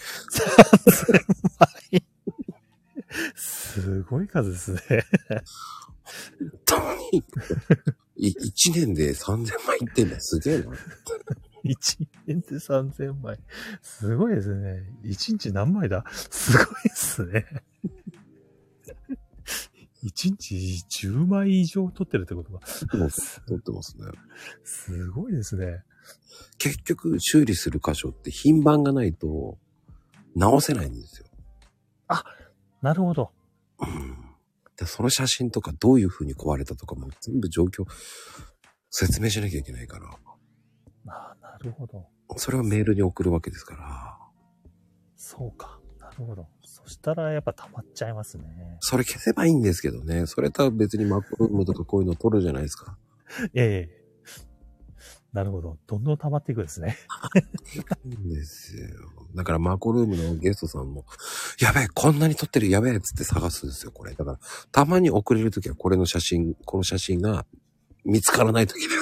すごい数ですね。 たまに、1年で3000枚いってんだ。すげえな。 1年で3000枚。すごいですね。1日何枚だ？すごいですね。1日10枚以上撮ってるってことか。 撮ってますね。 すごいですね。 結局、修理する箇所って品番がないと直せないんですよ。 あ、なるほど。 でその写真とかどういう風に壊れたとかも全部状況説明しなきゃいけないから。 あ、なるほど。 それをメールに送るわけですから。 そうか。なるほど。そしたらやっぱ溜まっちゃいますね。 それ消せばいいんですけどね。それとは別にマクロームとかこういうの撮るじゃないですか。 ええ。なるほど。どんどん溜まっていくんですね。 いいんですよ。だからマコルームのゲストさんも、やべえ、こんなに撮ってる、やべえっつって探すんですよ、これ。だから、たまに送れるときはこの写真が見つからないときです。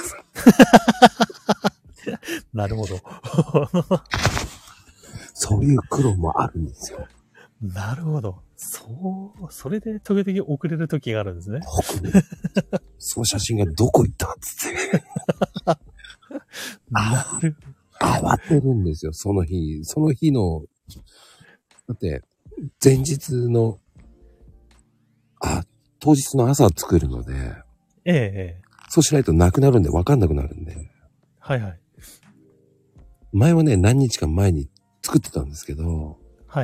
なるほど。そういう苦労もあるんですよ。 なるほど。それで時々遅れる時があるんですね。 その写真がどこ行ったっつって。 なる慌てるんですよ、その日の、だって、前日の、当日の朝作るので、 ええ。 そうしないとなくなるんで、わかんなくなるんで。 はいはい。 前はね、何日か前に作ってたんですけど、 はい。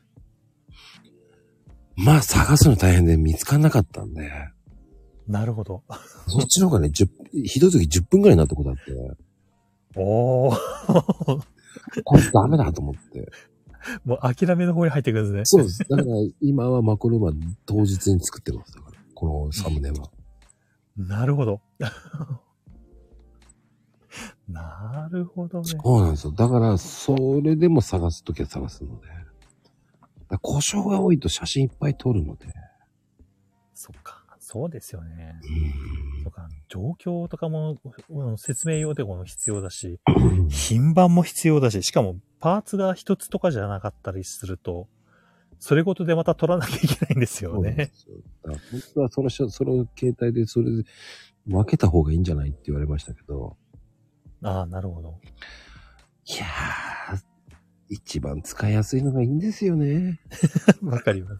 まあ探すの大変で見つかんなかったんで。 なるほど。 そっちの方がね、ひどい時10分くらいになったことあって。 おー。 これダメだと思って。 もう諦めの方に入ってくるんですね。 そうです。だから今はマコルームは当日に作ってます。だから、このサムネは。 なるほど。なるほどね。 そうなんですよ。だから、それでも探すときは探すので。故障が多いと写真いっぱい撮るので。 そっか。そうですよね。とか、状況とかも、説明用でも必要だし、品番も必要だし、しかもパーツが一つとかじゃなかったりすると、それごとでまた取らなきゃいけないんですよね。 本当はその携帯でそれで分けた方がいいんじゃないって言われましたけど。 ああ、なるほど。 いやー、一番使いやすいのがいいんですよね。 わかります。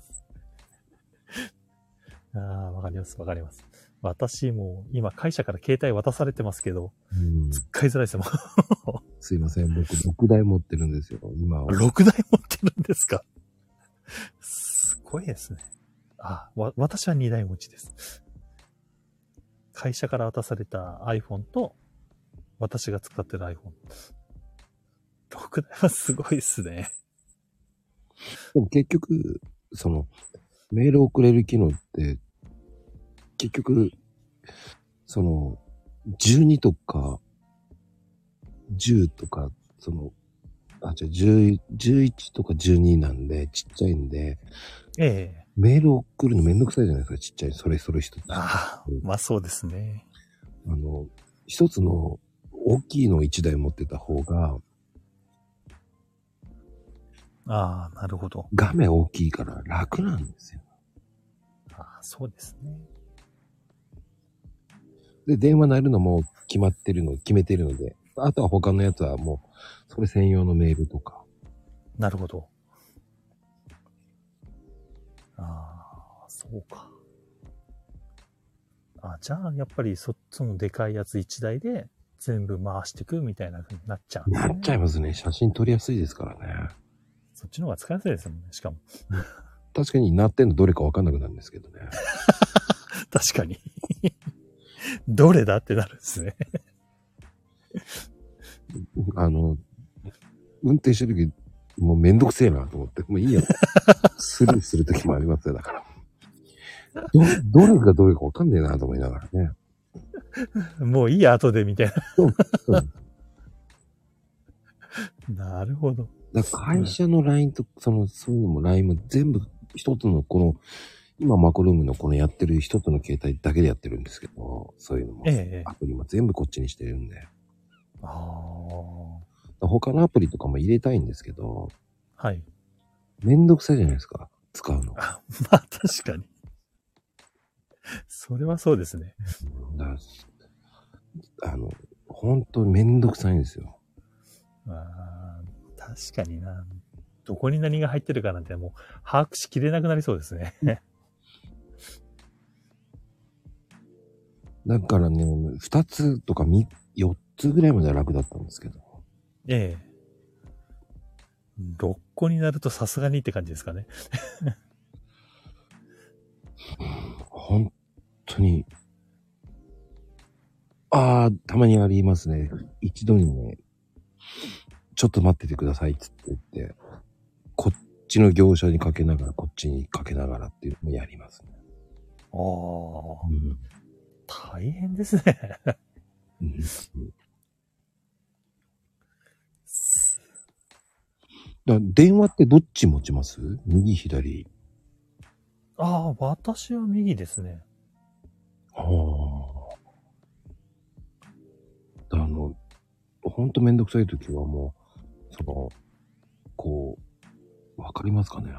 ああ、わかります、わかります。私も今会社から携帯渡されてますけど、使いづらいですもん。 すいません、僕6台持ってるんですよ、今は。 6台持ってるんですか？すごいですね。私は2台持ちです。会社から渡された iPhone と、私が使ってる iPhone。6台はすごいですね。 でも結局、メール送れる機能って、結局、12とか、10とか、11とか12なんで、ちっちゃいんで、メール送るのめんどくさいじゃないですか、ちっちゃい、それ一つ。 まあそうですね。 一つの大きいのを1台持ってた方が、 なるほど。 画面大きいから楽なんですよ。 そうですね。 で、電話鳴るのも決めてるので、あとは他のやつはもう、それ専用のメールとか。 なるほど。そうか。じゃあ、やっぱりそのでかいやつ1台で全部回していくみたいな風になっちゃう、 なっちゃいますね。写真撮りやすいですからね。 そっちの方が使いやすいですもんね、しかも。 確かに鳴ってんのどれかわかんなくなるんですけどね。 確かに。どれだってなるんですね。 運転してる時、もうめんどくせえなと思って、もういいよ。スルーする時もありますよ、だから。どれがどれかわかんねえなと思いながらね。 もういいや、後で、みたいな。 そうなるほど。 だから会社の LINE と、そういうのも LINE も全部一つの今マコルームのこのやってる一つの携帯だけでやってるんですけど、そういうのも、アプリも全部こっちにしてるんで。 他のアプリとかも入れたいんですけど、 はい。 めんどくさいじゃないですか。使うの。 まあ、確かに。それはそうですね。 だから本当にめんどくさいんですよ。 確かにな。どこに何が入ってるかなんてもう把握しきれなくなりそうですね。 だからね、2つとか4つぐらいまでは楽だったんですけど。 ええ。6個になるとさすがにって感じですかね。 本当に。たまにありますね。一度にね、ちょっと待っててくださいっつって言って、こっちの業者にかけながら、こっちにかけながらっていうのもやりますね。 大変ですね。 電話ってどっち持ちます？右左？ 私は右ですね。 ほんとめんどくさい時はもう、わかりますかね？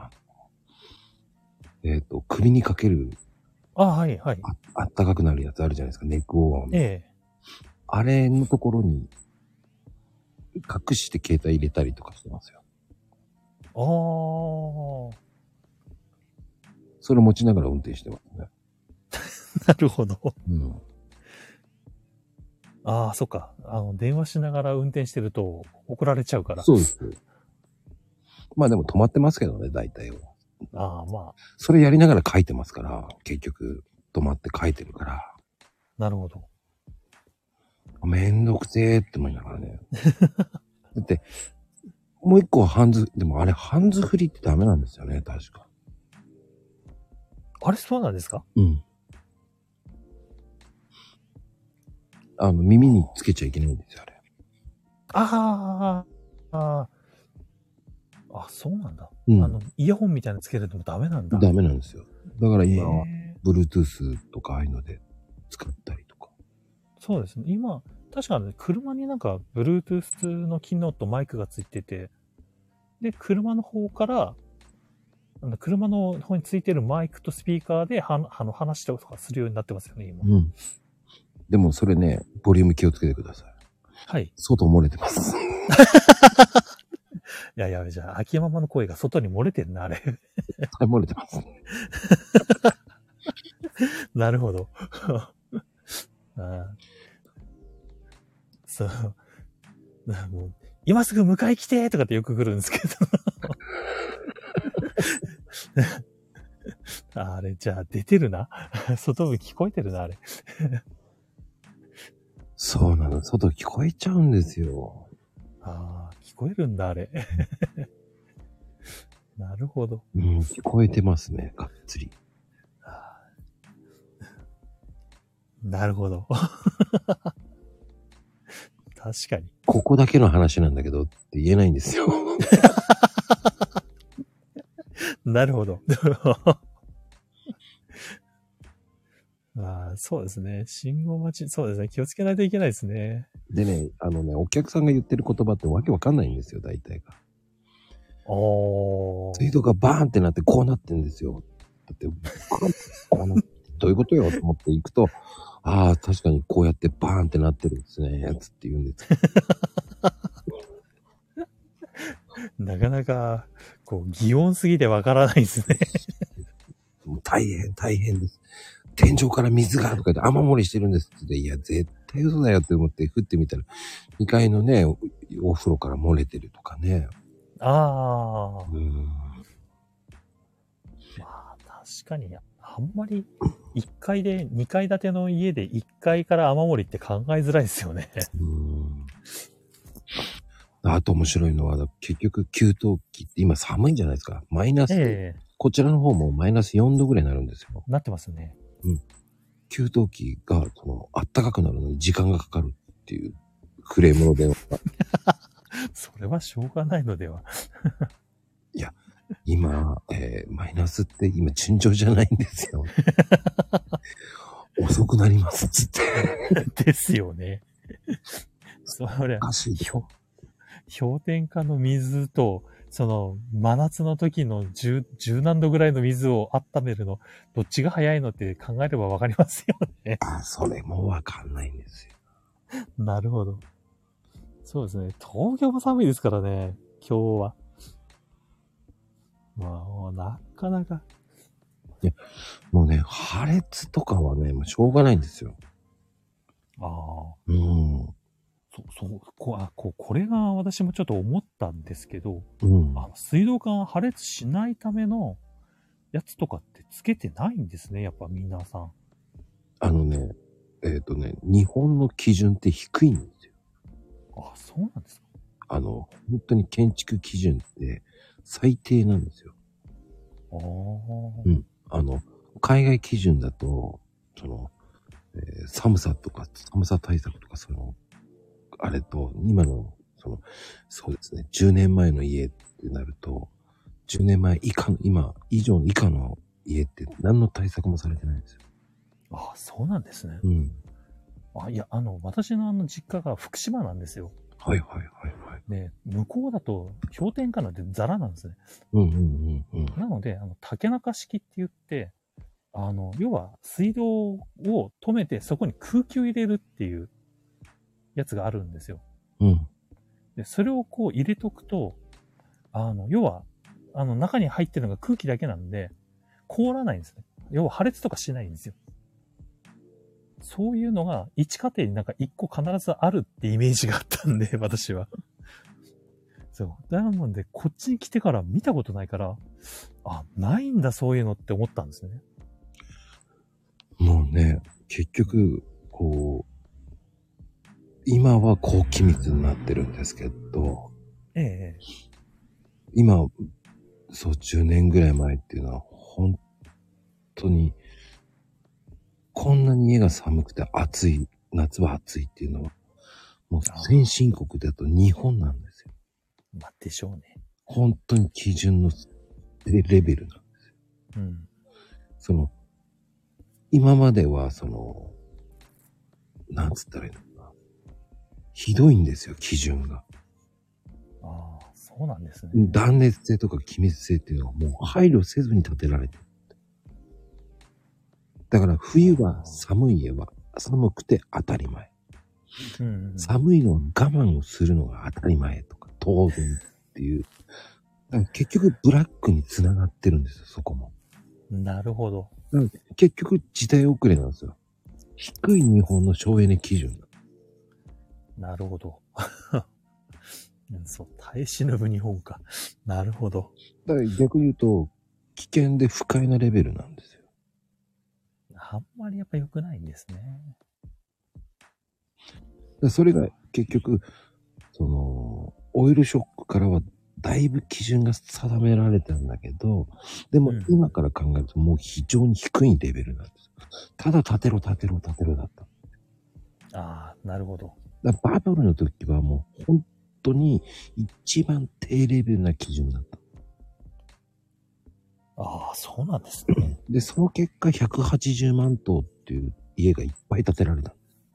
首にかける。 はいはい。 あったかくなるやつあるじゃないですか、ネックウォーマー。 ええ。 あれのところに、隠して携帯入れたりとかしてますよ。それ持ちながら運転してますね。 なるほど。 うん。 そっか。電話しながら運転してると怒られちゃうから。 そうです。まあでも止まってますけどね、大体は。 まあ。 それやりながら書いてますから、結局、止まって書いてるから。 なるほど。 めんどくせーって思いながらね。だって、もう一個はでもあれハンズフリーってダメなんですよね、確か。 あれそうなんですか？ うん。耳につけちゃいけないんですよ、あれ。 そうなんだ。 うん。 イヤホンみたいなのつけるのもダメなんだ。 ダメなんですよ。だから今は、Bluetooth とかああいうので使ったりとか。 そうですね。今、確かに車になんか Bluetooth の機能とマイクがついてて、で、車の方から、車の方についてるマイクとスピーカーで話とかするようになってますよね、今。 うん。でもそれね、ボリューム気をつけてください。 はい。 外漏れてます。 いや、じゃあ、秋山の声が外に漏れてんな、あれ。 はい、漏れてます。 なるほど。そう。もう今すぐ迎え来てとかってよく来るんですけど。あれ、じゃあ出てるな。外部聞こえてるな、あれ。 そうなの。外聞こえちゃうんですよ。 聞こえるんだ、あれ。なるほど。 聞こえてますね、がっつり。 なるほど。確かに。 ここだけの話なんだけどって言えないんですよ。 なるほど。そうですね。信号待ち、そうですね。気をつけないといけないですね。 でね、お客さんが言ってる言葉ってわけわかんないんですよ、大体が。水道がバーンってなってこうなってんですよ。だって、どういうことよと思って行くと、確かにこうやってバーンってなってるんですね、つって言うんです。 なかなか、擬音すぎてわからないですね。 もう大変です。天井から水がとか言って雨漏りしてるんですって言って、いや、絶対嘘だよって思って降ってみたら、2階のね、お風呂から漏れてるとかね。まあ、確かに、あんまり、1階で、2階建ての家で1階から雨漏りって考えづらいですよね。 あと面白いのは、結局、給湯器って今寒いじゃないですか。マイナス、こちらの方もマイナス4度ぐらいになるんですよ。 なってますね。 給湯器が、あったかくなるのに時間がかかるっていうクレームの電話が。 それはしょうがないのでは。 いや、今、マイナスって今順調じゃないんですよ。遅くなりますっつって。 ですよね。 それ、 おかしいでしょ。 氷点下の水と、その、真夏の時の10何度ぐらいの水を温めるの、どっちが早いのって考えればわかりますよね。 あ、それもわかんないんですよ。 なるほど。そうですね。東京も寒いですからね、今日は。まあ、もうなかなか。 もうね、破裂とかはね、もうしょうがないんですよ。 ああ。 うん。 これが私もちょっと思ったんですけど、 うん。 水道管破裂しないためのやつとかってつけてないんですね、やっぱ皆さん。 日本の基準って低いんですよ。 あ、そうなんですか。 本当に建築基準って最低なんですよ。 ああ。 うん。海外基準だと、寒さ対策とか、あれと、今の、そうですね、10年前の家ってなると、10年前以下の、今以上の以下の家って何の対策もされてないんですよ。 あ、そうなんですね。 うん。 いや、私の実家が福島なんですよ。 はいはいはいはい。 ね、向こうだと氷点下なんてザラなんですね。 うんうんうんうん。 なので、竹中式って言って、要は水道を止めてそこに空気を入れるっていうやつがあるんですよ。 うん。 で、それをこう入れとくと、要は、中に入ってるのが空気だけなんで、凍らないんですね。要は破裂とかしないんですよ。そういうのが、一家庭になんか一個必ずあるってイメージがあったんで、私は。そう。なので、こっちに来てから見たことないから、あ、ないんだ、そういうのって思ったんですね。 もうね、結局、今は高気密になってるんですけど、 ええ。 今、そう、10年ぐらい前っていうのは、本当に、こんなに家が寒くて暑い、夏は暑いっていうのは、もう先進国だと日本なんですよ。 まあ、でしょうね。 本当に基準のレベルなんですよ。 うん。 今まではなんつったらいいのかな。ひどいんですよ、基準が。 ああ、そうなんですね。 断熱性とか気密性っていうのはもう配慮せずに建てられてる。だから冬は寒い家は寒くて当たり前。 うんうんうん、 寒いのは我慢をするのが当たり前とか当然っていう。だから結局ブラックに繋がってるんですよ、そこも。 なるほど。 結局時代遅れなんですよ。低い日本の省エネ基準。 なるほど。そう、耐え忍ぶ日本か。なるほど。 だから逆に言うと、危険で不快なレベルなんですよ。 あんまりやっぱ良くないんですね。 それが結局、オイルショックからはだいぶ基準が定められたんだけど、でも今から考えるともう非常に低いレベルなんです。ただ建てろだった。 ああ、なるほど。 だからバブルの時はもう本当に一番低レベルな基準だった。 ああ、そうなんですね。 で、その結果180万棟っていう家がいっぱい建てられた。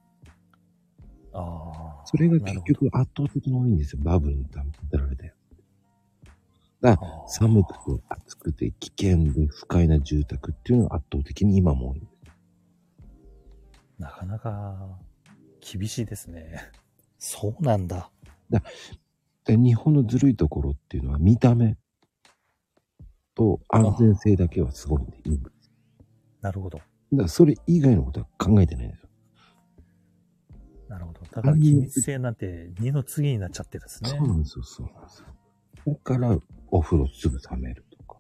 ああ。 それが結局圧倒的に多いんですよ。バブルに建てられたよ。だから寒くて暑くて危険で不快な住宅っていうのが圧倒的に今も多いんです。 なかなか厳しいですね。そうなんだ。 で、日本のずるいところっていうのは見た目と安全性だけはすごいんでいいんです。 なるほど。 だからそれ以外のことは考えてないんですよ。 なるほど。だから機密性なんて二の次になっちゃってるんですね。 そうなんですよ。だからお風呂すぐ冷めるとか。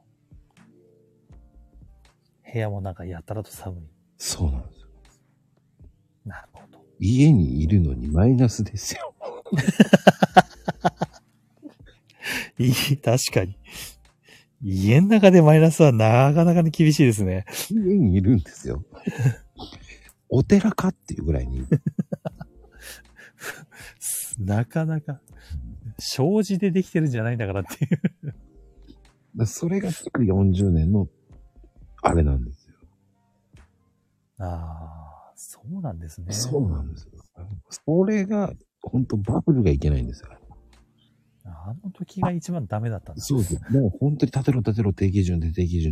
部屋もなんかやたらと寒い。 そうなんですよ。 なるほど。 家にいるのにマイナスですよ。 確かに。家の中でマイナスはなかなかに厳しいですね。 家にいるんですよ。お寺かっていうぐらいに。 なかなか、障子でできてるんじゃないんだからっていう。 それが築40年のあれなんですよ。 ああ、そうなんですね。 そうなんですよ。それがほんとバブルがいけないんですよ。 あの時が一番ダメだったんですそうです。もう本当に立てろ、低基準でっていう。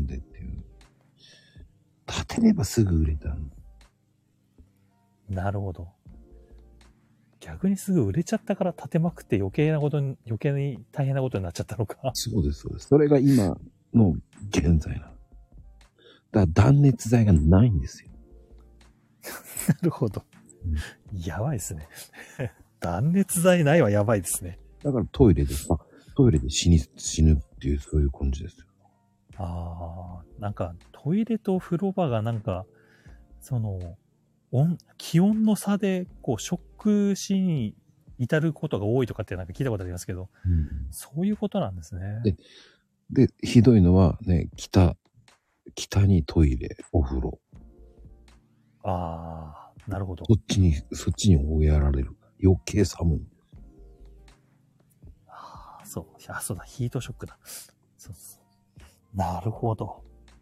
立てればすぐ売れた。 なるほど。逆にすぐ売れちゃったから立てまくって余計に大変なことになっちゃったのか。 そうです。それが今の現在なの。だから断熱材がないんですよ。 なるほど。やばいですね。断熱材ないはやばいですね。 だからトイレで死ぬっていう、そういう感じですよ。 ああ、なんかトイレと風呂場がなんか、気温の差で、ショック死に至ることが多いとかってなんか聞いたことありますけど、そういうことなんですね。 で、ひどいのはね、北にトイレ、お風呂。 ああ、なるほど。 そっちに追いやられる。余計寒い。 そうだ、ヒートショックだ。そうそう。なるほど。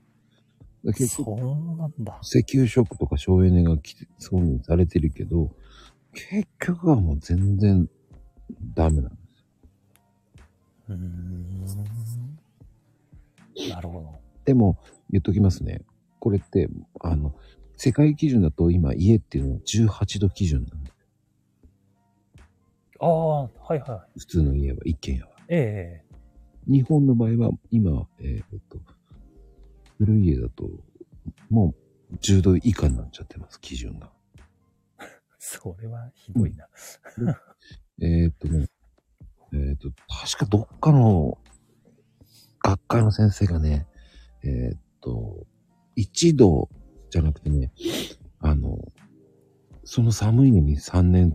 そうなんだ。 石油ショックとか省エネがそうにされてるけど、結局はもう全然ダメなんですよ。なるほど。 でも、言っときますね。これって、世界基準だと今家っていうのは18度基準なんです。 ああ、はいはい。 普通の家は、一軒家は。 ええ。 日本の場合は、今、古い家だと、もう10度以下になっちゃってます、基準が。 それはひどいな。 確かどっかの学会の先生がね、1度じゃなくてね、その寒い家に3年、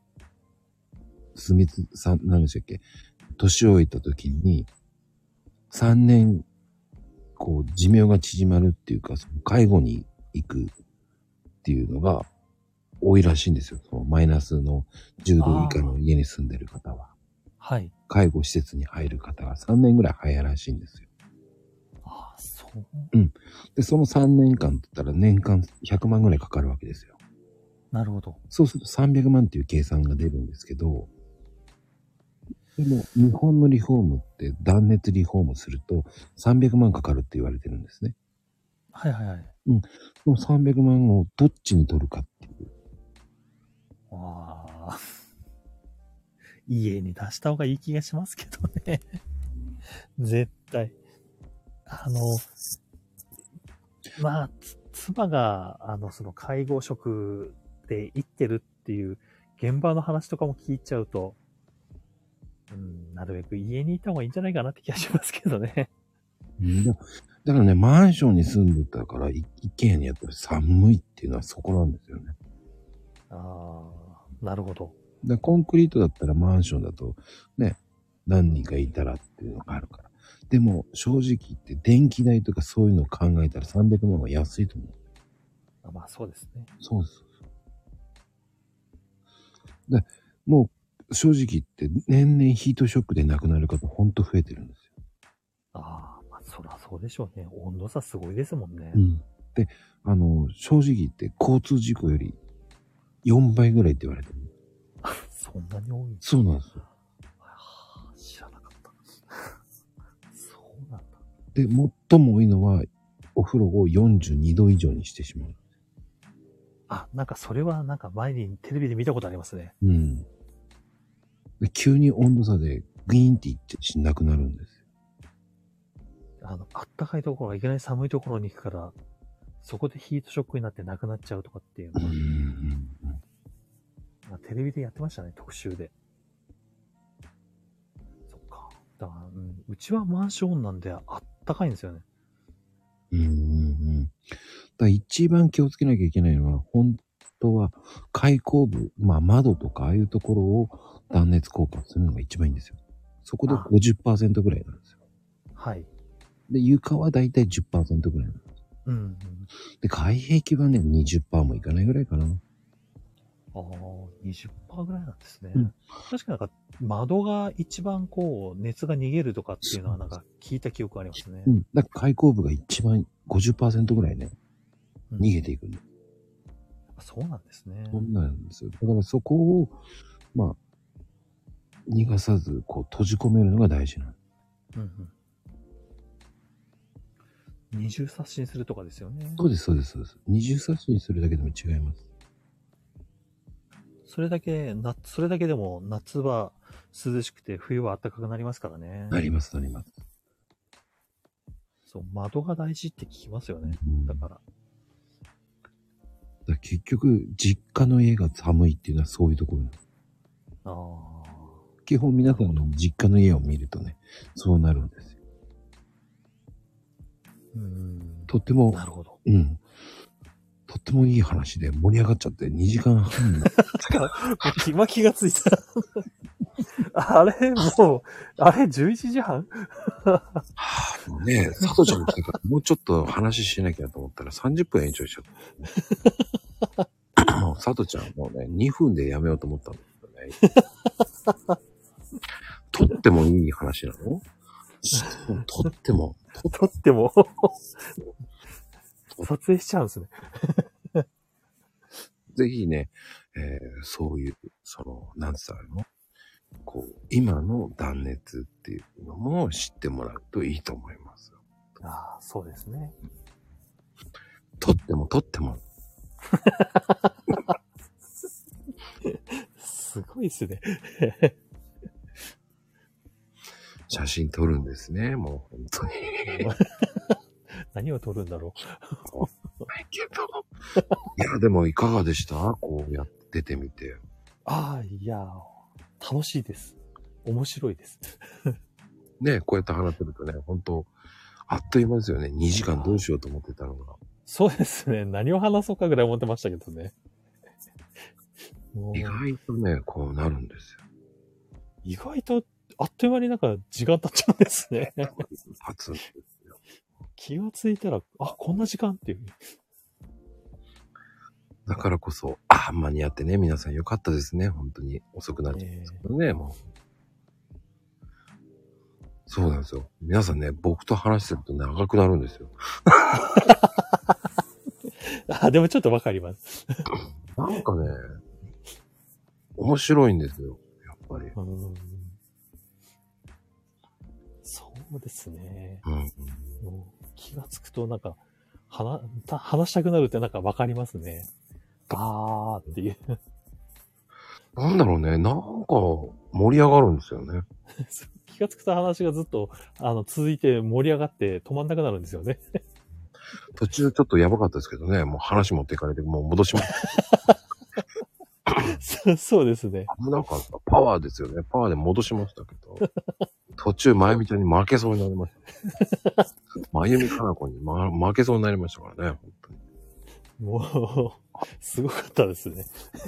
何でしたっけ、年老いた時に、3年、寿命が縮まるっていうか、その介護に行くっていうのが多いらしいんですよ。そのマイナスの10度以下の家に住んでる方は。 はい。 介護施設に入る方が3年ぐらい早いらしいんですよ。 ああ、そう。 うん。で、その3年間って言ったら年間100万ぐらいかかるわけですよ。 なるほど。 そうすると300万っていう計算が出るんですけど、でも日本のリフォームって断熱リフォームすると300万かかるって言われてるんですね。 はいはいはい。 うん。その300万をどっちに取るかっていう。 ああ。家に出した方がいい気がしますけどね。絶対。まあ、妻が、その介護職で生きてるっていう現場の話とかも聞いちゃうと、なるべく家にいた方がいいんじゃないかなって気がしますけどね。 だからね、マンションに住んでたから、一軒家にやったら寒いっていうのはそこなんですよね。 ああ、なるほど。 コンクリートだったらマンションだと、ね、何人かいたらっていうのがあるから。でも、正直言って電気代とかそういうのを考えたら300万は安いと思う。 まあそうですね。 そうです。で、もう、正直言って年々ヒートショックで亡くなる方ほんと増えてるんですよ。 ああ、まあそらそうでしょうね。温度差すごいですもんね。 うん。で、正直言って交通事故より4倍ぐらいって言われてる。 そんなに多い？ そうなんですよ。 知らなかった。そうなんだ。 で、最も多いのは、お風呂を42度以上にしてしまう。 なんかそれはなんか前にテレビで見たことありますね。 うん。で急に温度差でグイーンっていってしなくなるんですよ。 あったかいところがいきなり寒いところに行くから、そこでヒートショックになって亡くなっちゃうとかっていうのが、テレビでやってましたね、特集で。そっか。だから、うちはマンションなんであったかいんですよね。 だから一番気をつけなきゃいけないのは、本当は開口部、窓とかああいうところを断熱効果するのが一番いいんですよ。そこで 50% ぐらいなんですよ。 はい。で、 床はだいたい 10% ぐらいなんです。で、外壁はね、20% もいかないぐらいかな。 20% ぐらいなんですね。確かなんか、窓が一番熱が逃げるとかっていうのはなんか聞いた記憶ありますね。 だから開口部が一番 50% ぐらいね、逃げていくんだ。 そうなんですね。 そうなんですよ。だからそこを、 逃がさず、こう、閉じ込めるのが大事なの。 うんうん。二重刷新するとかですよね。 そうです、そうです、そうです。二重刷新するだけでも違います。 それだけでも夏は涼しくて冬は暖かくなりますからね。 なります、なります。 そう、窓が大事って聞きますよね。だから。 結局、実家の家が寒いっていうのはそういうところなんです。 ああ。 基本皆さんの実家の家を見るとね、そうなるんですよ。とっても、 なるほど。 うん。とってもいい話で盛り上がっちゃって2時間半。 今気がついた。あれもう、あれ11時半もうね、佐藤ちゃん来たからもうちょっと話しなきゃと思ったら30分延長しちゃった。もう佐藤ちゃんもうね、2分でやめようと思ったんですよね。とってもいい話なの？とっても。 撮影しちゃうんですね。 ぜひね、そういう、なんつったの？こう、今の断熱っていうのも知ってもらうといいと思いますよ。 ああ、そうですね。 とっても。 すごいですね。 写真撮るんですね、もう本当に。 何を撮るんだろう。 ないけど。いや、でもいかがでした？こうやって出てみて。 ああ、いや、楽しいです。面白いです。 ね、こうやって話せるとね、本当あっという間ですよね。2時間どうしようと思ってたのが。 そうですね。何を話そうかぐらい思ってましたけどね。 意外とね、こうなるんですよ。 意外と、あっという間になんか時間経っちゃうんですね。 経つんですよ。 気がついたら、あ、こんな時間っていう。 だからこそ、間に合ってね、皆さんよかったですね。本当に遅くなっちゃうんですけどね、もう。そうなんですよ。皆さんね、僕と話してると長くなるんですよ。 でもちょっとわかります。 なんかね、面白いんですよ。やっぱり。 そうですね。 もう気がつくとなんか、話したくなるってなんかわかりますね。あーっていう。 なんだろうね、なんか盛り上がるんですよね。 気がつくと話がずっと、続いて盛り上がって止まんなくなるんですよね。 途中ちょっとやばかったですけどね、もう話持っていかれて、もう戻します。 そうですね。 危なかった。パワーですよね。パワーで戻しましたけど。途中、まゆみちゃんに負けそうになりました。まゆみかなこに、負けそうになりましたからね、本当に。 もう、すごかったですね。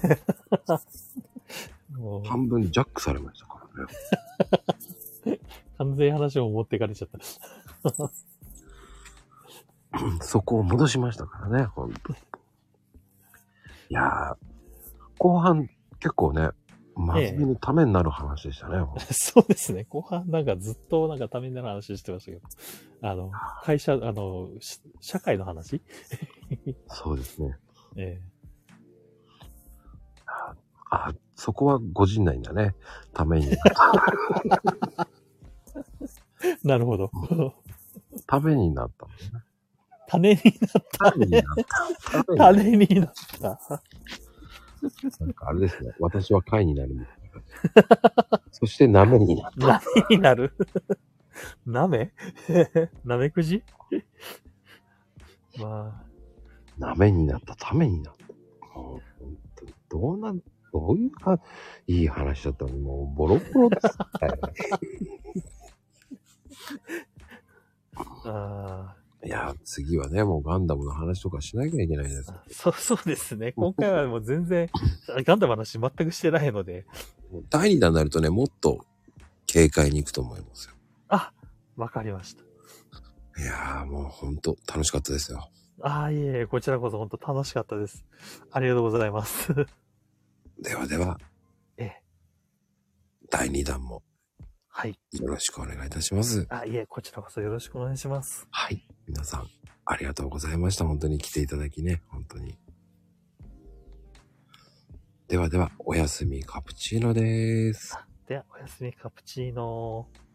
もう半分ジャックされましたからね。 完全に話を持っていかれちゃった。 そこを戻しましたからね、本当に。いやー、後半結構ね、真面目にためになる話でしたね。 そうですね。後半なんかずっとなんかためになる話してましたけど。会社、社会の話そうですね。そこはご陣内だね。ためになった。 なるほど。 ためになったもんね。 種になった。種になった。 なんかあれですね。私は貝になるみたいな。そしてナメになった。 ナメになるナメナメクジまあ。 ナメになった。ためになった。もう本当にどういうか、いい話だったのに、もうボロボロです。いや、次はね、もうガンダムの話とかしなきゃいけないです。 そうですね。今回はもう全然、ガンダムの話全くしてないので。 第2弾になるとね、もっと軽快に行くと思いますよ。 わかりました。 いやー、もうほんと楽しかったですよ。 いえ、こちらこそほんと楽しかったです。ありがとうございます。 ではでは、第2弾も、 はい。 よろしくお願いいたします。 いえ、こちらこそよろしくお願いします。 はい。皆さん、ありがとうございました。本当に来ていただきね、本当に。ではでは、おやすみカプチーノです。 では、おやすみカプチーノー。